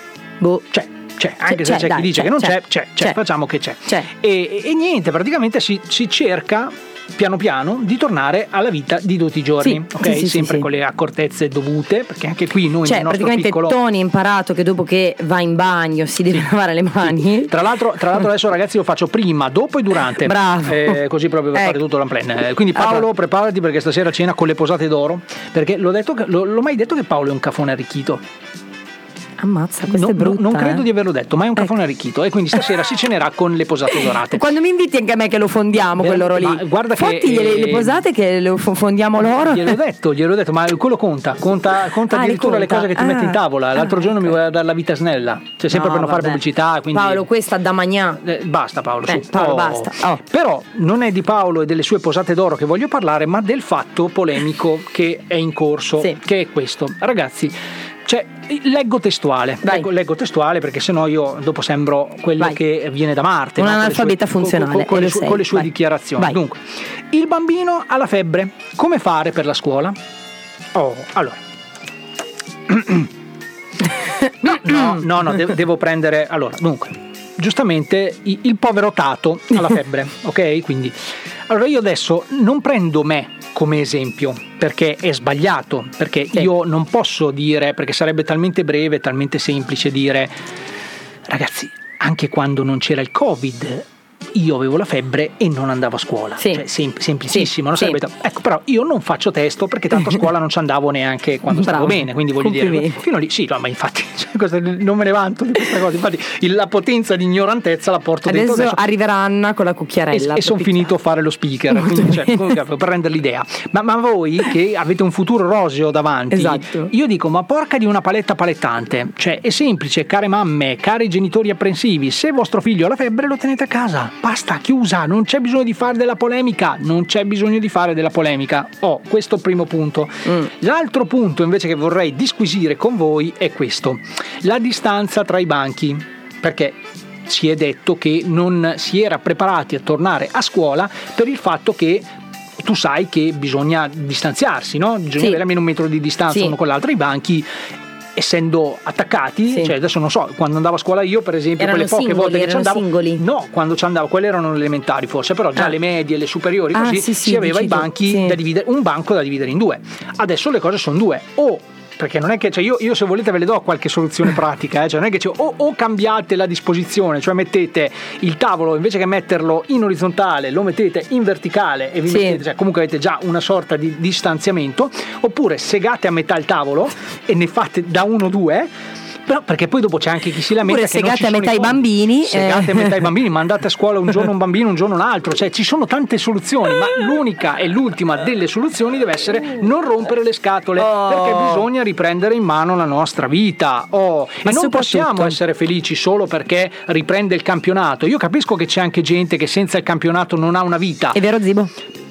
C'è, anche se c'è chi dice che non c'è, facciamo che c'è. E niente, praticamente si cerca piano piano di tornare alla vita di tutti i giorni, sempre con le accortezze dovute, perché anche qui noi nel nostro praticamente piccolo Tony ha imparato che dopo che va in bagno si deve lavare le mani. Tra l'altro adesso ragazzi lo faccio prima, dopo e durante. Bravo. Così proprio per fare tutto l'unplan. Quindi Paolo, preparati perché stasera cena con le posate d'oro, perché l'ho mai detto che Paolo è un cafone arricchito. Ammazza, questo è brutto. Non credo di averlo detto, ma è un cafone arricchito e quindi stasera si cenerà con le posate dorate. Quando mi inviti anche a me che lo fondiamo quell'oro lì. Guarda Fatti le posate che lo fondiamo l'oro. Gliel'ho detto, ma quello conta addirittura le cose che ti metti in tavola. L'altro giorno mi voleva dare la vita snella, cioè sempre per non fare pubblicità, quindi... Paolo, questa da magnà. Basta Paolo, su. Paolo, basta. Però non è di Paolo e delle sue posate d'oro che voglio parlare, ma del fatto polemico che è in corso, che è questo. Ragazzi, leggo testuale perché sennò io dopo sembro quello che viene da Marte, un analfabeta funzionale con le sue dichiarazioni. Dunque, il bambino ha la febbre, come fare per la scuola? Allora no, devo prendere. Allora, dunque, giustamente il povero Tato ha la febbre, ok? Quindi allora io adesso non prendo me come esempio, perché è sbagliato, perché io non posso dire, perché sarebbe talmente breve, talmente semplice dire ragazzi, anche quando non c'era il Covid io avevo la febbre e non andavo a scuola, semplicissimo, non sarebbe ecco, però io non faccio testo perché tanto a scuola non ci andavo neanche quando stavo bene, quindi voglio dire, fino lì ma infatti non me ne vanto di questa cosa, infatti la potenza di ignorantezza la porto dentro. Adesso arriverà Anna con la cucchiarella e sono finito a fare lo speaker, quindi, per rendere l'idea, ma voi che avete un futuro roseo davanti, io dico, ma porca di una paletta palettante, cioè è semplice, care mamme, cari genitori apprensivi, se vostro figlio ha la febbre lo tenete a casa, basta, chiusa, non c'è bisogno di fare della polemica, questo primo punto. L'altro punto invece che vorrei disquisire con voi è questo: la distanza tra i banchi, perché si è detto che non si era preparati a tornare a scuola per il fatto che tu sai che bisogna distanziarsi, no? Bisogna avere almeno 1 metro di distanza uno con l'altro. I banchi essendo attaccati, cioè adesso non so, quando andavo a scuola io per esempio, erano quelle poche singoli, volte che ci andavo, singoli. no, quando ci andavo, quelle erano le elementari forse, però già le medie, le superiori così, si aveva i banchi da dividere, un banco da dividere in due. Adesso le cose sono due, perché non è che, cioè io se volete ve le do qualche soluzione pratica, cioè non è che o cambiate la disposizione, cioè mettete il tavolo invece che metterlo in orizzontale lo mettete in verticale e vi mettete, cioè comunque avete già una sorta di distanziamento, oppure segate a metà il tavolo e ne fate da 1 o 2. Però perché poi dopo c'è anche chi si lamenta che non ci sono segate a metà i bambini, segate a metà i bambini, mandate a scuola un giorno un bambino, un giorno un altro, cioè ci sono tante soluzioni, ma l'unica e l'ultima delle soluzioni deve essere non rompere le scatole, perché bisogna riprendere in mano la nostra vita, e non possiamo essere felici solo perché riprende il campionato. Io capisco che c'è anche gente che senza il campionato non ha una vita. È vero, Zibo?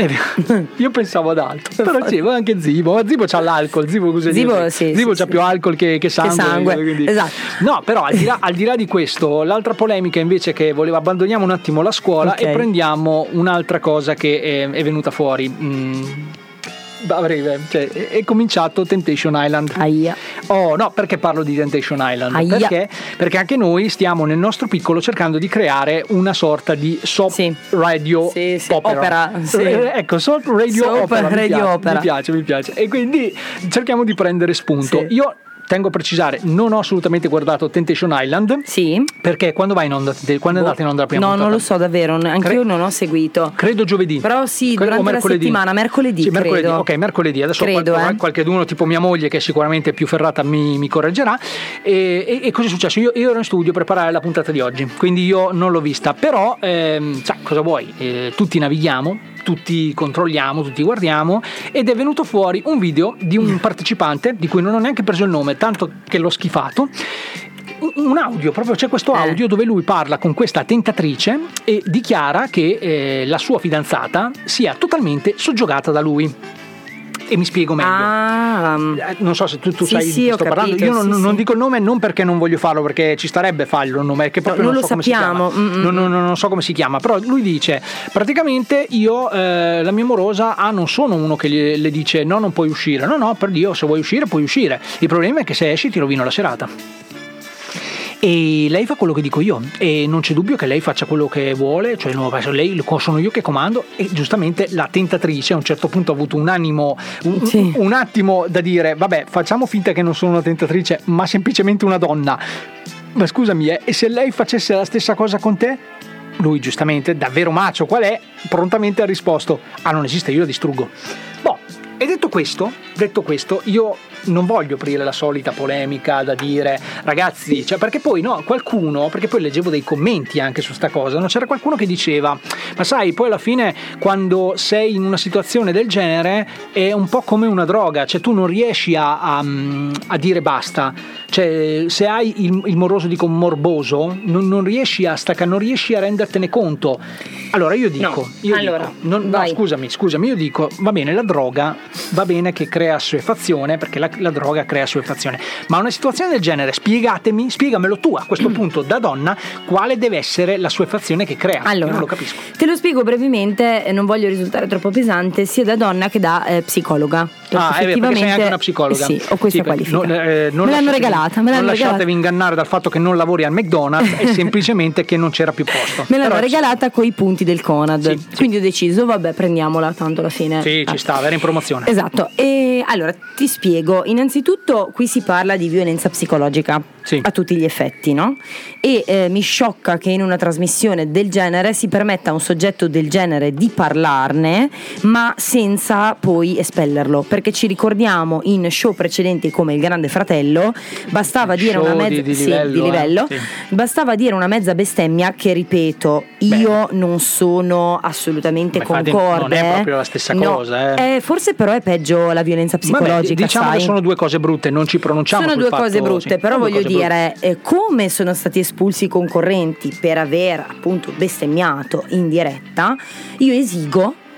Io pensavo ad altro, però c'è anche Zibo c'ha l'alcol, Zibo c'ha più alcol che sangue. Quindi. Esatto. No, però al di là di questo, l'altra polemica invece che volevo, abbandoniamo un attimo la scuola e prendiamo un'altra cosa che è venuta fuori. A breve, cioè, è cominciato Temptation Island. No, perché parlo di Temptation Island? Perché anche noi stiamo nel nostro piccolo cercando di creare una sorta di soap radio opera. Ecco, soap radio opera. Mi piace. E quindi cerchiamo di prendere spunto. Io tengo a precisare, non ho assolutamente guardato Temptation Island. Perché quando vai in onda, quando è andata in onda la prima puntata? Non lo so davvero, anche io non ho seguito. Credo giovedì. Però durante la settimana, mercoledì. Credo. Ok, mercoledì. Adesso qualcuno tipo mia moglie che è sicuramente più ferrata mi correggerà. E cosa è successo? Io ero in studio a preparare la puntata di oggi, quindi io non l'ho vista. Però, sai, cosa vuoi? Tutti navighiamo, tutti controlliamo, tutti guardiamo, ed è venuto fuori un video di un partecipante di cui non ho neanche preso il nome, tanto che l'ho schifato. Un audio, proprio c'è questo audio dove lui parla con questa tentatrice e dichiara che la sua fidanzata sia totalmente soggiogata da lui. E mi spiego meglio. Non so se tu sai di chi sto parlando. Io non dico il nome non perché non voglio farlo, perché ci starebbe farlo il nome, che proprio non lo so sappiamo. Come si chiama. Non so come si chiama, però lui dice praticamente io la mia morosa non sono uno che le dice no, non puoi uscire. No, per Dio, se vuoi uscire puoi uscire. Il problema è che se esci ti rovino la serata. E lei fa quello che dico io, e non c'è dubbio che lei faccia quello che vuole, cioè lei sono io che comando, e giustamente la tentatrice a un certo punto ha avuto un animo, un attimo da dire vabbè, facciamo finta che non sono una tentatrice ma semplicemente una donna, ma scusami, e se lei facesse la stessa cosa con te? Lui giustamente, davvero macio qual è, prontamente ha risposto non esiste, io la distruggo. E detto questo, io non voglio aprire la solita polemica da dire ragazzi, cioè perché poi perché poi leggevo dei commenti anche su sta cosa, c'era qualcuno che diceva ma sai, poi alla fine quando sei in una situazione del genere è un po' come una droga, cioè tu non riesci a dire basta, cioè se hai il moroso, dico morboso, non riesci a staccare, non riesci a rendertene conto. Allora io dico, scusami, io dico va bene, la droga va bene che crea assuefazione, perché la droga crea assuefazione, ma una situazione del genere spiegamelo tu a questo punto da donna, quale deve essere l'assuefazione che crea. Allora, io non lo capisco. Te lo spiego brevemente, non voglio risultare troppo pesante, sia da donna che da psicologa. Perché sei anche una psicologa. Sì, ho questa qualifica. Me l'hanno regalata. Non lasciatevi ingannare dal fatto che non lavori al McDonald's, è semplicemente che non c'era più posto. Me l'hanno regalata coi punti del Conad, quindi ho deciso vabbè, prendiamola, tanto alla fine ci stava, era in promozione. Esatto. E allora ti spiego, innanzitutto qui si parla di violenza psicologica a tutti gli effetti, no? E mi sciocca che in una trasmissione del genere si permetta a un soggetto del genere di parlarne ma senza poi espellerlo, perché ci ricordiamo in show precedenti come Il Grande Fratello bastava dire una mezza di livello, bastava dire una mezza bestemmia che, ripeto, io non sono assolutamente concorde. Non è proprio la stessa cosa, forse però è peggio la violenza psicologica. Diciamo sai? Che sono due cose brutte, non ci pronunciamo. Sono due cose brutte, però voglio dire, come sono stati espulsi i concorrenti per aver appunto bestemmiato in diretta, io esigo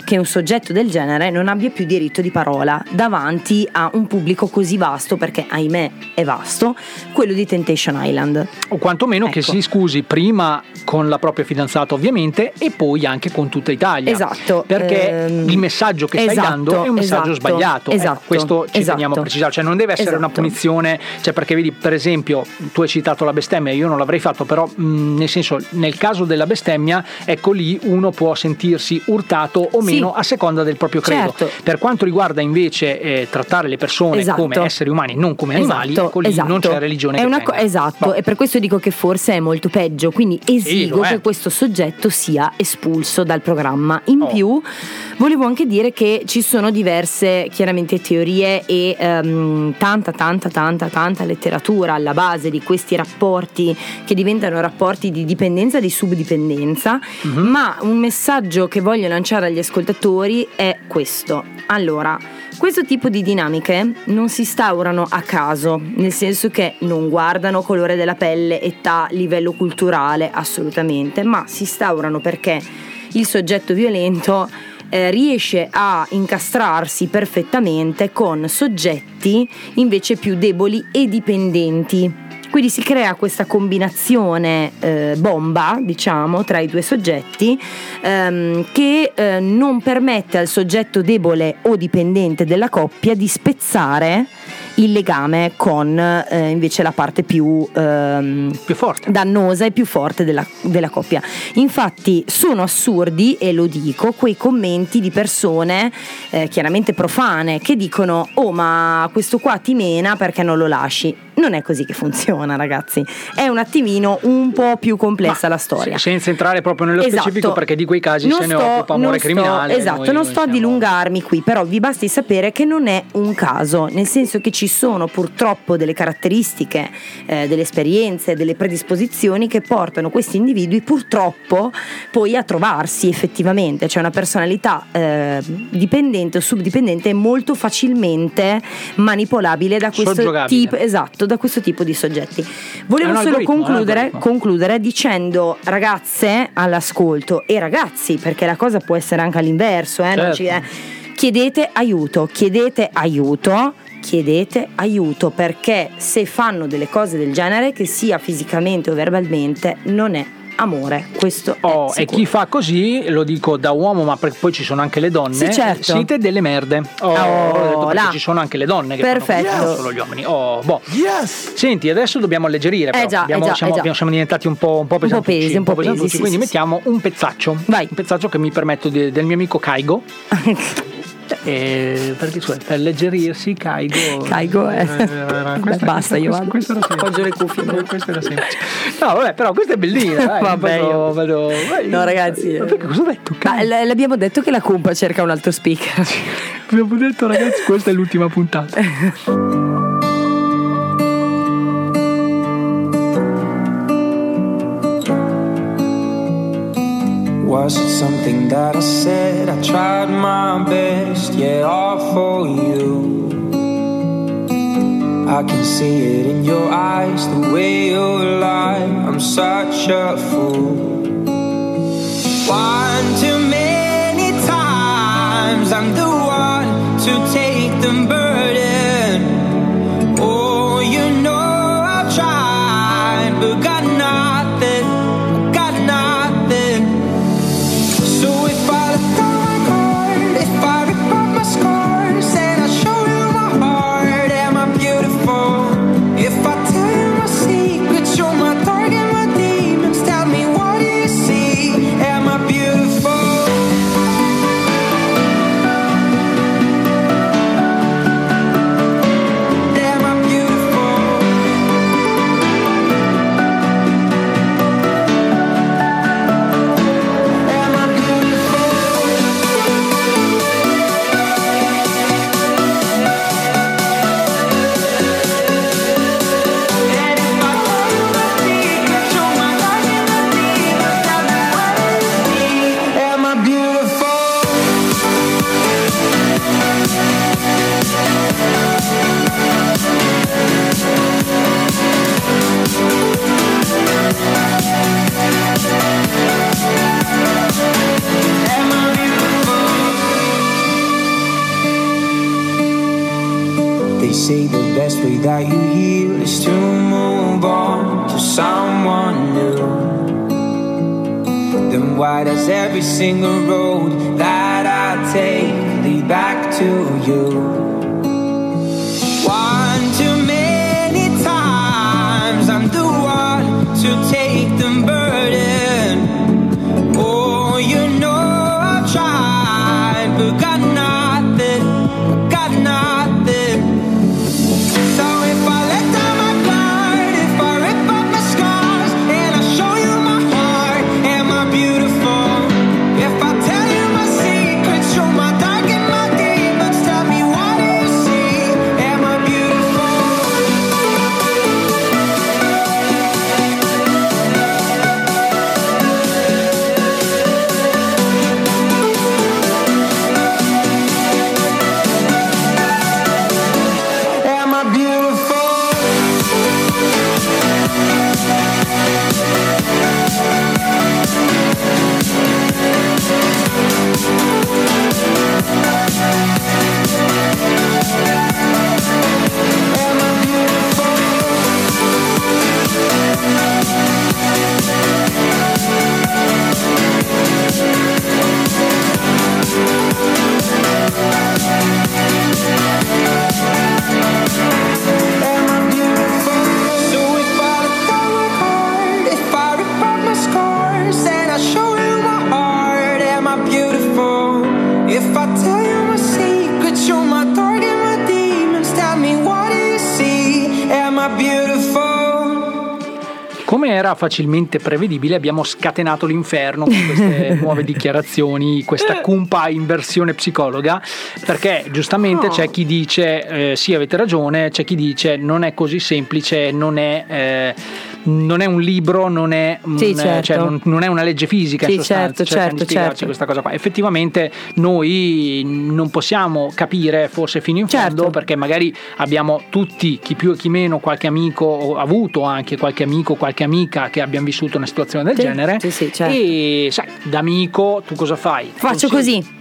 che un soggetto del genere non abbia più diritto di parola davanti a un pubblico così vasto, perché ahimè è vasto, quello di Temptation Island. O quantomeno che si scusi prima con la propria fidanzata ovviamente e poi anche con tutta Italia. Esatto. Perché il messaggio che stai dando è un messaggio sbagliato. Questo ci teniamo a precisare, cioè non deve essere una punizione, cioè perché vedi, per esempio, tu hai citato la bestemmia, io non l'avrei fatto, però nel senso, nel caso della bestemmia, ecco lì uno può sentirsi urtato o meno a seconda del proprio credo. Certo. Per quanto riguarda invece trattare le persone come esseri umani, non come animali, ecco lì non c'è religione che e per questo dico che forse è molto peggio, quindi esigo che questo soggetto sia espulso dal programma. In più volevo anche dire che ci sono diverse chiaramente teorie e tanta letteratura alla base di questi rapporti che diventano rapporti di dipendenza, di subdipendenza, ma un messaggio che voglio lanciare agli ascoltatori è questo. Allora, questo tipo di dinamiche non si instaurano a caso, nel senso che non guardano colore della pelle, età, livello culturale, assolutamente, ma si instaurano perché il soggetto violento riesce a incastrarsi perfettamente con soggetti invece più deboli e dipendenti. Quindi si crea questa combinazione bomba, diciamo, tra i due soggetti che non permette al soggetto debole o dipendente della coppia di spezzare il legame con invece la parte più forte, dannosa e più forte della coppia. Infatti sono assurdi, e lo dico, quei commenti di persone chiaramente profane che dicono: oh, ma questo qua ti mena perché non lo lasci. Non è così che funziona, ragazzi, è un attimino un po' più complessa la storia, senza entrare proprio nello specifico, perché di quei casi se ne occupa Amore Criminale. Non sto a dilungarmi qui, però vi basti sapere che non è un caso, nel senso che ci sono purtroppo delle caratteristiche, delle esperienze, delle predisposizioni che portano questi individui purtroppo poi a trovarsi effettivamente, cioè una personalità dipendente o subdipendente molto facilmente manipolabile da questo tipo, da questo tipo di soggetti. Volevo solo concludere dicendo, ragazze all'ascolto e ragazzi, perché la cosa può essere anche all'inverso, chiedete aiuto, perché se fanno delle cose del genere, che sia fisicamente o verbalmente, non è amore, questo è sicuro. E chi fa così, lo dico da uomo, ma poi ci sono anche le donne, siete delle merde. Ci sono anche le donne che perfetto, fanno non solo gli uomini. Senti, adesso dobbiamo alleggerire, siamo diventati un po' pesantucci, quindi mettiamo un pezzaccio. Vai. Un pezzaccio che mi permetto del mio amico Caigo. Perché per alleggerirsi Caigo è basta, io appoggio le cuffie. Questo era semplice. No, vabbè, però questa è bellina. No, ragazzi, perché cosa ho detto? L'abbiamo detto che la Cumpa cerca un altro speaker. Abbiamo detto, ragazzi, questa è l'ultima puntata. Was it something that I said? I tried my best, all for you. I can see it in your eyes, the way you lie. I'm such a fool. One too many times, I'm the one to take the burden. Oh, you know I've tried, but got nothing. You're my target, my demons. Tell me, what do you see? Am I beautiful? that you heal is to move on to someone new. Then why does every single road that I take lead back to you? One too many times I'm the one to take the burden. Oh, you know I've tried, but got nothing, got nothing. So if I let down my guard, if I rip up my scars, and I show you my heart, am I beautiful? If I tell you my secrets, show my dark and my demons, tell me what do you see? Am I beautiful? Am I beautiful? So if I let down my guard, if I rip up my scars, and I show you my heart, am I beautiful? If I tell you my secrets, show my dark and my demons, tell me what do you see? Am I beautiful? Come era facilmente prevedibile, abbiamo scatenato l'inferno con queste nuove dichiarazioni, questa cumpa in versione psicologa, perché giustamente c'è chi dice sì, avete ragione, c'è chi dice non è così semplice, non è un libro, non è cioè, non è una legge fisica, in sostanza, cercano di spiegarci questa cosa qua. Effettivamente noi non possiamo capire forse fino in fondo, perché magari abbiamo tutti, chi più e chi meno, qualche amico, o avuto anche qualche amico, qualche amica che abbiamo vissuto una situazione del genere, e sai, da amico tu cosa fai? Faccio così.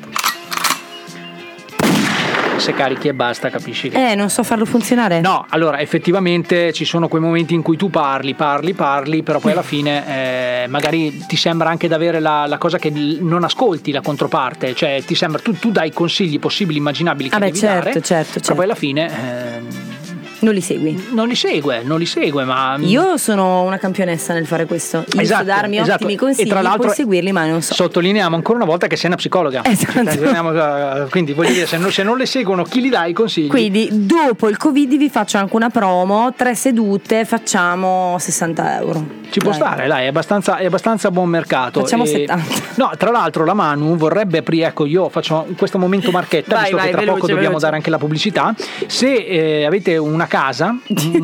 Se carichi e basta, capisci che non so farlo funzionare. No, allora effettivamente ci sono quei momenti in cui tu parli, però poi alla fine magari ti sembra anche d'avere la cosa che non ascolti la controparte, cioè ti sembra tu dai consigli possibili, immaginabili che devi dare, però poi alla fine non li segui. Non li segue, ma io sono una campionessa nel fare questo. Io so darmi ottimi consigli, e tra l'altro puoi seguirli, ma non so. Sottolineiamo ancora una volta che sei una psicologa. Quindi voglio dire, se non le seguono, chi li dà i consigli? Quindi dopo il Covid vi faccio anche una promo, 3 sedute, facciamo 60 euro. Ci può stare, dai, è abbastanza buon mercato. Facciamo 70. No, tra l'altro la Manu vorrebbe aprire, ecco, io faccio questo momento marchetta, visto che tra poco dobbiamo dare anche la pubblicità. Se avete una casa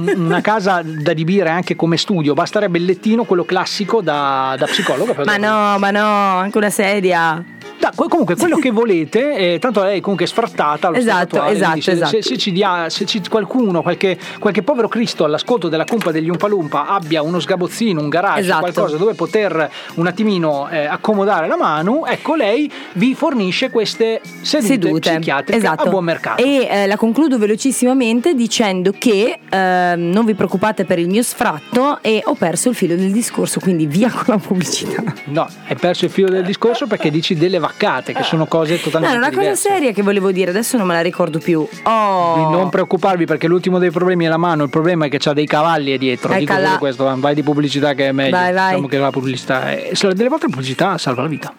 da adibire anche come studio, basterebbe il lettino, quello classico da psicologo. Ma no, anche una sedia. Comunque quello che volete, tanto lei comunque è sfrattata allo stato attuale, se qualcuno, qualche povero Cristo all'ascolto della cumpa degli Umpalumpa abbia uno sgabozzino, un garage, qualcosa dove poter un attimino accomodare la mano, ecco, lei vi fornisce queste sedute psichiatriche a buon mercato. E la concludo velocissimamente dicendo che non vi preoccupate per il mio sfratto, e ho perso il filo del discorso, quindi via con la pubblicità. No, hai perso il filo del discorso perché dici delle vaccate, che sono cose totalmente diverse. No, è una cosa seria che volevo dire, adesso non me la ricordo più. Non preoccuparvi, perché l'ultimo dei problemi è la mano, il problema è che c'ha dei cavalli dietro. Dico solo questo, vai di pubblicità che è meglio. Vai. Diciamo che la pubblicità delle volte la pubblicità salva la vita.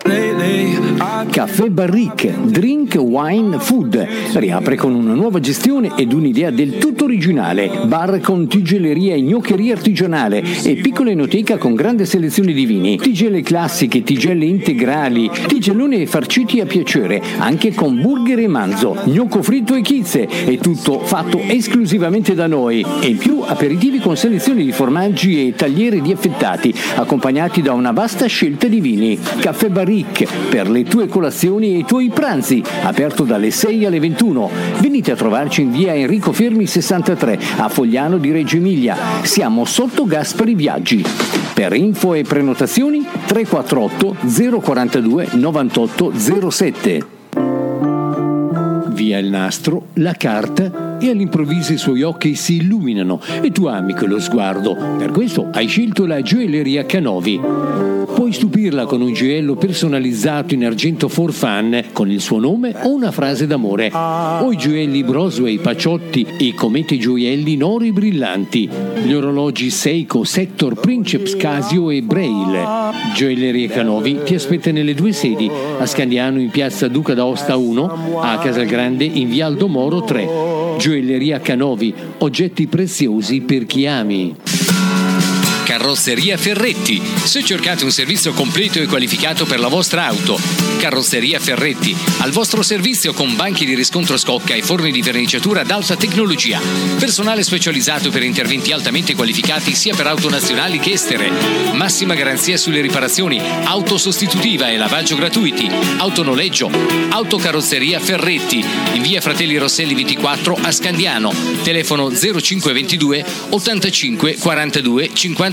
Caffè Barrique, drink, wine, food. Riapre con una nuova gestione ed un'idea del tutto originale. Bar con tigelleria e gnoccheria artigianale e piccola enoteca con grande selezione di vini. Tigelle classiche, tigelle integrali, tigelloni farciti a piacere, anche con burger e manzo, gnocco fritto e chizze, e tutto fatto esclusivamente da noi. E in più aperitivi con selezione di formaggi e tagliere di affettati, accompagnati da una vasta scelta di vini. Caffè Barrique, per le tue colazioni e i tuoi pranzi, aperto dalle 6 alle 21. Venite a trovarci in via Enrico Fermi 63, a Fogliano di Reggio Emilia. Siamo sotto Gaspari Viaggi. Per info e prenotazioni 348 042 9807. Via il Nastro, La Carta, e all'improvviso i suoi occhi si illuminano e tu ami quello sguardo. Per questo hai scelto la gioielleria Canovi. Puoi stupirla con un gioiello personalizzato in argento for fun con il suo nome o una frase d'amore, o i gioielli Brosway, Paciotti e comete gioielli in oro e brillanti, gli orologi Seiko, Sector, Princeps, Casio e Braille. Gioielleria Canovi ti aspetta nelle 2 sedi, a Scandiano in piazza Duca d'Aosta 1, a Casalgrande in via Aldo Moro 3. Gioielleria Canovi, oggetti preziosi per chi ami. Carrozzeria Ferretti. Se cercate un servizio completo e qualificato per la vostra auto, Carrozzeria Ferretti, al vostro servizio con banchi di riscontro scocca e forni di verniciatura ad alta tecnologia. Personale specializzato per interventi altamente qualificati sia per auto nazionali che estere. Massima garanzia sulle riparazioni, auto sostitutiva e lavaggio gratuiti, autonoleggio. Autocarrozzeria Ferretti, in via Fratelli Rosselli 24 a Scandiano. Telefono 0522 85 42 55.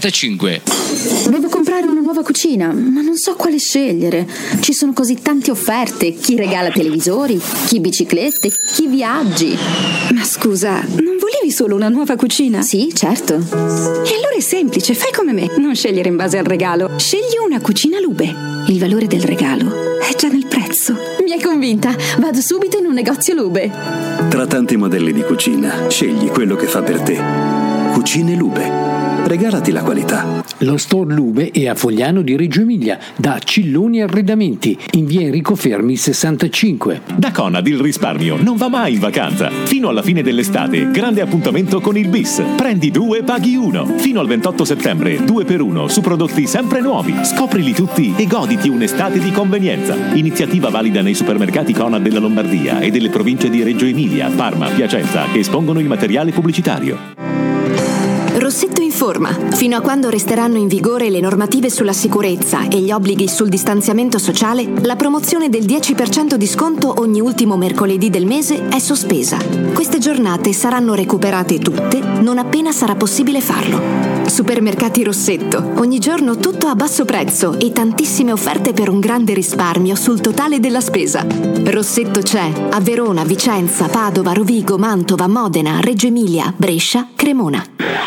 Devo comprare una nuova cucina, ma non so quale scegliere. Ci sono così tante offerte. Chi regala televisori, chi biciclette, chi viaggi. Ma scusa, non volevi solo una nuova cucina? Sì, certo. E allora è semplice, fai come me. Non scegliere in base al regalo. Scegli una cucina Lube. Il valore del regalo è già nel prezzo. Mi hai convinta. Vado subito in un negozio Lube. Tra tanti modelli di cucina, scegli quello che fa per te. Cucine Lube. Regalati la qualità. Lo store Lube è a Fogliano di Reggio Emilia, da Cilloni Arredamenti, in via Enrico Fermi 65. Da Conad il risparmio non va mai in vacanza. Fino alla fine dell'estate, grande appuntamento con il bis. Prendi 2 paghi 1. Fino al 28 settembre, 2 per 1 su prodotti sempre nuovi. Scoprili tutti e goditi un'estate di convenienza. Iniziativa valida nei supermercati Conad della Lombardia e delle province di Reggio Emilia, Parma, Piacenza, che espongono il materiale pubblicitario. Rossetto informa. Fino a quando resteranno in vigore le normative sulla sicurezza e gli obblighi sul distanziamento sociale, la promozione del 10% di sconto ogni ultimo mercoledì del mese è sospesa. Queste giornate saranno recuperate tutte non appena sarà possibile farlo. Supermercati Rossetto. Ogni giorno tutto a basso prezzo e tantissime offerte per un grande risparmio sul totale della spesa. Rossetto c'è a Verona, Vicenza, Padova, Rovigo, Mantova, Modena, Reggio Emilia, Brescia, Cremona.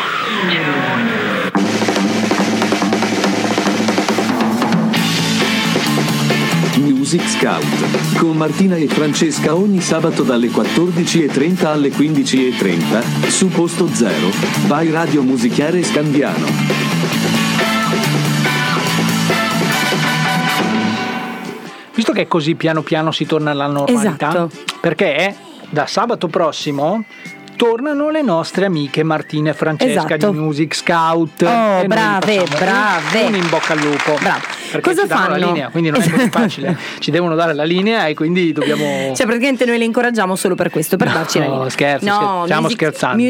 Music Scout con Martina e Francesca ogni sabato dalle 14:30 alle 15:30 su Posto Zero by Radio Musichiere Scandiano. Visto che così piano piano si torna alla normalità, esatto, perché da sabato prossimo tornano le nostre amiche Martina e Francesca, esatto, di Music Scout. Oh, brave. Un in bocca al lupo. Bravo. Perché cosa ci danno fanno? la linea, quindi non è così facile. Ci devono dare la linea e quindi dobbiamo. Cioè, praticamente noi le incoraggiamo solo per questo, per darci la linea. Scherzo, stiamo scherzando.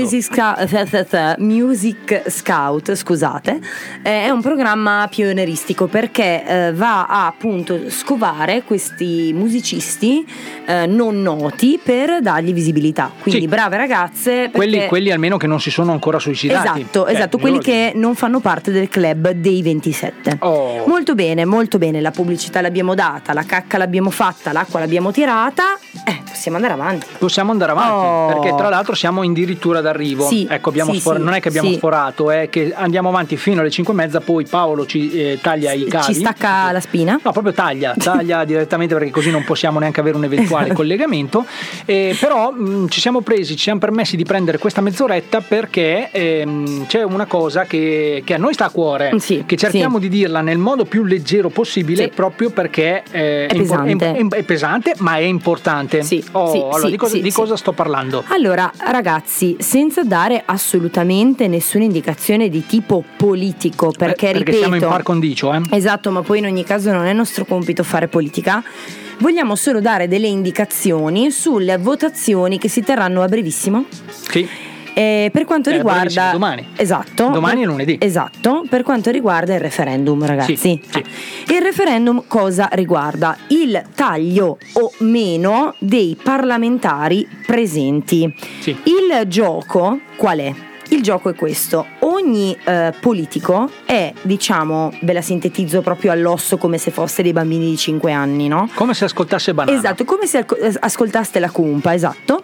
Music Scout, scusate, è un programma pionieristico perché va a appunto scovare questi musicisti non noti per dargli visibilità. Quindi brave ragazze. Quelli almeno che non si sono ancora suicidati. Esatto, quelli che non fanno parte del club dei 27. Molto bene, la pubblicità l'abbiamo data, la cacca l'abbiamo fatta, l'acqua l'abbiamo tirata, possiamo andare avanti. Perché tra l'altro siamo addirittura d'arrivo. Ecco, non è che abbiamo sforato, è che andiamo avanti fino alle 5:30, poi Paolo ci taglia i cavi. Ci stacca la spina? No, proprio taglia direttamente, perché così non possiamo neanche avere un eventuale collegamento. Però ci siamo permessi di prendere questa mezz'oretta perché c'è una cosa che a noi sta a cuore, che cerchiamo di dirla nel modo più leggero possibile, proprio perché è pesante, ma è importante. Di cosa sto parlando? Allora, ragazzi, senza dare assolutamente nessuna indicazione di tipo politico, perché ripeto, siamo in par condicio, Esatto, ma poi in ogni caso non è nostro compito fare politica. Vogliamo solo dare delle indicazioni sulle votazioni che si terranno a brevissimo. Sì. Per quanto riguarda domani. Esatto. Domani è lunedì. Esatto, per quanto riguarda il referendum, ragazzi. Sì. Il referendum cosa riguarda? Il taglio o meno dei parlamentari presenti. Sì. Il gioco qual è? il gioco è questo: ogni politico è, diciamo, ve la sintetizzo proprio all'osso, come se fosse dei bambini di 5 anni, no? Come se ascoltasse Banana. Esatto, come se ascoltaste la Cumpa, esatto.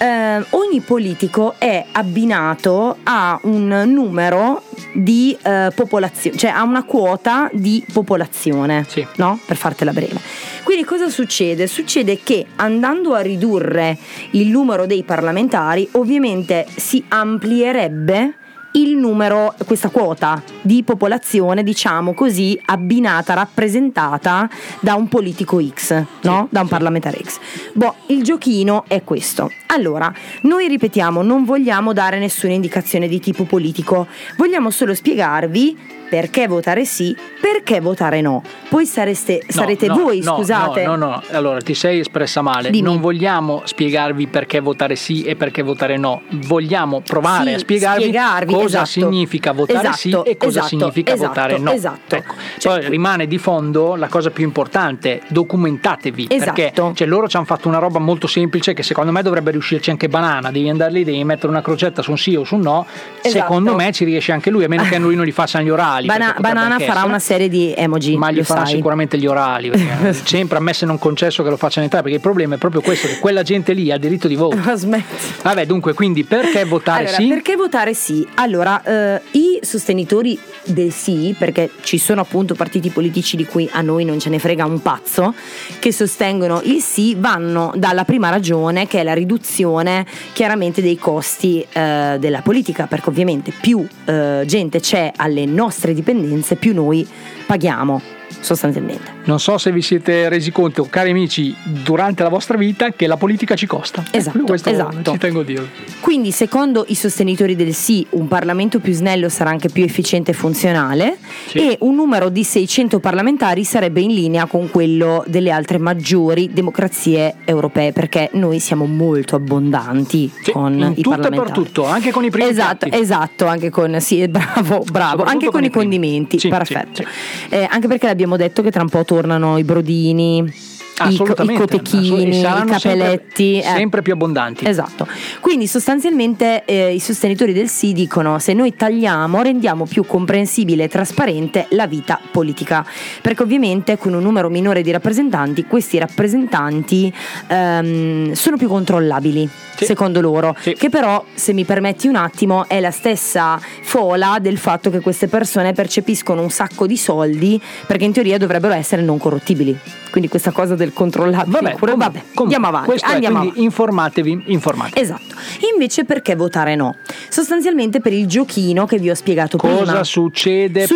Ogni politico è abbinato a un numero di popolazione, cioè a una quota di popolazione, sì, no? Per fartela breve. Quindi cosa succede? Succede che andando a ridurre il numero dei parlamentari, ovviamente si amplierebbe il numero, questa quota di popolazione, diciamo così, abbinata, rappresentata da un politico X, no? Da un parlamentare X. Il giochino è questo. Allora, noi ripetiamo, non vogliamo dare nessuna indicazione di tipo politico, vogliamo solo spiegarvi perché votare sì, perché votare no. Poi sarete voi, scusate. No, allora ti sei espressa male. Dimmi. Non vogliamo spiegarvi perché votare sì e perché votare no. Vogliamo provare a spiegarvi cosa esatto, significa votare sì e cosa significa votare no. Esatto. Ecco. Poi rimane di fondo la cosa più importante: documentatevi. Esatto. Perché loro ci hanno fatto una roba molto semplice che secondo me dovrebbe riuscirci anche Banana. Devi andare lì, devi mettere una crocetta su un sì o su un no. Esatto. Secondo me ci riesce anche lui, a meno che lui non li faccia gli orali. Banana farà una serie di emoji, ma gli farà sicuramente gli orali, perché sempre ammesso e non concesso che lo facciano entrare, perché il problema è proprio questo, che quella gente lì ha diritto di voto. Vabbè, dunque, quindi perché votare sì? Perché votare sì? Allora, i sostenitori del sì, perché ci sono appunto partiti politici di cui a noi non ce ne frega un pazzo, che sostengono il sì, vanno dalla prima ragione, che è la riduzione chiaramente dei costi della politica, perché ovviamente più gente c'è alle nostre dipendenze, più noi paghiamo sostanzialmente. Non so se vi siete resi conto, cari amici, durante la vostra vita, che la politica ci costa. Esatto, questo esatto. Ci tengo a dirlo. Quindi, secondo i sostenitori del sì, un Parlamento più snello sarà anche più efficiente e funzionale, sì, e un numero di 600 parlamentari sarebbe in linea con quello delle altre maggiori democrazie europee, perché noi siamo molto abbondanti, sì, con i parlamentari. Tutto e per tutto, anche con i primi piatti. Esatto, anche con, sì, bravo, anche con i condimenti, sì, perfetto. Sì. Anche perché abbiamo detto che tra un po' tornano i brodini, i cotechini, i capelletti sempre più abbondanti. Esatto. Quindi sostanzialmente i sostenitori del sì dicono: se noi tagliamo, rendiamo più comprensibile e trasparente la vita politica, perché ovviamente con un numero minore di rappresentanti, questi rappresentanti sono più controllabili, sì, secondo loro, sì, che però, se mi permetti un attimo, è la stessa fola del fatto che queste persone percepiscono un sacco di soldi, perché in teoria dovrebbero essere non corruttibili. Quindi questa cosa del controllabile, vabbè, andiamo avanti. Quindi informatevi. Esatto. Invece perché votare no? Sostanzialmente per il giochino che vi ho spiegato prima. Cosa succede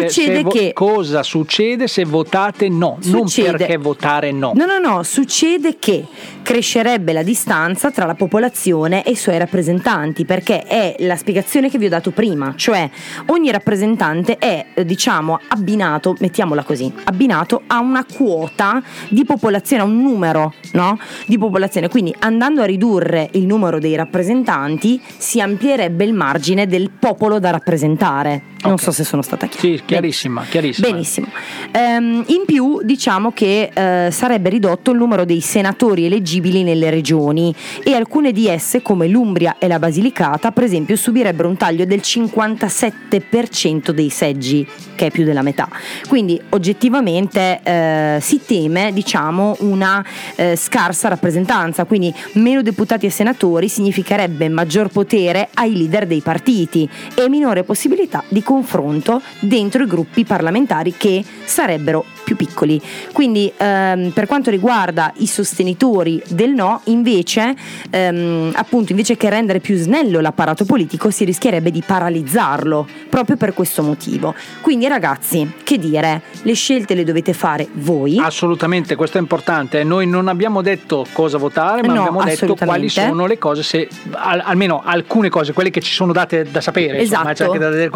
se votate no? Non perché votare no. No, succede che crescerebbe la distanza tra la popolazione e i suoi rappresentanti, perché è la spiegazione che vi ho dato prima, cioè ogni rappresentante è, diciamo, abbinato, mettiamola così, abbinato a una quota di popolazione, a un numero, no? Di popolazione. Quindi, andando a ridurre il numero dei rappresentanti, si amplierebbe il margine del popolo da rappresentare. Non so se sono stata chiara. Sì, chiarissima. Benissimo. In più, diciamo che sarebbe ridotto il numero dei senatori eleggibili nelle regioni, e alcune di esse, come l'Umbria e la Basilicata, per esempio, subirebbero un taglio del 57% dei seggi, che è più della metà. Quindi oggettivamente si teme, diciamo, una scarsa rappresentanza, quindi meno deputati e senatori significherebbe maggior potere ai leader dei partiti e minore possibilità di confronto dentro i gruppi parlamentari, che sarebbero più piccoli. Quindi per quanto riguarda i sostenitori del no, invece che rendere più snello l'apparato politico, si rischierebbe di paralizzarlo, proprio per questo motivo. Quindi, ragazzi, che dire, le scelte le dovete fare voi. Assolutamente, questo è importante. Noi non abbiamo detto cosa votare, ma abbiamo detto quali sono le cose, almeno alcune cose, quelle che ci sono date da sapere. Esatto. Insomma, c'è anche da vedere questo. Esatto.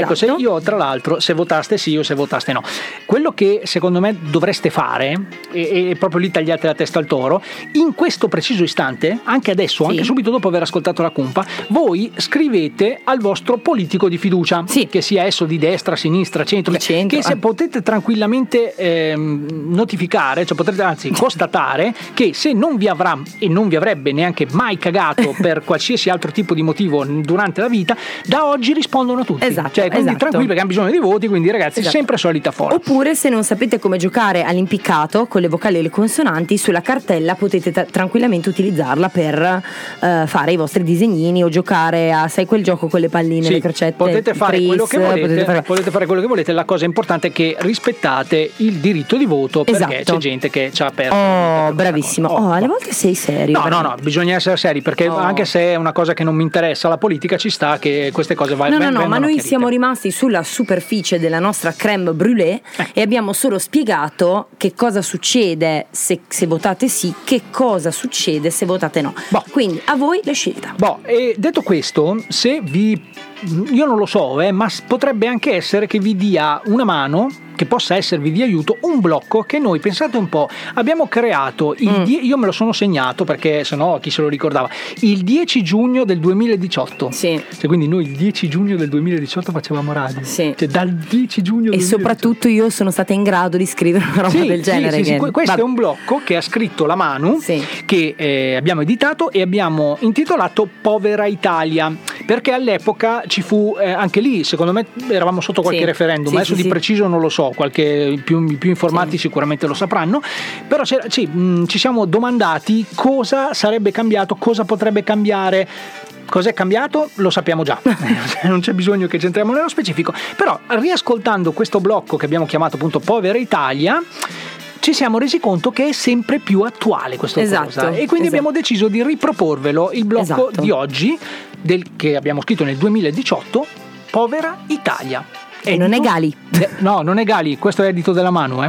Ecco, se io tra l'altro, se votaste sì o se votaste no, quello che secondo me dovreste fare, e proprio lì tagliate la testa al toro, in questo preciso istante, anche adesso, anche subito dopo aver ascoltato la cumpa, voi scrivete al vostro politico di fiducia, che sia esso di destra, sinistra, centro, che se potete tranquillamente notificare, cioè potrete anzi constatare che se non vi avrà e non vi avrebbe neanche mai cagato per qualsiasi altro tipo di motivo durante la vita, da oggi rispondono tutti. Cioè, quindi tranquilli, perché hanno bisogno di voti, quindi ragazzi sempre solita forza. Oppure se non sapete come giocare all'impiccato con le vocali e le consonanti, sulla cartella potete tranquillamente utilizzarla per fare i vostri disegnini o giocare a, sai, quel gioco con le palline, le crocette, potete fare quello che volete, potete fare quello che volete. La cosa importante è che rispettate il diritto di voto, perché c'è gente che ci ha perso. Bravissimo. Alle volte sei serio. No, bisogna essere seri, perché anche se è una cosa che non mi interessa, la politica, ci sta che queste cose No, ma noi siamo rimasti sulla superficie della nostra crème brûlée e abbiamo solo spiegato che cosa succede se votate sì, che cosa succede se votate no. Quindi a voi la scelta. E detto questo, se io non lo so, ma potrebbe anche essere che vi dia una mano, che possa esservi di aiuto, un blocco che noi, pensate un po', abbiamo creato io me lo sono segnato perché sennò chi se lo ricordava, il 10 giugno del 2018. Cioè, quindi noi il 10 giugno del 2018 facevamo radio. Cioè, dal 10 giugno e soprattutto io sono stata in grado di scrivere una roba del genere. Questo è un blocco che ha scritto la Manu, che abbiamo editato e abbiamo intitolato Povera Italia, perché all'epoca ci fu anche lì, secondo me eravamo sotto qualche referendum, adesso di preciso non lo so, qualche più informati sicuramente lo sapranno, però ci siamo domandati cosa sarebbe cambiato, cosa potrebbe cambiare. Cos'è cambiato? Lo sappiamo già, non c'è bisogno che ci entriamo nello specifico, però riascoltando questo blocco che abbiamo chiamato appunto Povera Italia, ci siamo resi conto che è sempre più attuale questa cosa, e quindi abbiamo deciso di riproporvelo, il blocco di oggi, che abbiamo scritto nel 2018, Povera Italia. E non è Gali. No, non è Gali, questo è edito della Manu.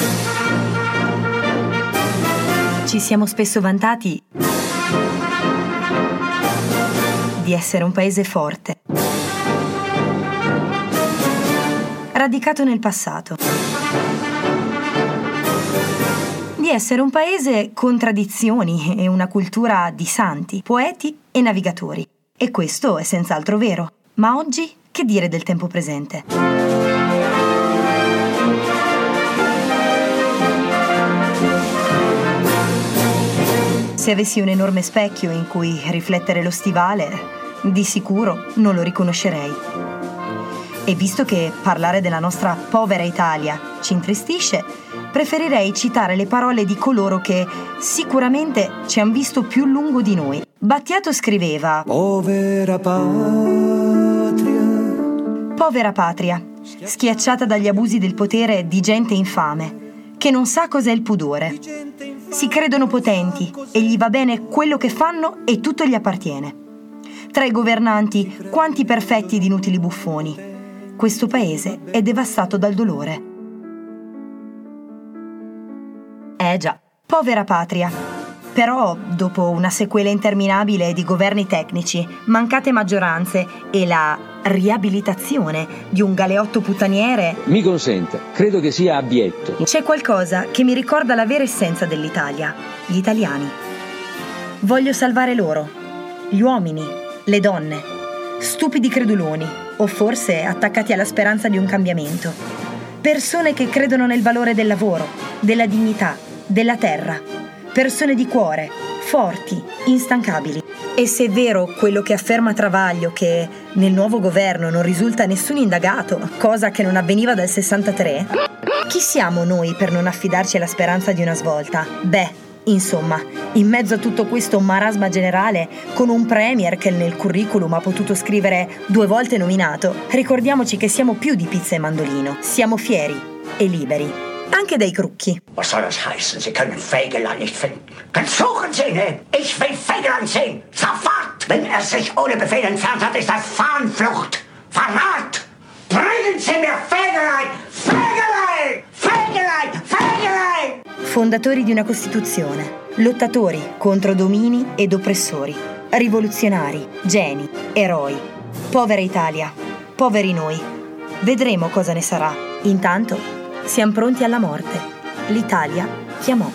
Ci siamo spesso vantati di essere un paese forte, radicato nel passato, di essere un paese con tradizioni e una cultura di santi, poeti e navigatori. E questo è senz'altro vero. Ma oggi, che dire del tempo presente? Se avessi un enorme specchio in cui riflettere lo stivale, di sicuro non lo riconoscerei. E visto che parlare della nostra povera Italia ci intristisce, preferirei citare le parole di coloro che sicuramente ci han visto più lungo di noi. Battiato scriveva: Povera patria, schiacciata dagli abusi del potere di gente infame, che non sa cos'è il pudore. Si credono potenti e gli va bene quello che fanno e tutto gli appartiene. Tra i governanti, quanti perfetti ed inutili buffoni. Questo paese è devastato dal dolore. Già, povera patria. Però, dopo una sequela interminabile di governi tecnici, mancate maggioranze e la riabilitazione di un galeotto puttaniere... Mi consenta, credo che sia abietto. C'è qualcosa che mi ricorda la vera essenza dell'Italia, gli italiani. Voglio salvare loro, gli uomini, le donne, stupidi creduloni, o forse attaccati alla speranza di un cambiamento. Persone che credono nel valore del lavoro, della dignità, della terra. Persone di cuore, forti, instancabili. E se è vero quello che afferma Travaglio, che nel nuovo governo non risulta nessun indagato, cosa che non avveniva dal 63, chi siamo noi per non affidarci alla speranza di una svolta? Insomma, in mezzo a tutto questo marasma generale, con un premier che nel curriculum ha potuto scrivere 2 volte nominato, ricordiamoci che siamo più di pizza e mandolino. Siamo fieri e liberi. Anche dai crucchi. Was soll das heißen? Sie können Fegelein nicht finden. Dann suchen Sie ihn! Ich will Fegelein sehen! Sofort! Wenn er sich ohne Befehl entfernt hat, ist das Fahnenflucht! Verrat! Bringen Sie mir Fegelein! Fegelein! Fegelein! Fegelein! Fondatori di una Costituzione. Lottatori contro domini ed oppressori. Rivoluzionari, geni, eroi. Povera Italia. Poveri noi. Vedremo cosa ne sarà. Intanto siamo pronti alla morte. L'Italia chiamò.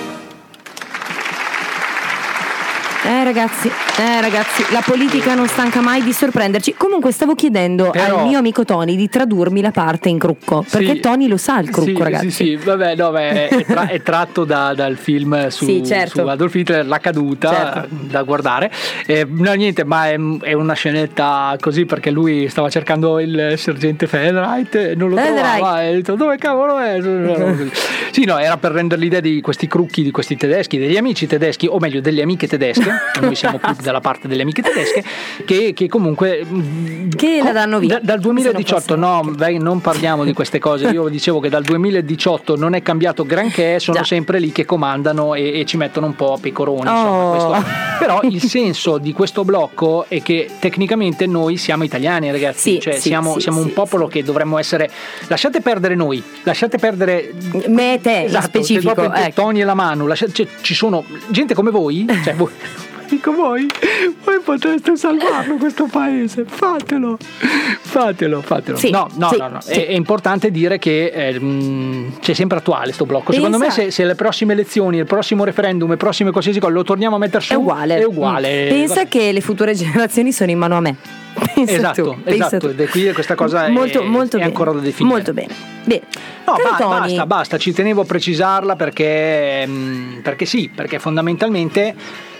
Ragazzi, la politica non stanca mai di sorprenderci. Comunque stavo chiedendo al mio amico Tony di tradurmi la parte in Crucco, perché Tony lo sa il Crucco, ragazzi. Sì, vabbè, no, è tratto dal film su Adolf Hitler, La caduta, da guardare. No, niente, ma è una scenetta così, perché lui stava cercando il sergente Fehrenheit, non lo trovava, e ha detto dove cavolo è? Sì, no, era per rendere l'idea di questi crucchi, di questi tedeschi, degli amici tedeschi, o meglio delle amiche tedesche. Noi siamo più dalla parte delle amiche tedesche che comunque la danno via dal 2018. Non parliamo di queste cose. Io dicevo che dal 2018 non è cambiato granché, sono sempre lì che comandano e ci mettono un po' a pecoroni, insomma, però il senso di questo blocco è che tecnicamente noi siamo italiani, ragazzi, siamo un popolo che dovremmo essere, lasciate perdere noi, lasciate perdere me, te, specifico, Tony e la Manu, ci sono gente come voi, dico voi potreste salvarlo questo paese, fatelo. Sì, no. È importante dire che c'è sempre attuale sto blocco. Secondo me se le prossime elezioni, il prossimo referendum, le prossime qualsiasi cosa lo torniamo a mettere su, è uguale. Pensa che le future generazioni sono in mano a me. Esatto, ed è qui questa cosa molto è ancora da definire. Molto bene. No, basta, ci tenevo a precisarla perché fondamentalmente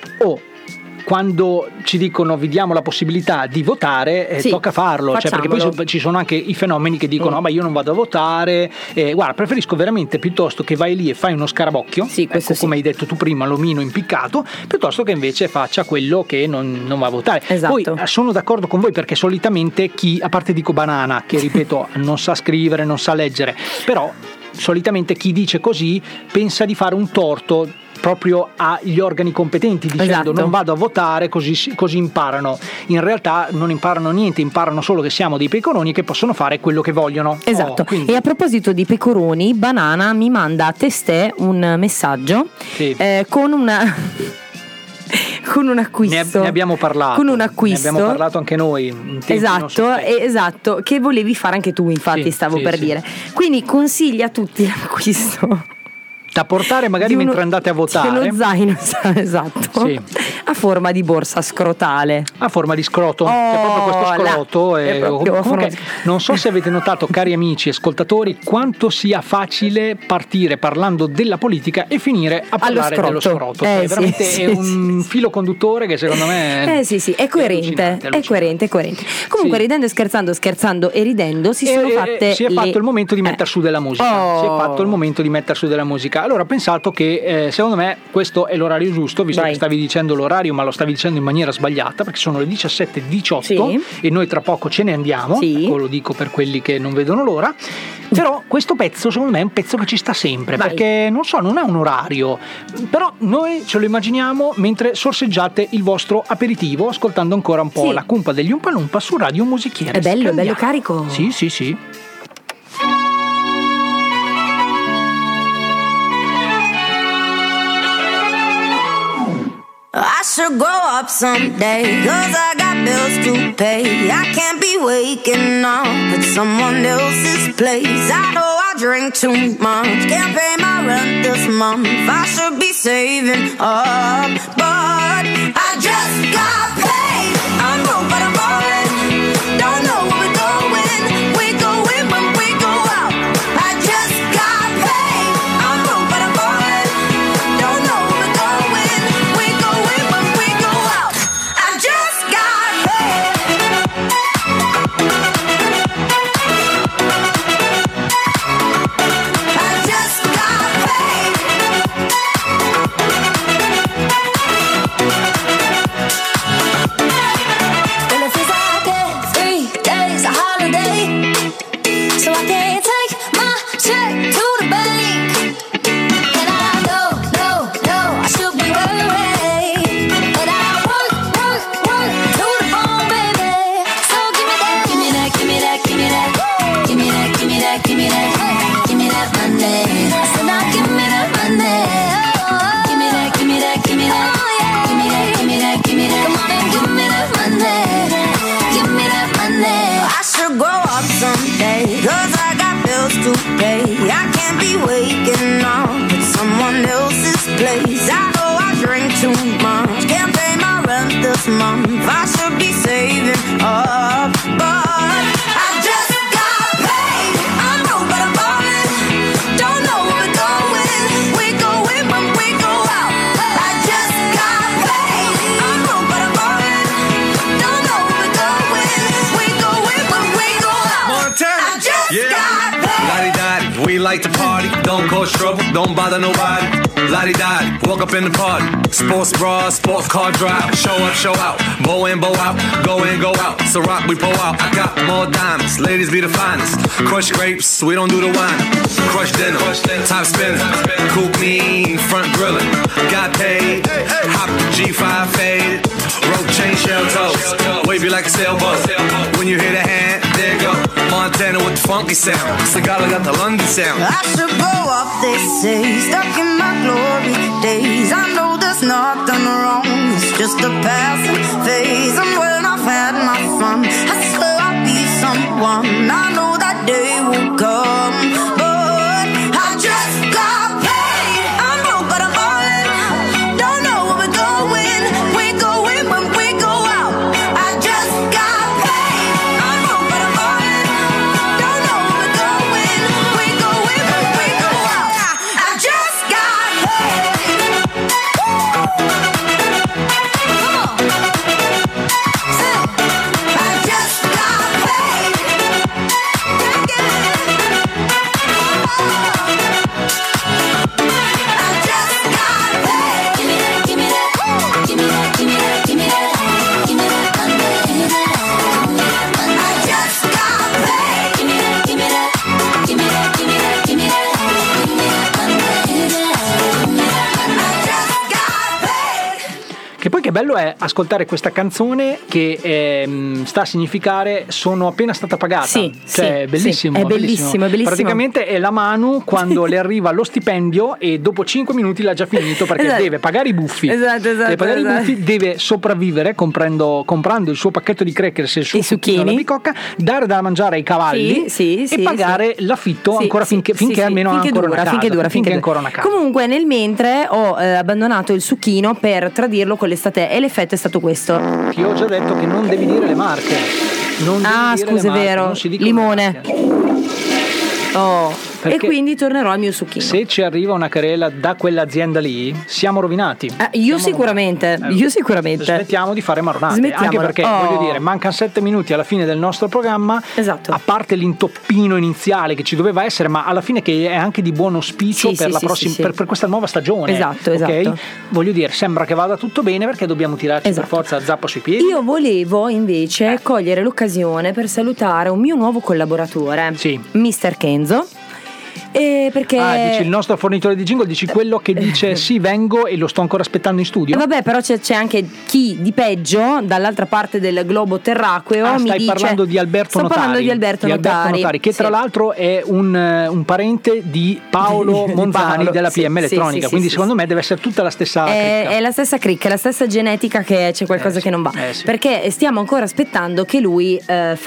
quando ci dicono vi diamo la possibilità di votare, tocca farlo, perché poi ci sono anche i fenomeni che dicono ma io non vado a votare, guarda, preferisco veramente, piuttosto che vai lì e fai uno scarabocchio, come hai detto tu prima, l'omino impiccato, piuttosto che invece faccia quello che non va a votare. Poi sono d'accordo con voi, perché solitamente chi, a parte dico Banana, che ripeto non sa scrivere, non sa leggere, però solitamente chi dice così pensa di fare un torto proprio agli organi competenti, dicendo non vado a votare, così imparano. In realtà non imparano niente, imparano solo che siamo dei pecoroni che possono fare quello che vogliono. E a proposito di pecoroni, Banana mi manda a testè un messaggio con un acquisto. Ne abbiamo parlato. Con un acquisto. Ne abbiamo parlato anche noi. Esatto, che volevi fare anche tu, infatti, stavo per dire. Quindi consiglia a tutti l'acquisto. Da portare magari mentre andate a votare. C'è lo zaino, a forma di borsa scrotale. A forma di scroto. C'è proprio questo scroto. Non so se avete notato, cari amici ascoltatori, quanto sia facile partire parlando della politica e finire a parlare dello scroto. È veramente un filo conduttore che secondo me è coerente. È coerente. Comunque ridendo e scherzando e ridendo si è fatto il momento di mettere su della musica. Si è fatto il momento di mettere su della musica. Allora ho pensato che secondo me questo è l'orario giusto, visto che stavi dicendo l'orario, ma lo stavi dicendo in maniera sbagliata, perché sono le 17:18 e noi tra poco ce ne andiamo, ecco, lo dico per quelli che non vedono l'ora. Però questo pezzo secondo me è un pezzo che ci sta sempre, perché non è un orario, però noi ce lo immaginiamo mentre sorseggiate il vostro aperitivo ascoltando ancora un po' la cumpa degli Umpa Lumpa su Radio Musichiere. È bello carico. Sì. I should grow up someday, 'cause I got bills to pay. I can't be waking up at someone else's place. I know I drink too much, can't pay my rent this month. I should be saving up, but I just got paid. I know, but I'm falling. Don't know where we're going. We go in when we go out. I just got paid. I know, but I'm falling. Don't know where we're going. We go in when we go out. I just got paid. I just got paid. I can't be waking up at someone else's place. I know I drink too much, can't pay my rent this month. I should be saving up, but I just got paid. I'm broke but I'm ballin', don't know where we're going. We go in when we go out. I just got paid. I'm broke but I'm ballin', don't know where we're going. We go in when we go out. Montana, I just got paid. La-di-da-di, we like to party, don't cause trouble, don't bother nobody. La-di-da-di, walk up in the party, sports bra, sports car drive, show up, show out, bow in, bow out, go in, go out, so rock, we pull out. I got more diamonds, ladies be the finest, crush grapes, we don't do the wine, crush dinner, top spinner, coupe mean, front grillin', got paid, hop the G5 faded, rope chain shell toes, wavy like a sailboat, when you hear the hand, there you go, Montana with the funky sound, Sagala got the London sound. I should grow up, they say, stuck in my glory days. I know there's nothing wrong, it's just a passing phase. And when I've had my fun, I swear I'll be someone. I know that day will come, but I just got paid. I'm broke but I'm ballin', don't know where we're going. We go in when we go out. I just got paid. I'm broke but I'm ballin', don't know where we're going. We go in when we go out. I just got paid. Che poi che bello è ascoltare questa canzone che sta a significare sono appena stata pagata. Sì, cioè, sì, bellissimo, sì, è bellissimo, è bellissimo. Praticamente è la Manu quando le arriva lo stipendio e dopo 5 minuti l'ha già finito perché Esatto. deve pagare i buffi. Deve pagare i buffi, deve sopravvivere comprando il suo pacchetto di crackers e il suo succhino alla bicocca, dare da mangiare ai cavalli e pagare l'affitto ancora finché almeno ha ancora una casa. Finché ancora una casa. Comunque nel mentre ho abbandonato il succhino per tradirlo con l'estate e l'effetto è stato questo. Ti ho già detto che non devi dire le marche. Scusa, è vero. Limone. E quindi tornerò al mio succhino. Se ci arriva una querela da quell'azienda lì, siamo rovinati. Io sicuramente. Smettiamo di fare marronate. Anche perché, voglio dire, mancano 7 minuti alla fine del nostro programma. Esatto. A parte l'intoppino iniziale che ci doveva essere, ma alla fine che è anche di buon auspicio per la prossima, per questa nuova stagione. Esatto. Voglio dire, sembra che vada tutto bene perché dobbiamo tirarci per forza zappa sui piedi. Io volevo invece cogliere l'occasione per salutare un mio nuovo collaboratore, Mr. Kenzo. Perché dici il nostro fornitore di jingle, dici quello che dice sì vengo e lo sto ancora aspettando in studio. Vabbè, però c'è anche chi di peggio dall'altra parte del globo terracqueo. Stai parlando di Alberto Notari. Parlando di Alberto Notari, che tra l'altro è un parente di Paolo Monzani della PM Elettronica, quindi secondo me deve essere tutta la stessa cricca. È la stessa cricca, è la stessa genetica, che c'è qualcosa che non va, perché stiamo ancora aspettando che lui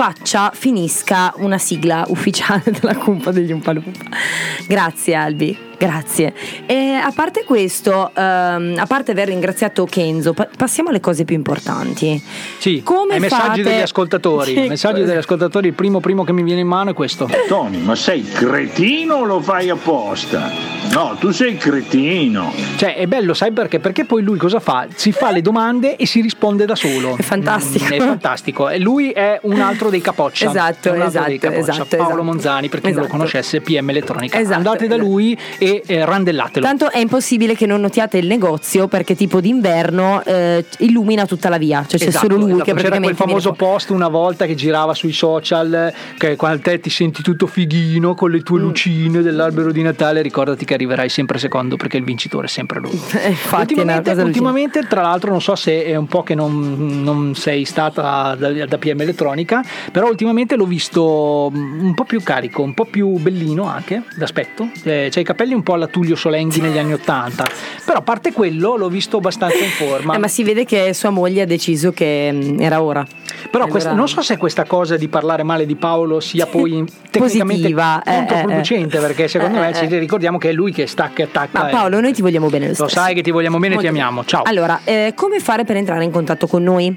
finisca una sigla ufficiale della Cumpa degli Umpalumpa. Grazie Albi, grazie. E a parte questo, a parte aver ringraziato Kenzo, passiamo alle cose più importanti. Sì, come ai messaggi degli ascoltatori. Sì. Messaggi degli ascoltatori, il primo che mi viene in mano è questo. Tony, ma sei cretino o lo fai apposta? No, tu sei cretino. Cioè, è bello, sai perché? Perché poi lui cosa fa? Si fa le domande e si risponde da solo. È fantastico. È fantastico. E lui è un altro dei Capoccia. Esatto. Paolo Monzani, per chi non lo conoscesse, PM Elettronica. Andate da lui e randellatelo. Tanto è impossibile che non notiate il negozio, perché tipo d'inverno illumina tutta la via, cioè c'è solo lui che c'era quel famoso post una volta che girava sui social, che quando te ti senti tutto fighino con le tue lucine dell'albero di Natale, ricordati che arriverai sempre secondo, perché il vincitore è sempre lui. Ultimamente tra l'altro non so se è un po' che non sei stata da PM Elettronica, però ultimamente l'ho visto un po' più carico, un po' più bellino anche d'aspetto, c'hai i capelli un po' alla Tullio Solenghi negli anni '80, però a parte quello l'ho visto abbastanza in forma. Ma si vede che sua moglie ha deciso che era ora. Però non so se questa cosa di parlare male di Paolo sia poi tecnicamente controproducente, perché secondo me ci ricordiamo che è lui che stacca e attacca. Ma Paolo, noi ti vogliamo bene lo stesso. Lo sai che ti vogliamo bene e ti amiamo. Ciao. Allora, come fare per entrare in contatto con noi?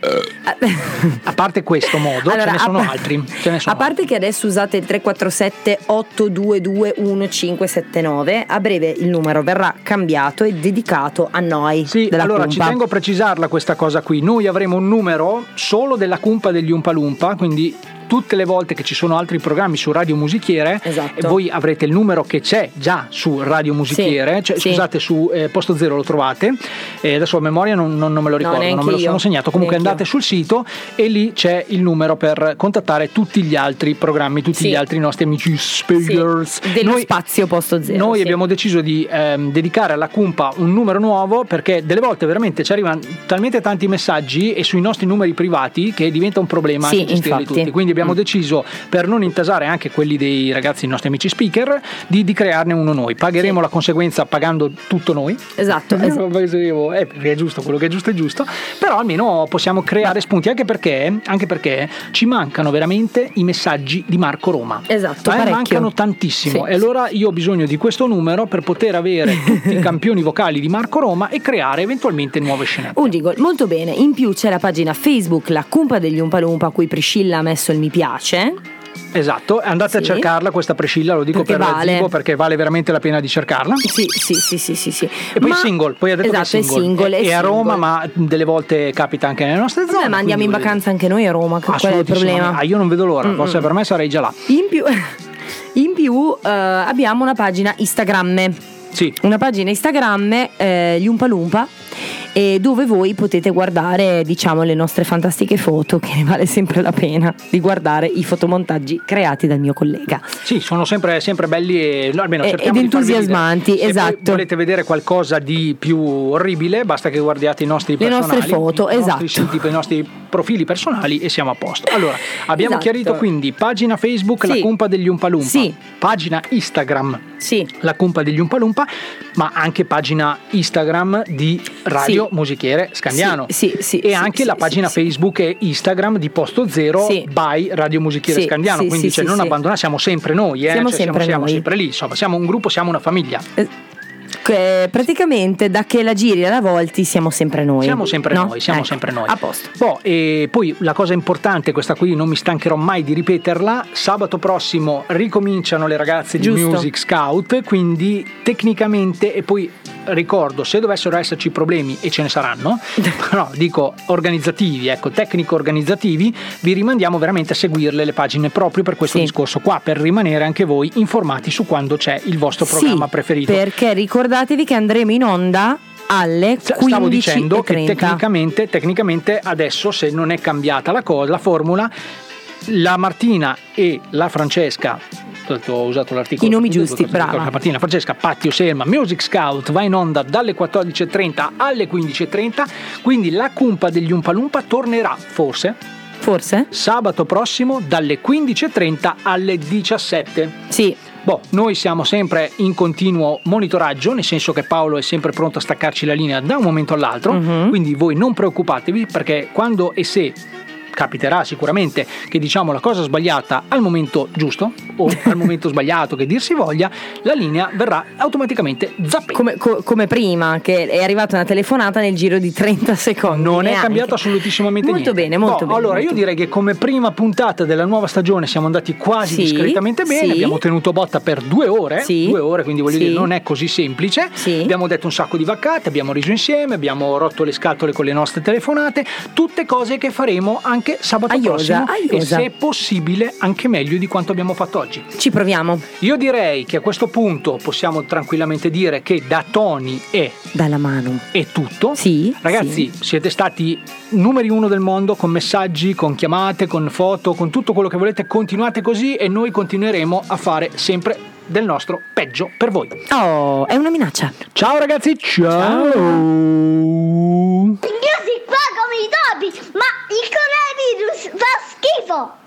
A parte questo modo, allora, ce ne sono altri. A parte che adesso usate il 347 822 1579, a breve il numero verrà cambiato e dedicato a noi. Sì, allora Cumpa. ci tengo a precisarla questa cosa qui. Noi avremo un numero solo della Cumpa degli Umpa Lumpa, quindi tutte le volte che ci sono altri programmi su Radio Musichiere, voi avrete il numero che c'è già su Radio Musichiere, scusate, su Posto Zero lo trovate, adesso a memoria non me lo ricordo, non me lo sono segnato, comunque andate sul sito e lì c'è il numero per contattare tutti gli altri programmi, tutti gli altri nostri amici speakers dello spazio Posto Zero. Noi abbiamo deciso di dedicare alla Cumpa un numero nuovo, perché delle volte veramente ci arrivano talmente tanti messaggi e sui nostri numeri privati che diventa un problema anche gestirli tutti, quindi abbiamo deciso, per non intasare anche quelli dei ragazzi, i nostri amici speaker, di crearne uno noi. Pagheremo la conseguenza pagando tutto noi. Esatto. È giusto, quello che è giusto, però almeno possiamo creare spunti, anche perché ci mancano veramente i messaggi di Marco Roma. Esatto, mancano tantissimo, e allora io ho bisogno di questo numero per poter avere tutti i campioni vocali di Marco Roma e creare eventualmente nuove scenette. Un jingle, molto bene. In più c'è la pagina Facebook La Cumpa degli Umpa Lumpa, a cui Priscilla ha messo il mi piace. Esatto, andate a cercarla questa Priscilla, lo dico perché per Zibo, perché vale veramente la pena di cercarla. Sì. E poi single, poi ha detto che è single. È a Roma, ma delle volte capita anche nelle nostre zone. Ma andiamo in vacanza anche noi a Roma, qual è il problema? Io non vedo l'ora, forse per me sarei già là. In più abbiamo una pagina Instagram. Sì. Una pagina Instagram, gli Umpa Lumpa, dove voi potete guardare, diciamo, le nostre fantastiche foto, che ne vale sempre la pena di guardare i fotomontaggi creati dal mio collega. Sì, sono sempre belli e almeno cerchiamo ed entusiasmanti. Se esatto. Se volete vedere qualcosa di più orribile, basta che guardiate i nostri personali, le nostre foto, i nostri siti, i nostri profili personali e siamo a posto. Allora, abbiamo chiarito quindi pagina Facebook La Cumpa degli Umpa Lumpa, pagina Instagram La Cumpa degli Umpa Lumpa, ma anche pagina Instagram di Radio Musichiere Scandiano e anche la pagina Facebook e Instagram di Posto Zero by Radio Musichiere Scandiano, quindi non abbandonare, siamo sempre noi, siamo sempre lì, insomma, siamo un gruppo, siamo una famiglia. Praticamente da che la giri alla volti siamo sempre noi. Siamo sempre noi. A posto. E poi la cosa importante, questa qui non mi stancherò mai di ripeterla, sabato prossimo ricominciano le ragazze di Music Scout, quindi tecnicamente, e poi ricordo, se dovessero esserci problemi, e ce ne saranno, però dico organizzativi, tecnico organizzativi, vi rimandiamo veramente a seguirle le pagine proprio per questo discorso qua, per rimanere anche voi informati su quando c'è il vostro programma preferito. Perché ricordatevi che andremo in onda alle 15:30. Stavo dicendo che tecnicamente adesso, se non è cambiata la formula, la Martina e la Francesca, ho usato l'articolo, i nomi giusti, brava. La Martina, Francesca, Patti o Selma, Music Scout va in onda dalle 14:30 alle 15:30, quindi la Cumpa degli Umpa Lumpa tornerà forse sabato prossimo dalle 15:30 alle 17. Sì. Noi siamo sempre in continuo monitoraggio, nel senso che Paolo è sempre pronto a staccarci la linea da un momento all'altro, quindi voi non preoccupatevi, perché quando e se capiterà sicuramente che diciamo la cosa sbagliata al momento giusto o al momento sbagliato che dir si voglia, la linea verrà automaticamente zappata. Come prima, che è arrivata una telefonata nel giro di 30 secondi. Non è cambiato assolutissimamente niente. Bene, molto bene. Allora io direi che come prima puntata della nuova stagione siamo andati quasi discretamente bene, abbiamo tenuto botta per 2 ore, quindi voglio dire non è così semplice, abbiamo detto un sacco di vaccate, abbiamo riso insieme, abbiamo rotto le scatole con le nostre telefonate, tutte cose che faremo anche sabato prossimo e se possibile anche meglio di quanto abbiamo fatto oggi. Ci proviamo. Io direi che a questo punto possiamo tranquillamente dire che da Tony e dalla mano è tutto. Ragazzi, siete stati numeri 1 del mondo, con messaggi, con chiamate, con foto, con tutto quello che volete. Continuate così e noi continueremo a fare sempre del nostro peggio per voi. Oh, è una minaccia. Ciao ragazzi, ciao. Io si qua come i topi, ma il coronavirus fa schifo.